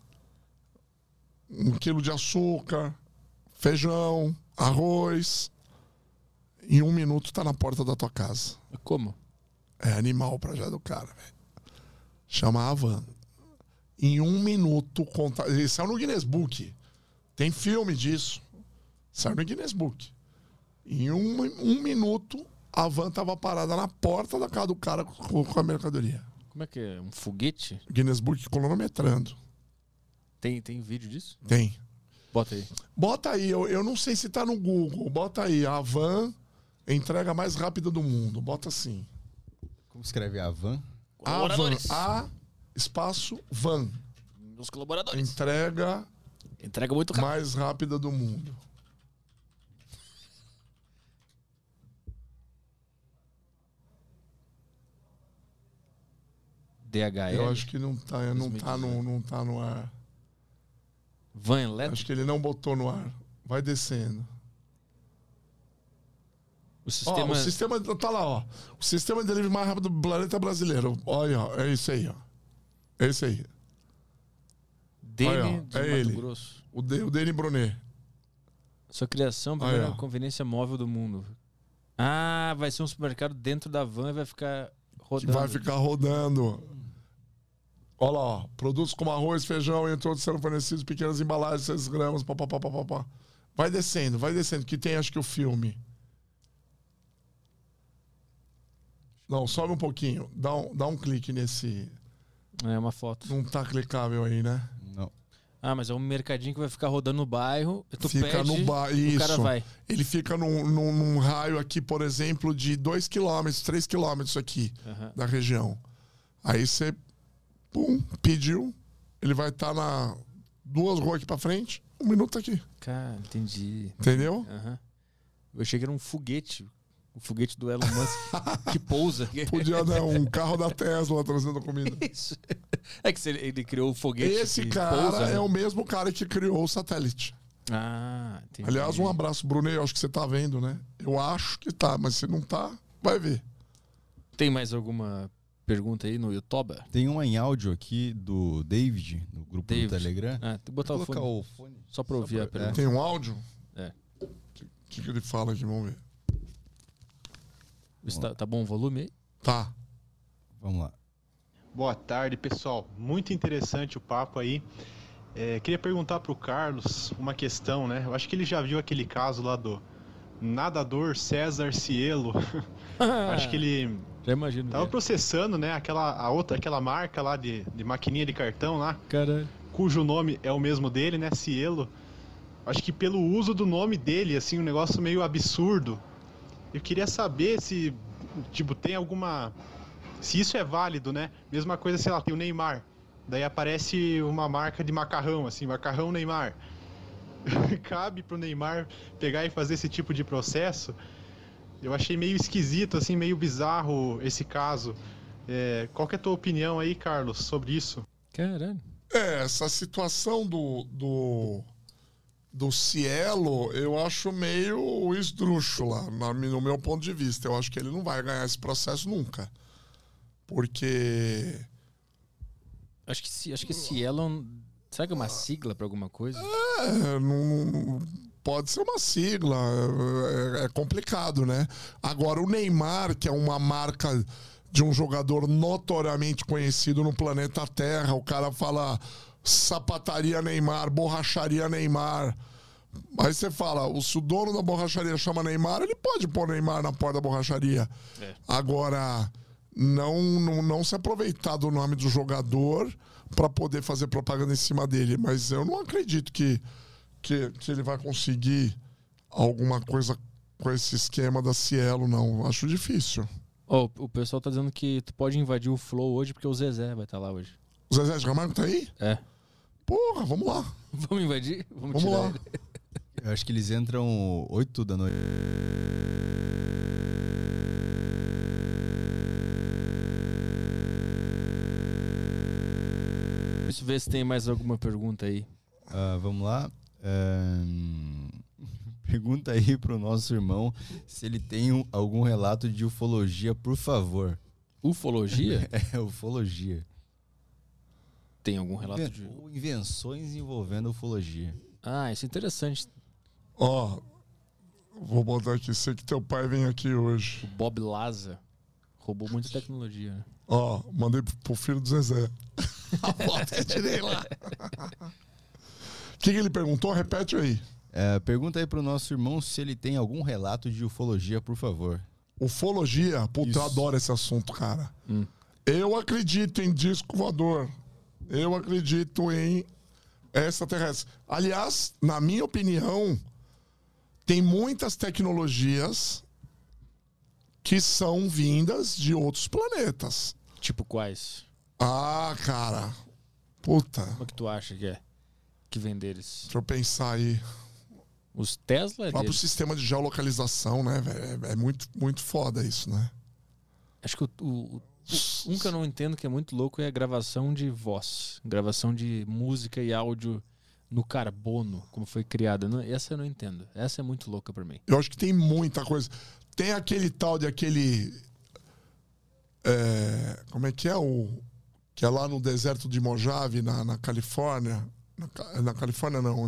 Speaker 3: 1 quilo de açúcar, feijão, arroz. Em 1 minuto tá na porta da tua casa.
Speaker 1: Como?
Speaker 3: É animal o projeto do cara, velho. Chama Avan. Em 1 minuto, ele saiu no Guinness Book. Tem filme disso. Saiu no Guinness Book. Em um minuto, a van tava parada na porta da casa do cara com a mercadoria.
Speaker 1: Como é que é? Um foguete?
Speaker 3: Guinness Book cronometrando.
Speaker 1: Tem vídeo disso?
Speaker 3: Tem.
Speaker 1: Bota aí.
Speaker 3: Bota aí, eu não sei se tá no Google. Bota aí, a van entrega mais rápida do mundo. Bota assim.
Speaker 2: Como escreve a van?
Speaker 3: A van.
Speaker 1: Colaboradores.
Speaker 3: A espaço van.
Speaker 1: Os colaboradores.
Speaker 3: Entrega
Speaker 1: Entrega muito rápido.
Speaker 3: mais rápida do mundo.
Speaker 1: DHL.
Speaker 3: Eu acho que não tá no ar.
Speaker 1: Van elétrica.
Speaker 3: Acho que ele não botou no ar. Vai descendo.
Speaker 1: O sistema...
Speaker 3: Ó, o sistema tá lá, ó. O sistema de delivery mais rápido do planeta brasileiro. Olha, ó, é isso aí, ó. É isso aí.
Speaker 1: Dele
Speaker 3: Olha,
Speaker 1: de
Speaker 3: é
Speaker 1: Mato
Speaker 3: ele.
Speaker 1: Grosso.
Speaker 3: O Deni Brunet.
Speaker 1: Sua criação, primeira
Speaker 3: Aí, ó.
Speaker 1: conveniência móvel do mundo. Ah, vai ser um supermercado dentro da van e vai ficar
Speaker 3: Que
Speaker 1: rodando.
Speaker 3: vai ficar rodando. Olha lá, ó. Produtos como arroz, feijão, entre outros serão fornecidos, pequenas embalagens, 6 gramas, papapá. Vai descendo, que tem acho que o filme. Não, sobe um pouquinho. Dá um clique nesse.
Speaker 1: É uma foto.
Speaker 3: Não tá clicável aí, né?
Speaker 2: Não.
Speaker 1: Ah, mas é um mercadinho que vai ficar rodando no bairro. E tu
Speaker 3: Fica
Speaker 1: pede,
Speaker 3: no bairro.
Speaker 1: o cara
Speaker 3: Isso.
Speaker 1: vai.
Speaker 3: Ele fica num raio aqui, por exemplo, de 2 km, 3 km aqui
Speaker 1: Aham.
Speaker 3: da região. Aí você, pediu. Ele vai estar na 2 ruas aqui pra frente, 1 minuto aqui.
Speaker 1: Cara, entendi.
Speaker 3: Entendeu?
Speaker 1: Aham. Eu achei que era um foguete. O foguete do Elon Musk que pousa.
Speaker 3: Podia dar um carro da Tesla trazendo comida.
Speaker 1: Isso. É que ele criou o foguete
Speaker 3: Esse
Speaker 1: que
Speaker 3: cara
Speaker 1: pousa, né?
Speaker 3: é o mesmo cara que criou o satélite.
Speaker 1: Ah, entendi.
Speaker 3: Aliás, um abraço, Bruno. Eu acho que você tá vendo, né? Eu acho que tá, mas se não tá, vai ver.
Speaker 1: Tem mais alguma pergunta aí no YouTube?
Speaker 2: Tem uma em áudio aqui do David, no grupo
Speaker 1: David.
Speaker 2: do Telegram.
Speaker 1: Ah, tem que botar
Speaker 2: Vou
Speaker 1: o
Speaker 2: colocar
Speaker 1: fone.
Speaker 2: o fone.
Speaker 1: Só pra ouvir a pergunta.
Speaker 3: Tem um áudio?
Speaker 1: É.
Speaker 3: O que ele fala aqui? Vamos ver.
Speaker 1: Tá bom o volume aí?
Speaker 3: Tá.
Speaker 2: Vamos lá.
Speaker 5: Boa tarde, pessoal. Muito interessante o papo aí. Queria perguntar para o Carlos uma questão, né? Eu acho que ele já viu aquele caso lá do nadador César Cielo. Acho que ele
Speaker 1: Já imagino.
Speaker 5: tava processando, né? Aquela marca lá de maquininha de cartão lá,
Speaker 1: Cara,
Speaker 5: cujo nome é o mesmo dele, né? Cielo. Acho que pelo uso do nome dele, assim, um negócio meio absurdo. Eu queria saber se, tipo, tem alguma... Se isso é válido, né? Mesma coisa, sei lá, tem o Neymar. Daí aparece uma marca de macarrão, assim, macarrão Neymar. Cabe pro Neymar pegar e fazer esse tipo de processo? Eu achei meio esquisito, assim, meio bizarro esse caso. Qual que é a tua opinião aí, Carlos, sobre isso?
Speaker 1: Caralho.
Speaker 3: Essa situação do Cielo, eu acho meio esdrúxula, no meu ponto de vista. Eu acho que ele não vai ganhar esse processo nunca. Porque...
Speaker 1: Acho que Cielo... Será que é uma sigla pra alguma coisa?
Speaker 3: Não pode ser uma sigla. É complicado, né? Agora, o Neymar, que é uma marca de um jogador notoriamente conhecido no planeta Terra, o cara fala sapataria Neymar, borracharia Neymar. Aí você fala, se o dono da borracharia chama Neymar, ele pode pôr Neymar na porta da borracharia. Agora, não se aproveitar do nome do jogador para poder fazer propaganda em cima dele. Mas eu não acredito que ele vai conseguir alguma coisa com esse esquema da Cielo, não. Acho difícil.
Speaker 1: O pessoal tá dizendo que tu pode invadir o Flow hoje porque o Zezé vai estar lá hoje.
Speaker 3: O Zezé de Camargo tá aí?
Speaker 1: É.
Speaker 3: Porra, vamos lá.
Speaker 1: Vamos invadir?
Speaker 3: Vamos lá.
Speaker 1: Ele.
Speaker 2: Eu acho que eles entram 8 da noite.
Speaker 1: Deixa eu ver se tem mais alguma pergunta aí.
Speaker 2: Vamos lá. Pergunta aí pro nosso irmão se ele tem algum relato de ufologia, por favor.
Speaker 1: Ufologia?
Speaker 2: Ufologia.
Speaker 1: Tem algum relato de...
Speaker 2: Ou invenções envolvendo ufologia.
Speaker 1: Isso é interessante.
Speaker 3: Vou botar aqui, sei que teu pai vem aqui hoje.
Speaker 1: O Bob Laza roubou muita tecnologia, né?
Speaker 3: Mandei pro filho do Zezé. A foto que eu tirei lá. O que ele perguntou? Repete aí.
Speaker 2: Pergunta aí pro nosso irmão se ele tem algum relato de ufologia, por favor.
Speaker 3: Ufologia? Puta, eu adoro esse assunto, cara. Eu acredito em disco voador. Eu acredito em extraterrestre. Aliás, na minha opinião, tem muitas tecnologias que são vindas de outros planetas.
Speaker 1: Tipo quais?
Speaker 3: Cara. Puta.
Speaker 1: Como é que tu acha que é? Que vem deles?
Speaker 3: Deixa eu pensar aí.
Speaker 1: Os Tesla
Speaker 3: O próprio
Speaker 1: deles.
Speaker 3: sistema de geolocalização, né, velho? É muito, muito foda isso, né?
Speaker 1: Acho que um que eu não entendo que é muito louco é a gravação de voz. Gravação de música e áudio no carbono, como foi criada. Essa eu não entendo. Essa é muito louca pra mim.
Speaker 3: Eu acho que tem muita coisa. Tem aquele tal de aquele... como é que é o... Que é lá no deserto de Mojave, na Califórnia. Na Califórnia não,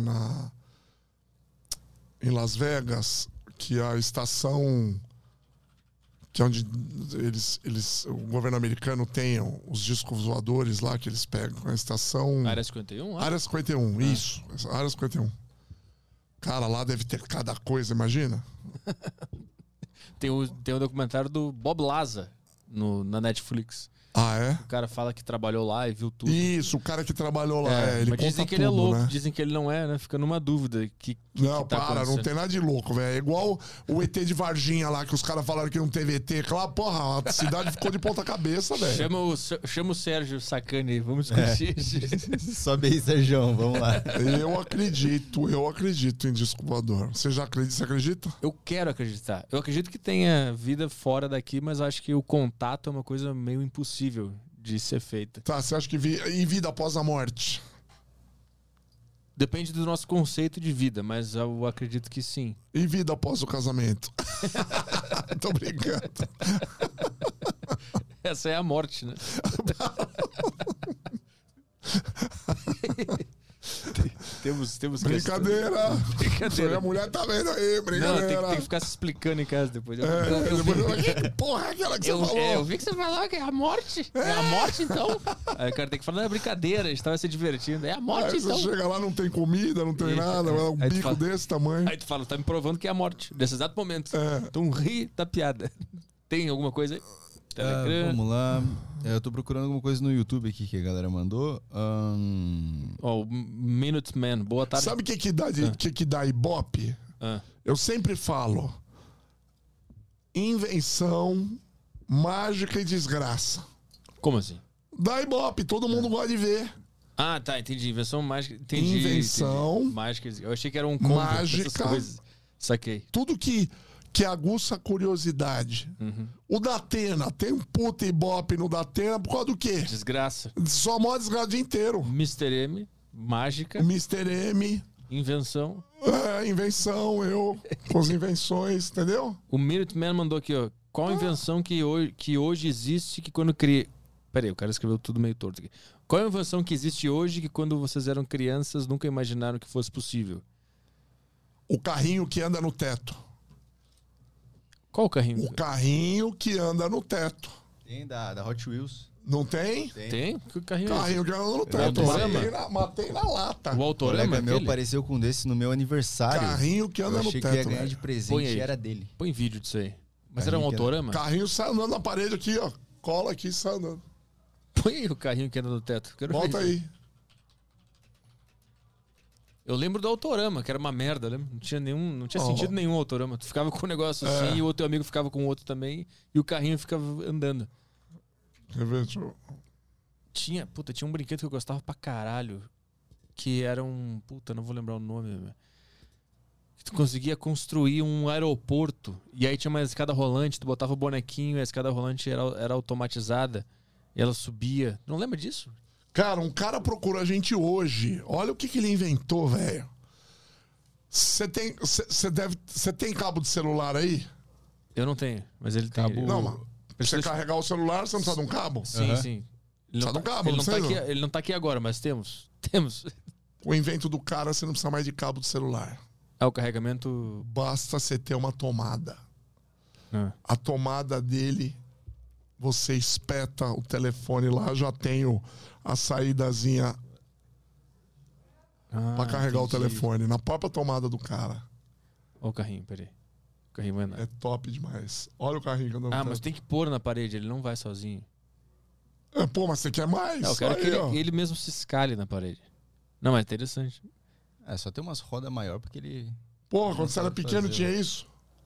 Speaker 3: em Las Vegas, que a estação... Que é onde o governo americano tem os discos voadores lá que eles pegam. A estação...
Speaker 1: Área 51?
Speaker 3: Área 51, isso. Área 51. Cara, lá deve ter cada coisa, imagina.
Speaker 1: Tem um documentário do Bob Laza na Netflix.
Speaker 3: É?
Speaker 1: O cara fala que trabalhou lá e viu tudo.
Speaker 3: Isso, o cara que trabalhou lá. Ele
Speaker 1: mas
Speaker 3: conta
Speaker 1: dizem que
Speaker 3: tudo,
Speaker 1: ele é louco,
Speaker 3: né?
Speaker 1: Dizem que ele não é, né? Fica numa dúvida.
Speaker 3: Não,
Speaker 1: tá
Speaker 3: não tem nada de louco, velho. É igual o ET de Varginha lá, que os caras falaram que não teve ET. Lá, porra, a cidade ficou de ponta cabeça, velho.
Speaker 1: Chama o Sérgio Sacani, vamos discutir.
Speaker 2: Sobe aí, Sérgio, vamos lá.
Speaker 3: Eu acredito em disco voador. Você acredita?
Speaker 1: Eu quero acreditar. Eu acredito que tenha vida fora daqui, mas eu acho que o contato é uma coisa meio impossível de ser feita.
Speaker 3: Tá, você acha que e vida após a morte?
Speaker 1: Depende do nosso conceito de vida, mas eu acredito que sim.
Speaker 3: E vida após o casamento? Tô brincando.
Speaker 1: Essa é a morte, né? temos
Speaker 3: Brincadeira!
Speaker 1: Brincadeira.
Speaker 3: A mulher tá vendo aí, brincadeira.
Speaker 1: Não, tem que ficar se explicando em casa depois.
Speaker 3: Que porra é aquela que você falou?
Speaker 1: Eu vi que você falou que é a morte. É a morte, então. Aí o cara tem que falar, não, é brincadeira, a gente tava se divertindo. É a morte, então.
Speaker 3: Você chega lá, não tem comida, não tem nada, um bico desse tamanho.
Speaker 1: Aí tu fala, tá me provando que é a morte, nesse exato momento. Então ri da piada. Tem alguma coisa aí?
Speaker 2: Vamos lá. Eu tô procurando alguma coisa no YouTube aqui que a galera mandou.
Speaker 1: O Minuteman, boa tarde.
Speaker 3: Sabe o que dá Ibope? Eu sempre falo: invenção, mágica e desgraça.
Speaker 1: Como assim?
Speaker 3: Dá Ibope, todo mundo gosta de ver.
Speaker 1: Tá, entendi. Invenção mágica. Entendi.
Speaker 3: Invenção.
Speaker 1: Mágica. Eu achei que era um combo
Speaker 3: mágica.
Speaker 1: dessas coisas. Saquei.
Speaker 3: Tudo que que aguça a curiosidade. O Datena, tem um puta ibope no Datena por causa do quê?
Speaker 1: Desgraça.
Speaker 3: Só mó desgraça o dia inteiro.
Speaker 1: Mr. M, mágica,
Speaker 3: O Mr. M,
Speaker 1: invenção.
Speaker 3: invenção, eu, com as invenções, entendeu?
Speaker 1: O Minuteman mandou aqui, ó. Qual a invenção que hoje existe que quando cria... Peraí, o cara escreveu tudo meio torto aqui. Qual a invenção que existe hoje que quando vocês eram crianças nunca imaginaram que fosse possível?
Speaker 3: O carrinho que anda no teto.
Speaker 1: Qual o carrinho?
Speaker 3: O carrinho que anda no teto.
Speaker 2: Tem da Hot Wheels.
Speaker 3: Não tem?
Speaker 1: Tem? Que carrinho é esse?
Speaker 3: Carrinho que anda no teto.
Speaker 1: Autorama?
Speaker 3: Matei na lata.
Speaker 1: O
Speaker 2: O
Speaker 1: Autorama?
Speaker 2: colega meu
Speaker 1: aquele?
Speaker 2: apareceu com um desse no meu aniversário.
Speaker 3: Carrinho que
Speaker 2: Eu
Speaker 3: anda no
Speaker 2: achei que ia
Speaker 3: teto.
Speaker 2: ganhar
Speaker 3: velho.
Speaker 2: de
Speaker 1: Põe
Speaker 2: presente
Speaker 1: aí.
Speaker 2: e era dele.
Speaker 1: Põe vídeo disso aí. Mas
Speaker 2: Carrinho
Speaker 1: era um
Speaker 2: que
Speaker 1: Autorama?
Speaker 3: Carrinho sai andando na parede aqui, ó. Cola aqui e sai andando.
Speaker 1: Põe aí o carrinho que anda no teto. Quero
Speaker 3: Volta
Speaker 1: ver.
Speaker 3: aí.
Speaker 1: Eu lembro do Autorama, que era uma merda, lembra? Não tinha sentido nenhum o Autorama. Tu ficava com um negócio assim e o outro amigo ficava com o outro também e o carrinho ficava andando.
Speaker 3: Quer ver? Deixa eu...
Speaker 1: Tinha um brinquedo que eu gostava pra caralho, que era um... Puta, não vou lembrar o nome. Meu. Que tu conseguia construir um aeroporto e aí tinha uma escada rolante, tu botava o bonequinho e a escada rolante era automatizada e ela subia. Não lembra disso?
Speaker 3: Cara, um cara procura a gente hoje. Olha o que ele inventou, velho. Você tem cabo de celular aí?
Speaker 1: Eu não tenho, mas ele tem.
Speaker 2: Cabo-
Speaker 3: Não, mas
Speaker 1: Precisa
Speaker 3: você
Speaker 1: de-
Speaker 3: carregar o celular, você não precisa de um cabo?
Speaker 1: Sim, sim. Ele
Speaker 3: Precisa de um cabo,
Speaker 1: ele,
Speaker 3: não
Speaker 1: não tá
Speaker 3: precisa?
Speaker 1: aqui, ele não tá aqui agora, mas temos. Temos.
Speaker 3: O invento do cara, você não precisa mais de cabo de celular.
Speaker 1: É o carregamento.
Speaker 3: Basta você ter uma tomada.
Speaker 1: Ah.
Speaker 3: A tomada dele, você espeta o telefone lá, já tem a saídazinha pra carregar o telefone. Na própria tomada do cara.
Speaker 1: Olha o carrinho, peraí. O carrinho vai andar.
Speaker 3: É top demais. Olha o carrinho que anda no
Speaker 1: Ah, mas
Speaker 3: teto.
Speaker 1: tem que pôr na parede, ele não vai sozinho.
Speaker 3: Pô, mas você quer mais?
Speaker 1: Eu quero
Speaker 3: Aí,
Speaker 1: que
Speaker 3: ó.
Speaker 1: ele mesmo se escale na parede. Não, mas é interessante.
Speaker 2: É, só tem umas rodas maior porque ele...
Speaker 3: Pô, quando você era pequeno
Speaker 2: fazer.
Speaker 3: tinha isso?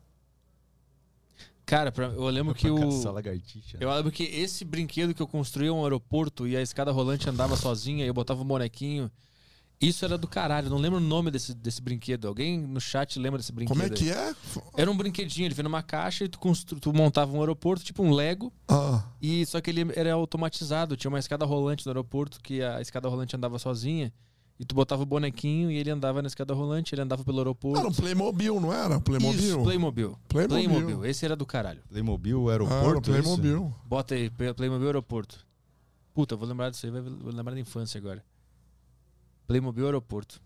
Speaker 1: Cara, eu lembro que
Speaker 2: Pra
Speaker 1: o.
Speaker 2: caçar lagartixa.
Speaker 1: Eu lembro que esse brinquedo que eu construía um aeroporto e a escada rolante andava sozinha e eu botava um bonequinho. Isso era do caralho. Eu não lembro o nome desse brinquedo. Alguém no chat lembra desse brinquedo?
Speaker 3: Como é
Speaker 1: aí?
Speaker 3: que é?
Speaker 1: Era um brinquedinho, ele vinha numa caixa e tu montava um aeroporto, tipo um Lego,
Speaker 3: Ah,
Speaker 1: e só que ele era automatizado. Tinha uma escada rolante no aeroporto que a escada rolante andava sozinha. E tu botava o bonequinho e ele andava na escada rolante, ele andava pelo aeroporto.
Speaker 3: era um Playmobil, não era? Playmobil?
Speaker 1: Isso, Playmobil.
Speaker 3: Playmobil.
Speaker 1: Esse era do caralho.
Speaker 2: Playmobil,
Speaker 3: Era um
Speaker 2: aeroporto, é isso?
Speaker 3: Playmobil.
Speaker 1: Bota aí, Playmobil Aeroporto. Puta, eu vou lembrar disso aí, vou lembrar da infância agora. Playmobil Aeroporto.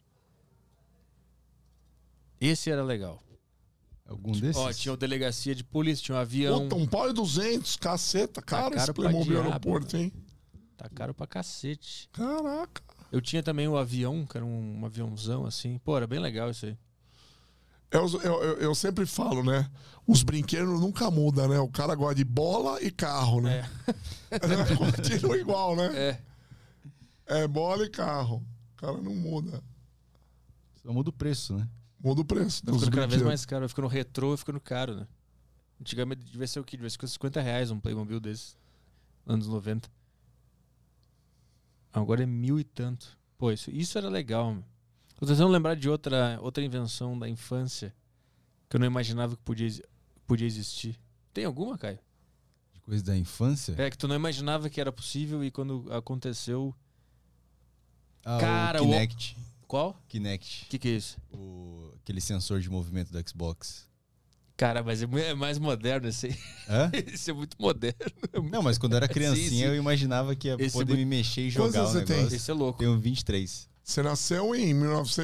Speaker 1: Esse era legal.
Speaker 2: Algum desses?
Speaker 1: Ó, tinha o delegacia de polícia, tinha um avião.
Speaker 3: Puta, um pau e 200, caceta, caro esse
Speaker 1: caro pra
Speaker 3: Playmobil
Speaker 1: diabo,
Speaker 3: aeroporto, hein?
Speaker 1: Tá caro pra cacete.
Speaker 3: Caraca.
Speaker 1: Eu tinha também o avião, que era um aviãozão assim. Pô, era bem legal isso aí.
Speaker 3: Eu sempre falo, né? Os brinquedos nunca mudam, né? O cara gosta de bola e carro, né? Continua igual, né?
Speaker 1: É.
Speaker 3: É bola e carro. O cara não muda.
Speaker 2: Só muda o preço, né?
Speaker 3: Muda o preço
Speaker 1: Tá
Speaker 3: dos
Speaker 1: ficando cada vez
Speaker 3: brinquedos.
Speaker 1: mais caro. Vai ficando retrô, vai ficando caro, né? Antigamente devia ser o quê? Devia ser R$50 um Playmobil desse. Anos 90. Agora é 1.000 e tanto. Pô, isso era legal, meu. Tô tentando lembrar de outra invenção da infância que eu não imaginava que podia existir. Tem alguma, Caio?
Speaker 2: De coisa da infância.
Speaker 1: É, que tu não imaginava que era possível e quando aconteceu...
Speaker 2: Ah,
Speaker 1: Cara,
Speaker 2: o Kinect.
Speaker 1: Qual?
Speaker 2: Kinect.
Speaker 1: O que é isso?
Speaker 2: Aquele sensor de movimento do Xbox.
Speaker 1: Cara, mas é mais moderno esse aí.
Speaker 2: Hã?
Speaker 1: Esse é muito moderno.
Speaker 2: Não, mas quando eu era criancinha
Speaker 1: Sim, sim.
Speaker 2: eu imaginava que ia
Speaker 1: Esse
Speaker 2: poder
Speaker 1: é
Speaker 2: me mexer e
Speaker 3: Quantos
Speaker 2: jogar o
Speaker 3: anos você tem?
Speaker 2: negócio.
Speaker 1: Esse é louco.
Speaker 2: Tenho 23.
Speaker 3: Você nasceu em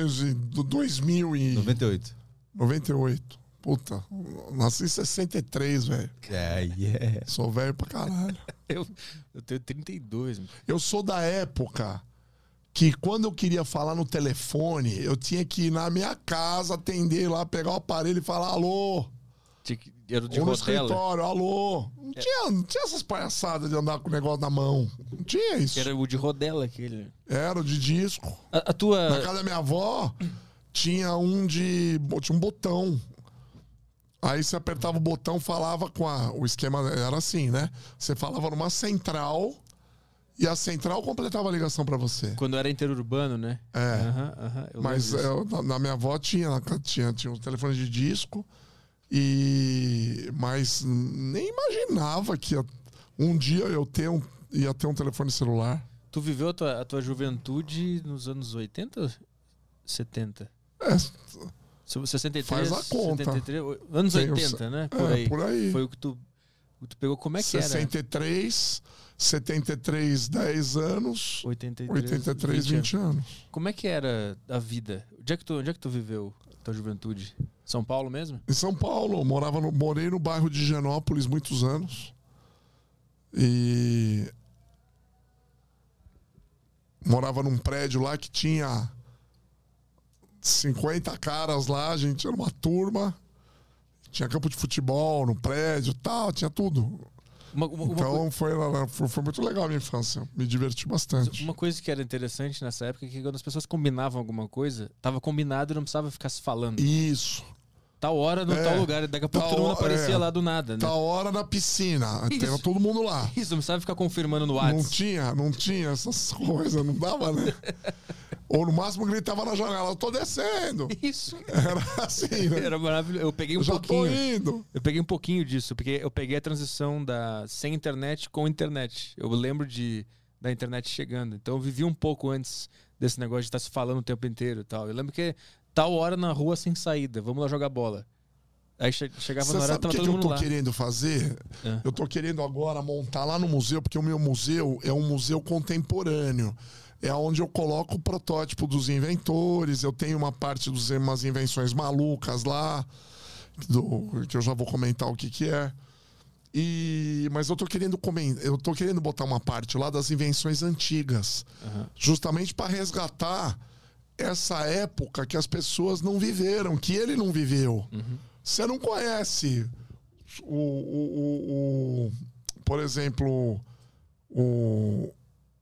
Speaker 3: 2098.
Speaker 2: 98.
Speaker 3: Puta, nasci em 63, velho.
Speaker 2: Yeah.
Speaker 3: Sou velho pra caralho.
Speaker 1: Eu tenho 32. Mano.
Speaker 3: Eu sou da época que quando eu queria falar no telefone, eu tinha que ir na minha casa, atender lá, pegar o aparelho e falar alô.
Speaker 1: Era o de
Speaker 3: Ou no
Speaker 1: rodela.
Speaker 3: escritório, alô. Não tinha essas palhaçadas de andar com o negócio na mão. Não tinha isso.
Speaker 1: Era o de rodela aquele.
Speaker 3: Era o de disco.
Speaker 1: A tua...
Speaker 3: Na casa da minha avó, tinha um botão. Aí você apertava o botão, falava com o esquema era assim, né? Você falava numa central e a central completava a ligação pra você.
Speaker 1: Quando era interurbano, né?
Speaker 3: É.
Speaker 1: Eu
Speaker 3: Mas
Speaker 1: lembro disso.
Speaker 3: na minha avó tinha um telefone de disco Mas nem imaginava que um dia ia ter um telefone celular.
Speaker 1: Tu viveu a tua juventude nos anos 80 ou 70? 63,
Speaker 3: faz a conta.
Speaker 1: 73, anos 80, né?
Speaker 3: Por aí.
Speaker 1: Foi o que tu pegou. Como é que
Speaker 3: 63, 73, 10 anos. 83, 20 anos.
Speaker 1: Como é que era a vida? Onde é que tu viveu a tua juventude? São Paulo mesmo?
Speaker 3: Em São Paulo. Morei no bairro de Higienópolis muitos anos. E morava num prédio lá que tinha 50 caras lá, a gente era uma turma. Tinha campo de futebol no prédio e tal, tinha tudo. Então foi muito legal a minha infância. Me diverti bastante.
Speaker 1: Uma coisa que era interessante nessa época é que quando as pessoas combinavam alguma coisa, tava combinado e não precisava ficar se falando.
Speaker 3: Isso.
Speaker 1: Tal hora no tal lugar. Daqui a pouco todo mundo aparecia lá do nada, né?
Speaker 3: Tal hora na piscina. Tava todo mundo lá.
Speaker 1: Isso, não precisava ficar confirmando no WhatsApp.
Speaker 3: Não tinha essas coisas, não dava, né? Ou no máximo gritava na janela, eu tô descendo.
Speaker 1: Isso.
Speaker 3: Era assim, né?
Speaker 1: Era maravilhoso. Eu peguei um
Speaker 3: já
Speaker 1: pouquinho.
Speaker 3: Tô indo.
Speaker 1: Eu peguei um pouquinho disso, porque eu peguei a transição sem internet com internet. Eu lembro da internet chegando. Então eu vivi um pouco antes desse negócio de estar se falando o tempo inteiro e tal. Eu lembro que tal hora na rua sem saída, vamos lá jogar bola. Aí chegava na hora, tava todo mundo lá.
Speaker 3: Sabe o que eu tô querendo fazer? Eu tô querendo agora montar lá no museu, porque o meu museu é um museu contemporâneo. É onde eu coloco o protótipo dos inventores. Eu tenho uma parte dos umas invenções malucas lá, que eu já vou comentar o que é. Mas eu tô querendo botar uma parte lá das invenções antigas, justamente para resgatar essa época que as pessoas não viveram, que ele não viveu. Você não conhece por exemplo, o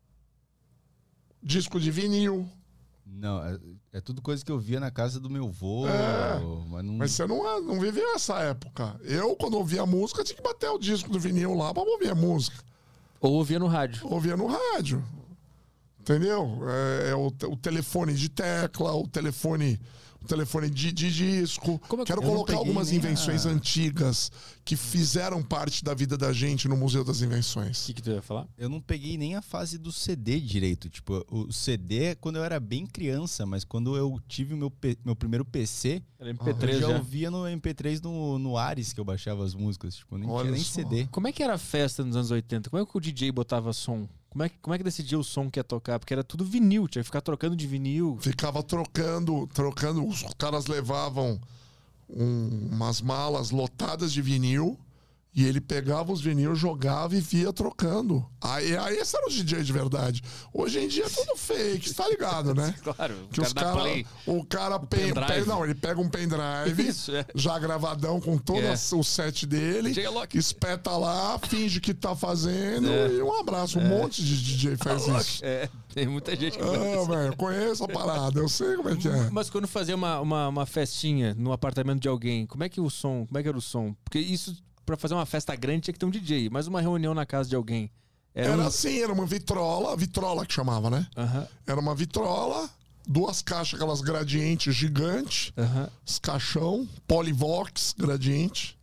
Speaker 3: disco de vinil.
Speaker 2: Não, é tudo coisa que eu via na casa do meu avô.
Speaker 3: Mas você não viveu essa época. Eu, quando ouvia música, tinha que bater o disco do vinil lá pra ouvir a música.
Speaker 1: Ou ouvia no rádio.
Speaker 3: Ouvia no rádio. Entendeu? O telefone de tecla, o telefone de disco. Quero colocar algumas invenções antigas que fizeram parte da vida da gente no Museu das Invenções.
Speaker 1: O que tu ia falar?
Speaker 2: Eu não peguei nem a fase do CD direito. Tipo, o CD é quando eu era bem criança, mas quando eu tive o meu primeiro PC,
Speaker 1: era MP3
Speaker 2: eu já ouvia no MP3 no Ares que eu baixava as músicas. Tipo, nem tinha nem CD.
Speaker 1: Como é que era a festa nos anos 80? Como é que o DJ botava som? Como é que decidia o som que ia tocar? Porque era tudo vinil, tinha que ficar trocando de vinil.
Speaker 3: Ficava trocando. Os caras levavam umas malas lotadas de vinil e ele pegava os vinil, jogava e via trocando. Aí esse era o DJ de verdade. Hoje em dia é tudo fake, tá ligado, né?
Speaker 1: Claro,
Speaker 3: que o cara ele pega um pendrive, já gravadão com todo o set dele, espeta lá, finge que tá fazendo e um abraço. Um monte de DJ faz isso.
Speaker 1: Tem muita gente que faz isso.
Speaker 3: Velho, eu conheço a parada, eu sei como é que é.
Speaker 1: Mas quando fazia uma festinha no apartamento de alguém, como é que era o som? Porque isso, pra fazer uma festa grande, tinha que ter um DJ, mas uma reunião na casa de alguém.
Speaker 3: Era assim, era uma vitrola que chamava, né? Era uma vitrola, 2 caixas, aquelas gradientes gigantes, os caixão, Polivox, gradiente.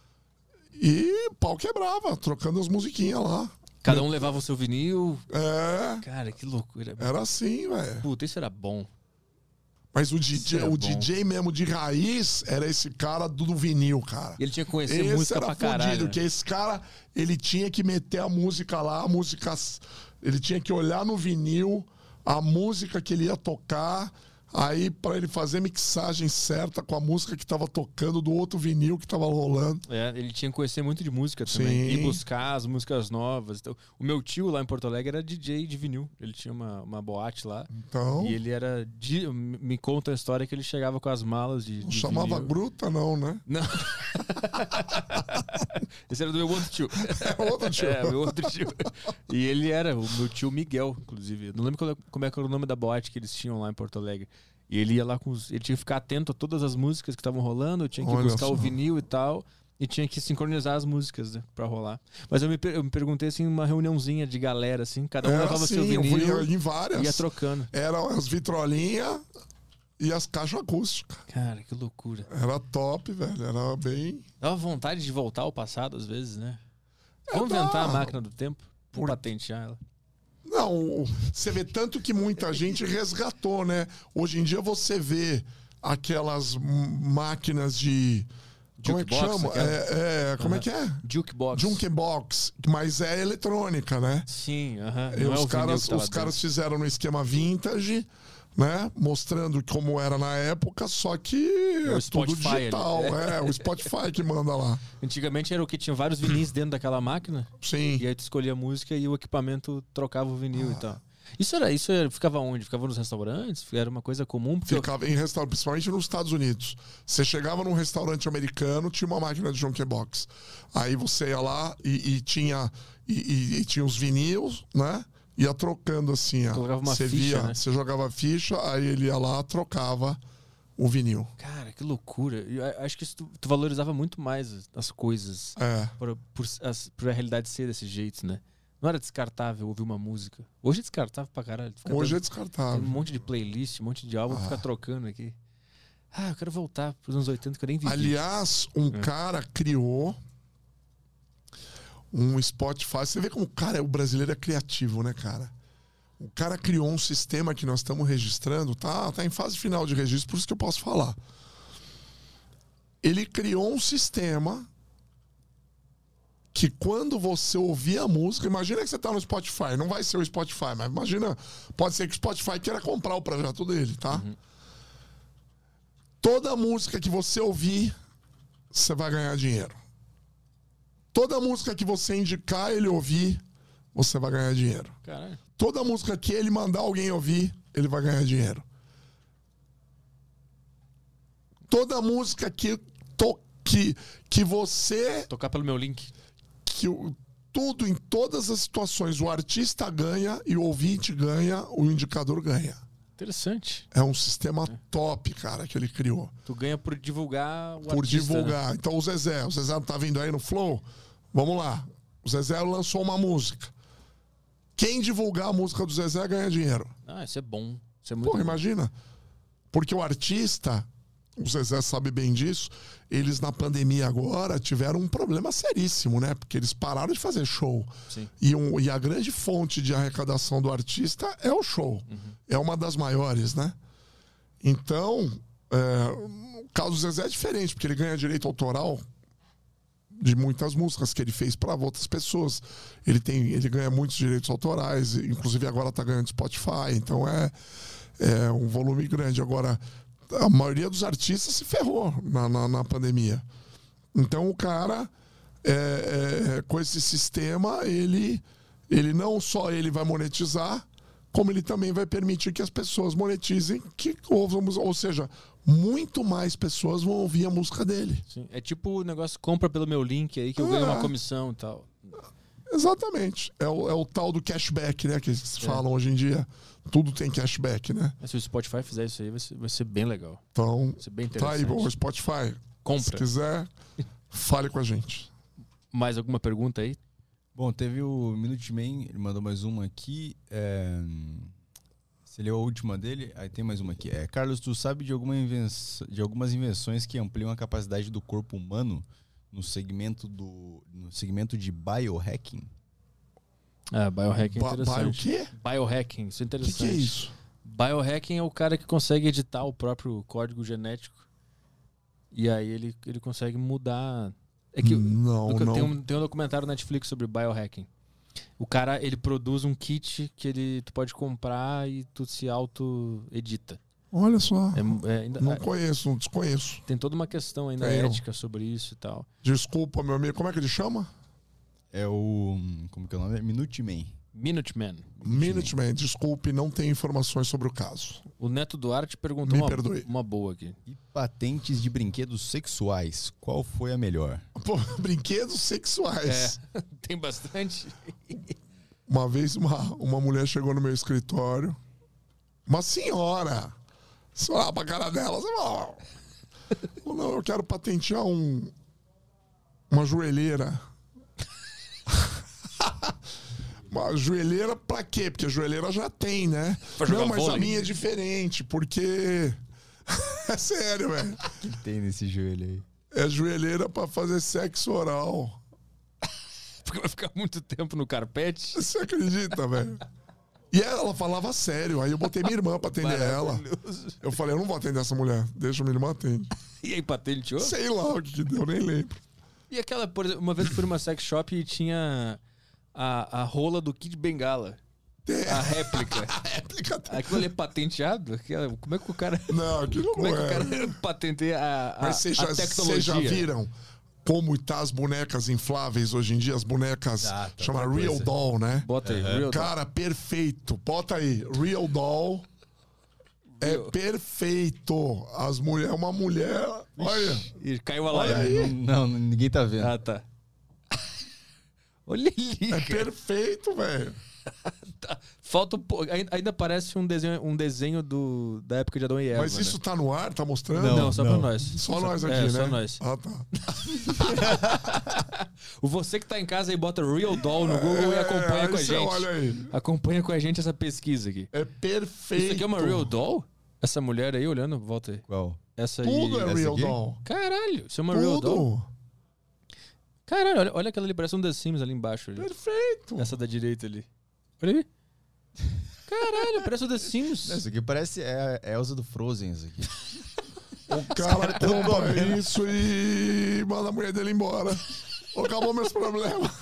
Speaker 3: E pau quebrava, trocando as musiquinhas lá.
Speaker 1: Cada um levava o seu vinil.
Speaker 3: Cara,
Speaker 1: que loucura.
Speaker 3: Era assim, velho.
Speaker 1: Puta, isso era bom.
Speaker 3: Mas o DJ mesmo de raiz era esse cara do vinil, cara.
Speaker 1: Ele tinha que conhecer música pra caralho.
Speaker 3: Porque esse cara, ele tinha que meter a música lá, ele tinha que olhar no vinil a música que ele ia tocar, aí pra ele fazer a mixagem certa com a música que tava tocando do outro vinil que tava rolando.
Speaker 1: Ele tinha que conhecer muito de música também. Ir buscar as músicas novas. Então, o meu tio lá em Porto Alegre era DJ de vinil. Ele tinha uma boate lá.
Speaker 3: Então...
Speaker 1: E ele era... Me conta a história que ele chegava com as malas de
Speaker 3: não chamava
Speaker 1: vinil.
Speaker 3: Gruta, não, né?
Speaker 1: Não. Esse era do meu outro tio.
Speaker 3: Outro tio.
Speaker 1: Meu outro tio. E ele era o meu tio Miguel, inclusive. Eu não lembro como é que era o nome da boate que eles tinham lá em Porto Alegre. E ele ia lá ele tinha que ficar atento a todas as músicas que estavam rolando, tinha que buscar o vinil e tal, e tinha que sincronizar as músicas, né, pra rolar. Mas eu me perguntei, assim, uma reuniãozinha de galera, assim, cada um levava seu vinil
Speaker 3: em várias.
Speaker 1: Ia trocando.
Speaker 3: Eram as vitrolinhas e as caixas acústicas.
Speaker 1: Cara, que loucura.
Speaker 3: Era top, velho. Era bem...
Speaker 1: Dava vontade de voltar ao passado, às vezes, né? Vamos inventar a máquina do tempo? Por patentear ela.
Speaker 3: Não, você vê tanto que muita gente resgatou, né? Hoje em dia você vê aquelas máquinas de... Como é que
Speaker 1: Jukebox,
Speaker 3: chama? Como é que é?
Speaker 1: Jukebox.
Speaker 3: Jukebox, mas é eletrônica, né?
Speaker 1: Sim,
Speaker 3: E os caras fizeram no esquema vintage, né? Mostrando como era na época, só que é tudo digital. O Spotify que manda lá.
Speaker 1: Antigamente era o que tinha vários vinis dentro daquela máquina.
Speaker 3: Sim.
Speaker 1: E aí tu escolhia a música e o equipamento trocava o vinil e tal. Isso ficava onde? Ficava nos restaurantes? Era uma coisa comum?
Speaker 3: Ficava em restaurante, principalmente nos Estados Unidos. Você chegava num restaurante americano, tinha uma máquina de jukebox. Aí você ia lá e tinha os vinis, né? Ia trocando assim, ó.
Speaker 1: Colocava uma
Speaker 3: você
Speaker 1: ficha, né?
Speaker 3: Você jogava a ficha, aí ele ia lá, trocava o vinil.
Speaker 1: Cara, que loucura. Eu acho que isso tu valorizava muito mais as coisas. Por a realidade ser desse jeito, né? Não era descartável ouvir uma música. Hoje é descartável pra caralho.
Speaker 3: Hoje é descartável.
Speaker 1: Tem um monte de playlist, um monte de álbum pra ficar trocando aqui. Eu quero voltar pros anos 80 que eu nem vivi.
Speaker 3: Aliás, cara criou um Spotify. Você vê como o brasileiro é criativo, né, cara? O cara criou um sistema que nós estamos registrando, tá em fase final de registro, por isso que eu posso falar. Ele criou um sistema que quando você ouvir a música, imagina que você tá no Spotify, não vai ser o Spotify, mas imagina, pode ser que o Spotify queira comprar o projeto dele, tá?
Speaker 1: Uhum.
Speaker 3: Toda música que você ouvir, você vai ganhar dinheiro. Toda música que você indicar ele ouvir, você vai ganhar dinheiro.
Speaker 1: Caralho.
Speaker 3: Toda música que ele mandar alguém ouvir, ele vai ganhar dinheiro. Toda música que você...
Speaker 1: Tocar pelo meu link.
Speaker 3: Tudo, em todas as situações, o artista ganha e o ouvinte ganha, o indicador ganha.
Speaker 1: Interessante.
Speaker 3: É um sistema top, cara, que ele criou.
Speaker 1: Tu ganha por divulgar o
Speaker 3: Por
Speaker 1: artista,
Speaker 3: divulgar.
Speaker 1: né?
Speaker 3: Então o Zezé não tá vindo aí no Flow? Vamos lá. O Zezé lançou uma música. Quem divulgar a música do Zezé ganha dinheiro.
Speaker 1: Isso é bom. Isso é muito bom.
Speaker 3: Imagina. Porque o artista, o Zezé sabe bem disso, eles na pandemia agora tiveram um problema seríssimo, né? Porque eles pararam de fazer show.
Speaker 1: Sim.
Speaker 3: E a grande fonte de arrecadação do artista é o show.
Speaker 1: Uhum.
Speaker 3: É uma das maiores, né? Então, o caso do Zezé é diferente, porque ele ganha direito autoral de muitas músicas que ele fez para outras pessoas. Ele ganha muitos direitos autorais, inclusive agora tá ganhando Spotify, então é um volume grande. Agora, a maioria dos artistas se ferrou na pandemia. Então o cara, com esse sistema, ele não só ele vai monetizar, como ele também vai permitir que as pessoas monetizem, que ouvam, ou seja, muito mais pessoas vão ouvir a música dele.
Speaker 1: Sim. É tipo o negócio compra pelo meu link aí que eu ganho uma comissão e tal.
Speaker 3: Exatamente. É o tal do cashback, né? Que se falam hoje em dia. Tudo tem cashback, né?
Speaker 1: Mas se o Spotify fizer isso aí, vai ser bem legal.
Speaker 3: Então,
Speaker 1: vai ser bem
Speaker 3: tá aí,
Speaker 1: interessante.
Speaker 3: o Spotify.
Speaker 1: Compra.
Speaker 3: Se quiser, fale com a gente.
Speaker 1: Mais alguma pergunta aí?
Speaker 2: Bom, teve o Minute Man, ele mandou mais uma aqui. Você leu a última dele? Aí tem mais uma aqui. Carlos, tu sabe de algumas invenções que ampliam a capacidade do corpo humano no segmento de biohacking?
Speaker 1: Biohacking é interessante.
Speaker 3: O quê?
Speaker 1: Biohacking, isso é
Speaker 3: O
Speaker 1: interessante.
Speaker 3: que é isso?
Speaker 1: Biohacking é o cara que consegue editar o próprio código genético. E aí ele consegue mudar. É que
Speaker 3: Não.
Speaker 1: tem um documentário na Netflix sobre biohacking. O cara, ele produz um kit que tu pode comprar e tu se auto-edita.
Speaker 3: Olha só. Não desconheço.
Speaker 1: Tem toda uma questão ainda ética sobre isso e tal.
Speaker 3: Desculpa, meu amigo. Como é que ele chama?
Speaker 2: É o... Como que é o nome? Minute Man.
Speaker 3: Minute Man. Desculpe, não tem informações sobre o caso.
Speaker 1: O Neto Duarte perguntou uma boa aqui.
Speaker 2: E patentes de brinquedos sexuais, qual foi a melhor?
Speaker 3: Pô, brinquedos sexuais.
Speaker 1: Tem bastante.
Speaker 3: Uma vez uma mulher chegou no meu escritório. Uma senhora. Você olhava pra cara dela. Você fala, não, eu quero patentear uma joelheira. Uma joelheira pra quê? Porque a joelheira já tem, né?
Speaker 1: Pra jogar
Speaker 3: não, mas
Speaker 1: vôlei.
Speaker 3: A minha é diferente, porque É sério, velho.
Speaker 2: O que tem nesse joelho aí?
Speaker 3: É joelheira pra fazer sexo oral.
Speaker 1: Porque vai ficar muito tempo no carpete.
Speaker 3: Você acredita, velho? E ela falava sério. Aí eu botei minha irmã pra atender ela. Eu falei, eu não vou atender essa mulher. Deixa minha irmã atender.
Speaker 1: E aí, patenteou?
Speaker 3: Sei lá o que deu, nem lembro.
Speaker 1: E aquela, por exemplo, uma vez eu fui numa sex shop e tinha a rola do Kid Bengala. A réplica.
Speaker 3: A réplica.
Speaker 1: Aquilo ali é patenteado? Como é que o cara...
Speaker 3: Não, aquilo
Speaker 1: Como
Speaker 3: não
Speaker 1: é que o cara
Speaker 3: é.
Speaker 1: patenteia
Speaker 3: Mas vocês
Speaker 1: a tecnologia?
Speaker 3: já viram como tá as bonecas infláveis hoje em dia? As bonecas chama
Speaker 2: outra
Speaker 3: Real
Speaker 2: coisa.
Speaker 3: Doll, né?
Speaker 1: Bota aí, real
Speaker 3: Cara, perfeito. Bota aí, Real Doll. É perfeito. As mulheres, uma mulher. Olha.
Speaker 1: E caiu a
Speaker 3: Olha
Speaker 1: live.
Speaker 3: aí.
Speaker 2: Não, ninguém tá vendo.
Speaker 1: Ah, tá. Olha ali,
Speaker 3: É
Speaker 1: cara.
Speaker 3: perfeito, velho.
Speaker 1: Tá. Falta ainda parece um desenho da época de Adão e Eva.
Speaker 3: Mas isso tá no ar? Tá mostrando?
Speaker 1: Não, só
Speaker 2: não.
Speaker 1: pra nós.
Speaker 3: Só nós aqui,
Speaker 1: é,
Speaker 3: né?
Speaker 1: Só nós.
Speaker 3: Ah, tá.
Speaker 1: Você que tá em casa e bota Real Doll no Google e acompanha com a
Speaker 3: isso,
Speaker 1: gente.
Speaker 3: Olha aí.
Speaker 1: Acompanha com a gente essa pesquisa aqui.
Speaker 3: É perfeito.
Speaker 1: Isso aqui é uma Real Doll? Essa mulher aí olhando, volta aí.
Speaker 2: Qual?
Speaker 1: Essa
Speaker 3: Tudo
Speaker 1: aí.
Speaker 3: é
Speaker 2: essa
Speaker 3: Real
Speaker 2: aqui?
Speaker 3: Doll.
Speaker 1: Caralho, isso é uma Real Doll?
Speaker 3: Tudo.
Speaker 1: Caralho, olha aquela ali, parece um The Sims ali embaixo. Ali.
Speaker 3: Perfeito.
Speaker 1: Essa da direita ali. Olha aí. Caralho, parece o The Sims.
Speaker 2: Isso aqui parece a Elsa do Frozen, isso aqui.
Speaker 3: O cara compra isso e manda a mulher dele embora. Acabou meus problemas.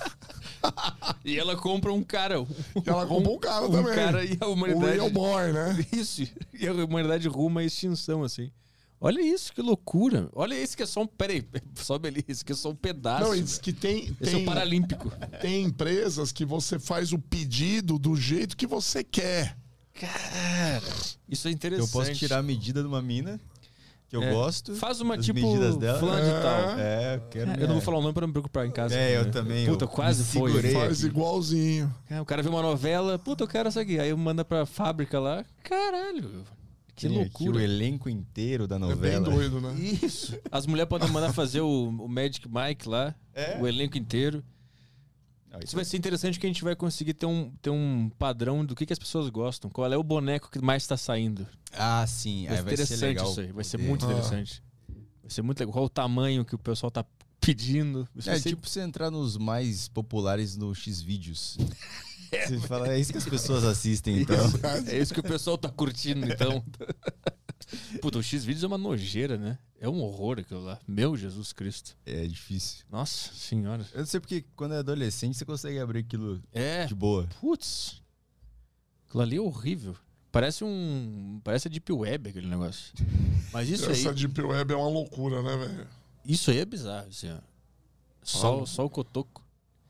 Speaker 1: E ela compra um cara.
Speaker 3: E ela compra um cara também.
Speaker 1: Um cara e a
Speaker 3: O
Speaker 1: humanidade...
Speaker 3: Real Boy, né?
Speaker 1: Isso. E a humanidade rumo à extinção, assim. Olha isso, que loucura. Olha esse que é só um... Pera aí, sobe ali. Esse que é só um pedaço.
Speaker 3: Não, e diz que tem,
Speaker 1: Esse é o Paralímpico.
Speaker 3: tem empresas que você faz o pedido do jeito que você quer.
Speaker 1: Cara, isso é interessante.
Speaker 2: Eu posso tirar a medida de uma mina, que eu gosto.
Speaker 1: Faz uma
Speaker 2: das
Speaker 1: tipo
Speaker 2: medidas dela.
Speaker 1: fulano de tal.
Speaker 2: É, eu quero.
Speaker 1: Eu não vou falar o nome pra não me preocupar em casa.
Speaker 2: É, eu também.
Speaker 1: Puta,
Speaker 2: eu
Speaker 1: quase
Speaker 2: me
Speaker 1: foi.
Speaker 2: segurei
Speaker 3: Faz
Speaker 2: aqui.
Speaker 3: igualzinho.
Speaker 1: O cara vê uma novela, puta, eu quero isso aqui. Aí manda pra fábrica lá. Caralho, que
Speaker 2: Tem aqui
Speaker 1: loucura.
Speaker 2: o elenco inteiro da
Speaker 3: É bem
Speaker 2: novela.
Speaker 3: doido, né?
Speaker 1: Isso. As mulheres podem mandar fazer o Magic Mike lá, o elenco inteiro. Isso vai ser interessante que a gente vai conseguir ter um padrão do que as pessoas gostam. Qual é o boneco que mais tá saindo.
Speaker 2: Ah, sim.
Speaker 1: Vai
Speaker 2: Aí
Speaker 1: ser
Speaker 2: vai ser
Speaker 1: interessante
Speaker 2: legal.
Speaker 1: isso aí. Vai ser
Speaker 2: poder-
Speaker 1: muito interessante. Vai ser muito legal. Qual o tamanho que o pessoal tá pedindo. Isso vai
Speaker 2: É
Speaker 1: ser-
Speaker 2: tipo você entrar nos mais populares no X-Vídeos. Você fala, é isso que as pessoas assistem, então.
Speaker 1: É isso que o pessoal tá curtindo, então. Puta, o X-Vídeos é uma nojeira, né? É um horror aquilo lá. Meu Jesus Cristo.
Speaker 2: É difícil.
Speaker 1: Nossa senhora.
Speaker 2: Eu não sei porque quando é adolescente você consegue abrir aquilo
Speaker 1: É.
Speaker 2: de boa.
Speaker 1: Putz. Aquilo ali é horrível. Parece a Deep Web aquele negócio. Mas isso
Speaker 3: Essa
Speaker 1: aí.
Speaker 3: Deep Web é uma loucura, né, velho?
Speaker 1: Isso aí é bizarro, assim, ó. Só o cotoco.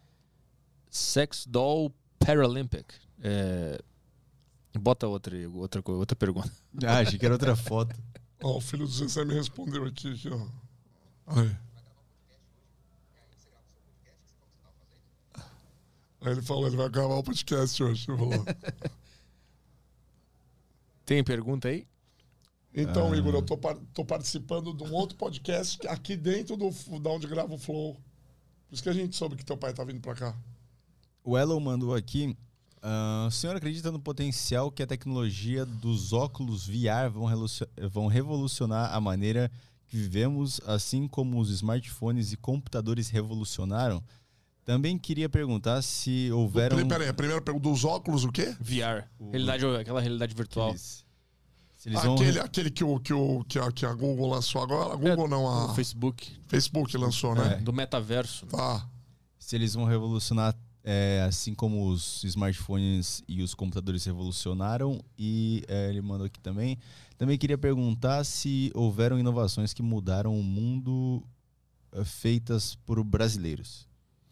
Speaker 1: Sex Doll Paralympic. Bota outra pergunta.
Speaker 2: Ah, achei que era outra foto.
Speaker 3: Ó, o filho do Zezé me respondeu aqui, ó. Aí. Aí ele falou, ele vai gravar o podcast hoje. Ele falou.
Speaker 1: Tem pergunta aí?
Speaker 3: Então, Igor, eu tô participando de um outro podcast aqui dentro da onde grava o Flow. Por isso que a gente soube que teu pai tá vindo pra cá.
Speaker 2: O Elon mandou aqui. O senhor acredita no potencial que a tecnologia dos óculos VR vão revolucionar a maneira que vivemos, assim como os smartphones e computadores revolucionaram? Também queria perguntar se houveram...
Speaker 3: Peraí, a primeira pergunta, dos óculos o quê?
Speaker 1: VR. Aquela realidade virtual.
Speaker 2: Se eles vão...
Speaker 3: Aquele que a Google lançou agora? A Google não,
Speaker 1: O
Speaker 3: a
Speaker 1: Facebook.
Speaker 3: Facebook lançou, né?
Speaker 1: Do metaverso.
Speaker 3: Tá.
Speaker 2: Se eles vão revolucionar assim como os smartphones e os computadores revolucionaram. E ele mandou aqui também. Também queria perguntar se houveram inovações que mudaram o mundo feitas por brasileiros.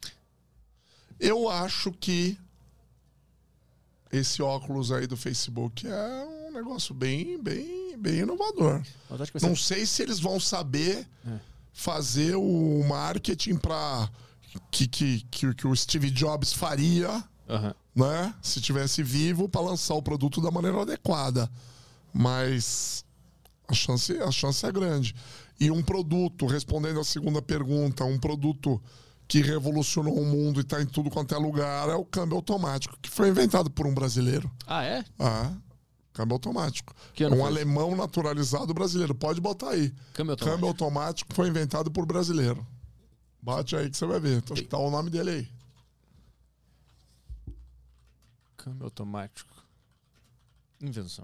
Speaker 3: Eu acho que esse óculos aí do Facebook é um negócio bem inovador.
Speaker 1: Mas acho que vai
Speaker 3: Não
Speaker 1: ser...
Speaker 3: sei se eles vão saber fazer o marketing para que o Steve Jobs faria,
Speaker 1: Aham.
Speaker 3: né? Se tivesse vivo, para lançar o produto da maneira adequada. Mas a chance é grande. E um produto, respondendo a segunda pergunta, um produto que revolucionou o mundo e está em tudo quanto é lugar é o câmbio automático, que foi inventado por um brasileiro.
Speaker 1: Ah, é?
Speaker 3: Ah, Câmbio automático.
Speaker 1: Que
Speaker 3: É
Speaker 1: ano
Speaker 3: um
Speaker 1: foi?
Speaker 3: alemão naturalizado brasileiro. Pode botar aí.
Speaker 1: Câmbio automático.
Speaker 3: Câmbio automático foi inventado por brasileiro. Bate aí que você vai ver. Acho que tá o nome dele aí.
Speaker 1: Câmbio automático. Invenção.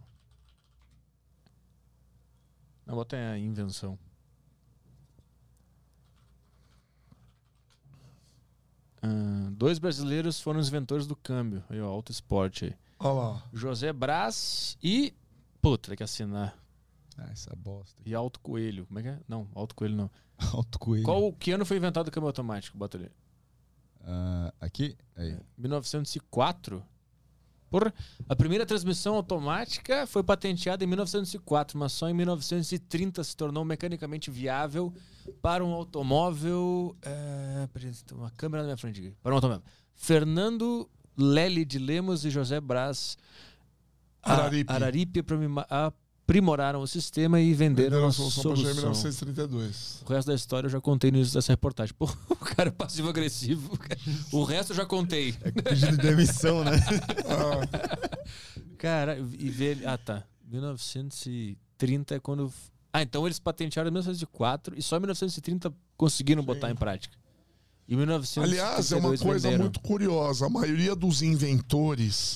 Speaker 1: Não, bota aí a invenção. Dois brasileiros foram os inventores do câmbio. Aí, ó, Auto Esporte aí.
Speaker 3: Olha lá.
Speaker 1: José Brás e... Puta, tem que assinar.
Speaker 2: Ah, essa bosta.
Speaker 1: E Alto Coelho. Como é que é? Não, Alto Coelho não.
Speaker 2: Alto coelho.
Speaker 1: Que ano foi inventado o câmbio automático? Bota ali.
Speaker 2: Aqui? Aí.
Speaker 1: 1904? Porra, a primeira transmissão automática foi patenteada em 1904, mas só em 1930 se tornou mecanicamente viável para um automóvel... uma câmera na minha frente aqui. Para um automóvel. Fernando Lely de Lemos e José Brás Araripe aprimoraram o sistema e venderam a solução.
Speaker 3: Para em 1932.
Speaker 1: O resto da história eu já contei no início dessa reportagem. Pô, o cara é passivo-agressivo. O resto eu já contei.
Speaker 2: É pedido de demissão, né?
Speaker 1: Cara, e ver... tá. 1930 é quando... então eles patentearam em 1904 e só em 1930 conseguiram botar em prática. Em 1932
Speaker 3: Aliás, é uma coisa muito curiosa. A maioria dos inventores...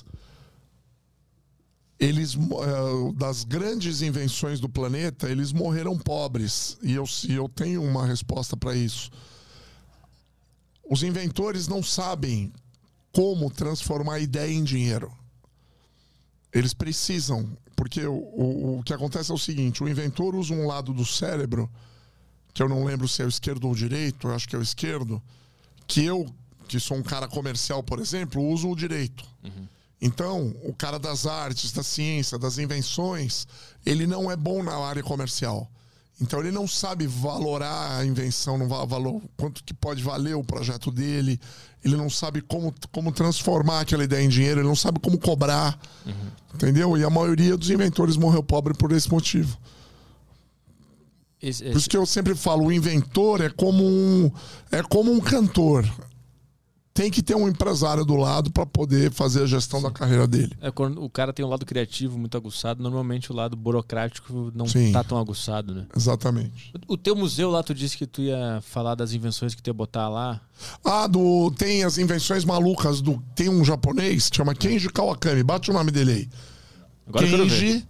Speaker 3: das grandes invenções do planeta, eles morreram pobres. E eu tenho uma resposta para isso. Os inventores não sabem como transformar a ideia em dinheiro. Eles precisam, porque o que acontece é o seguinte: o inventor usa um lado do cérebro, que eu não lembro se é o esquerdo ou o direito, eu acho que é o esquerdo, que sou um cara comercial, por exemplo, uso o direito. Uhum. Então, o cara das artes, da ciência, das invenções, ele não é bom na área comercial. Então, ele não sabe valorar a invenção, quanto que pode valer o projeto dele, ele não sabe como transformar aquela ideia em dinheiro, ele não sabe como cobrar, entendeu? E a maioria dos inventores morreu pobre por esse motivo. Por isso que eu sempre falo, o inventor é como um cantor. Tem que ter um empresário do lado para poder fazer a gestão da carreira dele.
Speaker 1: Quando o cara tem um lado criativo muito aguçado, normalmente o lado burocrático não está tão aguçado, né?
Speaker 3: Exatamente.
Speaker 1: O teu museu lá, tu disse que tu ia falar das invenções que tu ia botar lá.
Speaker 3: Tem as invenções malucas tem um japonês que chama Kenji Kawakami. Bate o nome dele aí.
Speaker 1: Agora
Speaker 3: Kenji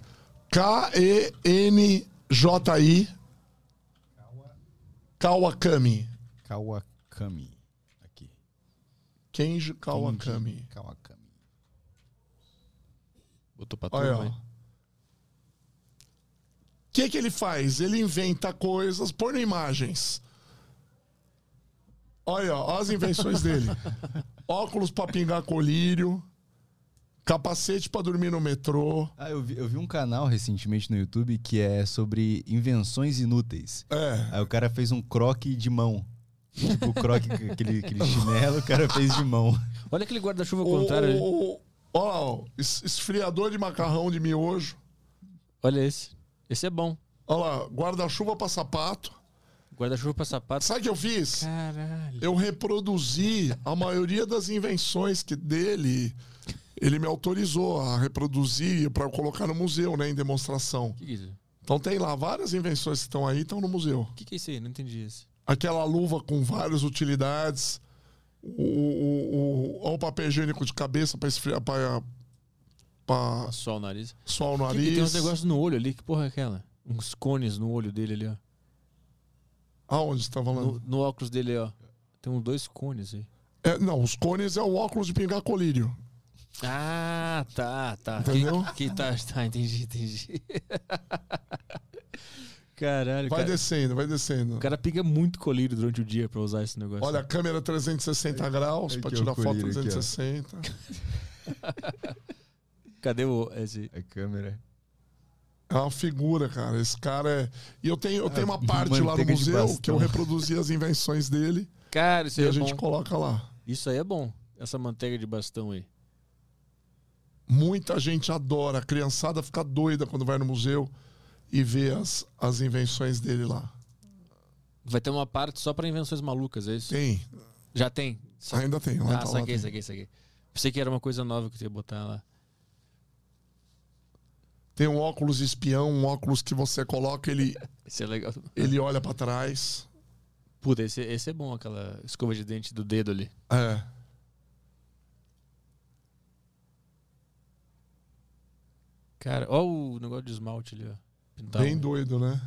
Speaker 3: Kenji Kawakami. Kenji Kawakami.
Speaker 1: Botou pra tudo, né?
Speaker 3: O que ele faz? Ele inventa coisas, põe imagens. Olha, ó, as invenções dele. Óculos pra pingar colírio. Capacete pra dormir no metrô.
Speaker 2: Eu vi um canal recentemente no YouTube que é sobre invenções inúteis. Aí o cara fez um croque de mão. Tipo, o croque, aquele chinelo, o cara fez de mão.
Speaker 1: Olha aquele guarda-chuva ao contrário ali.
Speaker 3: Olha lá, esfriador de macarrão de miojo.
Speaker 1: Olha esse. Esse é bom.
Speaker 3: Olha lá, guarda-chuva pra sapato.
Speaker 1: Guarda-chuva pra sapato.
Speaker 3: Sabe o que eu fiz?
Speaker 1: Caralho.
Speaker 3: Eu reproduzi a maioria das invenções dele. Ele me autorizou a reproduzir para eu colocar no museu, né, em demonstração.
Speaker 1: Que é isso?
Speaker 3: Então tem lá várias invenções que estão aí, estão no museu.
Speaker 1: O que é isso aí? Não entendi isso.
Speaker 3: Aquela luva com várias utilidades, o papel higiênico de cabeça para esfriar, para
Speaker 1: suar o nariz.
Speaker 3: Suar o nariz.
Speaker 1: Tem uns negócios no olho ali, que porra é aquela? Uns cones no olho dele ali, ó.
Speaker 3: Aonde você tá falando?
Speaker 1: No óculos dele, ó. Tem uns 2 cones aí.
Speaker 3: Não, os cones é o óculos de pingar colírio.
Speaker 1: Ah, tá.
Speaker 3: Entendeu?
Speaker 1: Entendi. Caralho,
Speaker 3: vai descendo.
Speaker 1: O cara pinga muito colírio durante o dia pra usar esse negócio.
Speaker 3: Olha, a câmera 360 graus pra tirar foto 360.
Speaker 1: Cadê esse?
Speaker 2: A câmera.
Speaker 3: É uma figura, cara. Esse cara é... E eu tenho uma parte lá no museu que eu reproduzi as invenções dele.
Speaker 1: Cara, isso aí
Speaker 3: e a gente coloca lá.
Speaker 1: Isso aí é bom. Essa manteiga de bastão aí.
Speaker 3: Muita gente adora. A criançada fica doida quando vai no museu e vê as invenções dele lá.
Speaker 1: Vai ter uma parte só pra invenções malucas, é isso?
Speaker 3: Tem.
Speaker 1: Já tem?
Speaker 3: Ainda tem. Lá
Speaker 1: saquei. Pensei que era uma coisa nova que tu ia botar lá.
Speaker 3: Tem um óculos espião, um óculos que você coloca,
Speaker 1: Esse é legal.
Speaker 3: ele olha pra trás.
Speaker 1: Puta, esse é bom, aquela escova de dente do dedo ali.
Speaker 3: É.
Speaker 1: Cara, ó o negócio de esmalte ali, ó. Pintar
Speaker 3: Bem doido, né?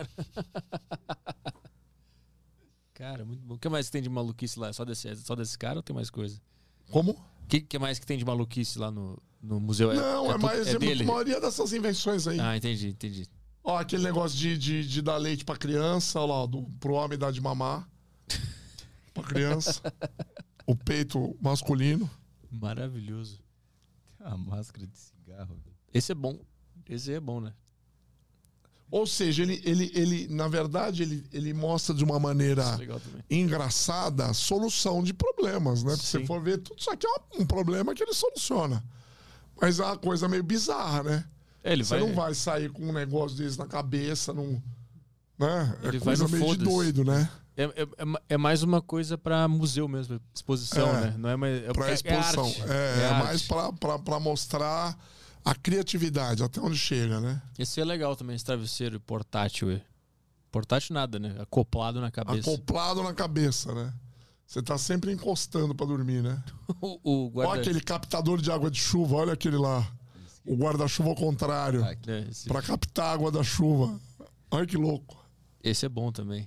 Speaker 1: Cara, muito bom. O que mais que tem de maluquice lá? Só desse cara ou tem mais coisa?
Speaker 3: Como?
Speaker 1: O que mais que tem de maluquice lá no museu?
Speaker 3: Não, é mais a
Speaker 1: dele?
Speaker 3: maioria dessas invenções aí.
Speaker 1: Ah, entendi.
Speaker 3: Ó, aquele negócio de dar leite pra criança, ó lá, pro homem dar de mamar. Pra criança. O peito masculino.
Speaker 1: Maravilhoso.
Speaker 2: Tem uma máscara de cigarro.
Speaker 1: Esse é bom. Esse é bom, né?
Speaker 3: Ou seja, ele na verdade, ele mostra de uma maneira
Speaker 1: Isso é legal também.
Speaker 3: engraçada a solução de problemas, né? Se você
Speaker 1: Sim.
Speaker 3: for ver, tudo isso aqui é um problema que ele soluciona. Mas é uma coisa meio bizarra, né?
Speaker 1: Ele
Speaker 3: Você não vai sair com um negócio desse na cabeça, não, né?
Speaker 1: Ele
Speaker 3: É
Speaker 1: vai
Speaker 3: coisa
Speaker 1: no
Speaker 3: meio de
Speaker 1: foda-se.
Speaker 3: doido, né?
Speaker 1: É mais uma coisa pra museu mesmo, exposição,
Speaker 3: É.
Speaker 1: né? Não é mais.
Speaker 3: Pra exposição.
Speaker 1: arte.
Speaker 3: É
Speaker 1: arte.
Speaker 3: mais pra mostrar a criatividade, até onde chega, né?
Speaker 1: Esse é legal também, esse travesseiro portátil aí. Portátil nada, né? Acoplado na cabeça.
Speaker 3: Acoplado na cabeça, né? Você tá sempre encostando pra dormir, né?
Speaker 1: O guarda...
Speaker 3: Olha aquele captador de água de chuva, olha aquele lá. O guarda-chuva ao contrário. Pra captar a água da chuva. Olha que louco.
Speaker 1: Esse é bom também.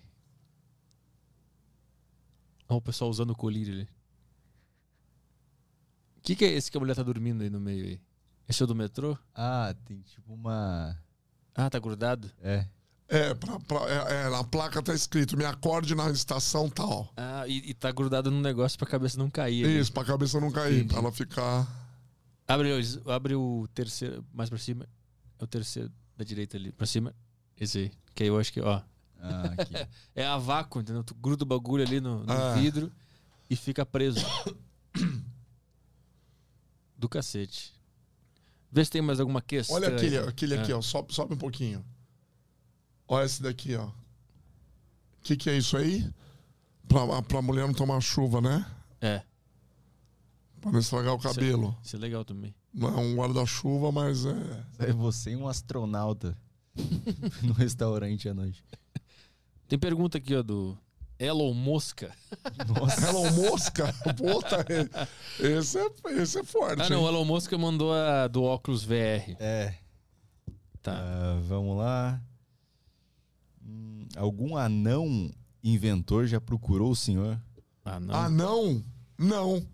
Speaker 1: Olha o pessoal usando o colírio ali. O que é esse que a mulher tá dormindo aí no meio aí? Esse é o do metrô?
Speaker 2: Ah, tem tipo uma...
Speaker 1: Ah, tá grudado?
Speaker 2: É.
Speaker 3: Na placa tá escrito, me acorde na estação tal.
Speaker 1: Ah, e tá grudado num negócio pra cabeça não cair. ali.
Speaker 3: Isso, pra cabeça não cair,
Speaker 1: Entendi.
Speaker 3: pra ela ficar...
Speaker 1: Abre o terceiro, mais pra cima. É o terceiro da direita ali, pra cima. Esse aí. Que aí eu acho que, ó.
Speaker 2: Ah, aqui.
Speaker 1: É a vácuo, entendeu? Tu gruda o bagulho ali no
Speaker 3: Ah.
Speaker 1: vidro e fica preso. Do cacete. Vê se tem mais alguma questão.
Speaker 3: Olha aquele
Speaker 1: aí.
Speaker 3: aqui, ó. Sobe um pouquinho. Olha esse daqui, ó. O que é isso aí? Pra mulher não tomar chuva, né?
Speaker 1: É,
Speaker 3: Pra não estragar o cabelo.
Speaker 1: isso é legal também.
Speaker 3: Não é um guarda-chuva, mas é...
Speaker 2: É você e um astronauta no restaurante à noite.
Speaker 1: Tem pergunta aqui, ó, do Elon Mosca.
Speaker 2: Nossa.
Speaker 3: Elon Mosca? Puta, esse é forte.
Speaker 1: Ah, não, o
Speaker 3: hein?
Speaker 1: Elon Mosca mandou a do óculos VR.
Speaker 2: É.
Speaker 1: Tá.
Speaker 2: Vamos lá. Algum anão inventor já procurou o senhor?
Speaker 1: Ah, não.
Speaker 3: Ah, não? Não.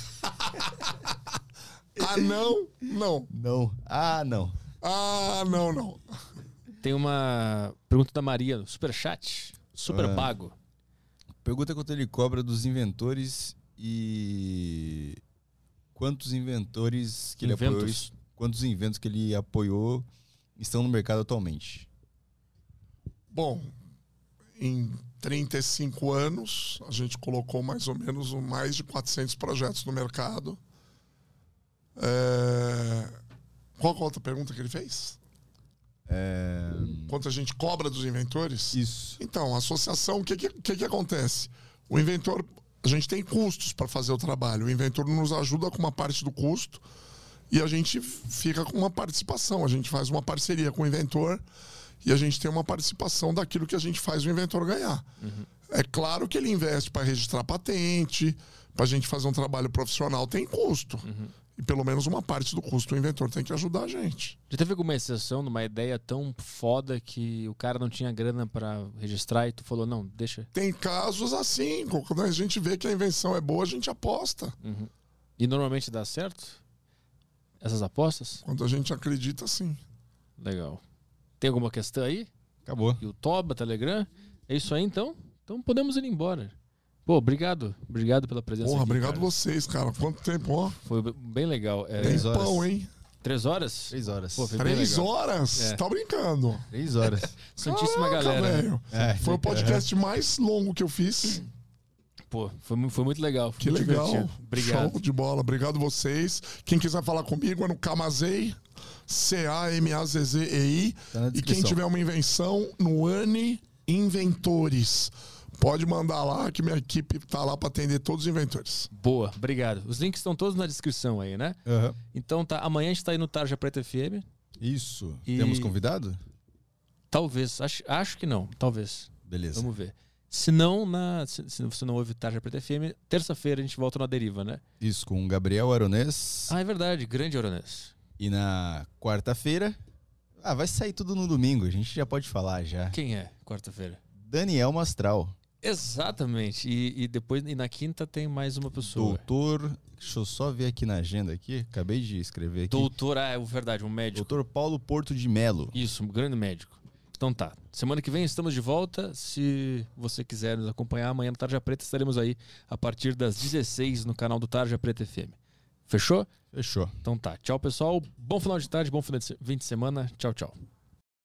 Speaker 3: Ah, não? Não.
Speaker 2: Não. Ah, não.
Speaker 3: Ah, não.
Speaker 1: Tem uma pergunta da Maria no Superchat. Super pago.
Speaker 2: Pergunta quanto ele cobra dos inventores e quantos inventores que ele apoiou,
Speaker 1: Inventos.
Speaker 2: quantos inventos que ele apoiou estão no mercado atualmente?
Speaker 3: Bom, em 35 anos, a gente colocou mais ou menos mais de 400 projetos no mercado. Qual que é a outra pergunta que ele fez? Quanto a gente cobra dos inventores?
Speaker 2: Isso.
Speaker 3: Então, a associação, o que acontece? O inventor, a gente tem custos para fazer o trabalho. O inventor nos ajuda com uma parte do custo e a gente fica com uma participação. A gente faz uma parceria com o inventor e a gente tem uma participação daquilo que a gente faz o inventor ganhar.
Speaker 1: Uhum.
Speaker 3: É claro que ele investe para registrar patente, para a gente fazer um trabalho profissional, tem custo.
Speaker 1: Uhum.
Speaker 3: E pelo menos uma parte do custo o inventor tem que ajudar a gente.
Speaker 1: Já teve alguma exceção numa ideia tão foda que o cara não tinha grana pra registrar e tu falou, não, deixa.
Speaker 3: Tem casos assim, quando a gente vê que a invenção é boa, a gente aposta.
Speaker 1: Uhum. E normalmente dá certo? Essas apostas?
Speaker 3: Quando a gente acredita, sim.
Speaker 1: Legal. Tem alguma questão aí?
Speaker 2: Acabou.
Speaker 1: YouTube, Telegram? É isso aí então? Então podemos ir embora. Pô, obrigado. Obrigado pela presença
Speaker 3: Porra,
Speaker 1: aqui,
Speaker 3: obrigado
Speaker 1: cara.
Speaker 3: vocês, cara. Quanto tempo, ó.
Speaker 1: Foi bem legal.
Speaker 3: Tem
Speaker 2: 3 horas.
Speaker 3: pão, hein?
Speaker 1: 3 horas?
Speaker 2: 3 horas.
Speaker 1: Pô, foi bem
Speaker 3: 3
Speaker 1: legal.
Speaker 3: horas?
Speaker 1: É.
Speaker 3: Tá brincando.
Speaker 2: 3 horas.
Speaker 1: Santíssima
Speaker 3: Caraca,
Speaker 1: galera.
Speaker 3: velho.
Speaker 2: É.
Speaker 3: Foi o podcast mais longo que eu fiz.
Speaker 1: Pô, foi muito legal. Foi
Speaker 3: Que
Speaker 1: muito
Speaker 3: legal.
Speaker 1: divertido. Obrigado.
Speaker 3: Show de bola. Obrigado vocês. Quem quiser falar comigo é no Camazei, CAMAZZEI.
Speaker 2: Tá na
Speaker 3: E quem
Speaker 2: descrição.
Speaker 3: tiver uma invenção, no Ane Inventores. Pode mandar lá que minha equipe tá lá para atender todos os inventores.
Speaker 1: Boa, obrigado. Os links estão todos na descrição aí, né?
Speaker 2: Aham.
Speaker 1: Então tá, amanhã a gente tá aí no Tarja Preta FM.
Speaker 2: Isso.
Speaker 1: E-
Speaker 2: Temos convidado?
Speaker 1: Talvez, acho que não, talvez.
Speaker 2: Beleza.
Speaker 1: Vamos ver. Se não, se você não ouve Tarja Preta FM, terça-feira a gente volta na Deriva, né?
Speaker 2: Isso, com o Gabriel Aronês.
Speaker 1: Ah, é verdade, grande Oronês.
Speaker 2: E na quarta-feira... vai sair tudo no domingo, a gente já pode falar já.
Speaker 1: Quem é quarta-feira?
Speaker 2: Daniel Mastral.
Speaker 1: Exatamente. E depois, e na quinta tem mais uma pessoa.
Speaker 2: Doutor... Deixa eu só ver aqui na agenda aqui. Acabei de escrever aqui.
Speaker 1: Doutor, é verdade, um médico.
Speaker 2: Doutor Paulo Porto de Melo.
Speaker 1: Isso, um grande médico. Então tá. Semana que vem estamos de volta. Se você quiser nos acompanhar, amanhã no Tarja Preta estaremos aí a partir das 16 no canal do Tarja Preta FM. Fechou?
Speaker 2: Fechou.
Speaker 1: Então tá. Tchau, pessoal. Bom final de tarde, bom fim de semana. Tchau, tchau.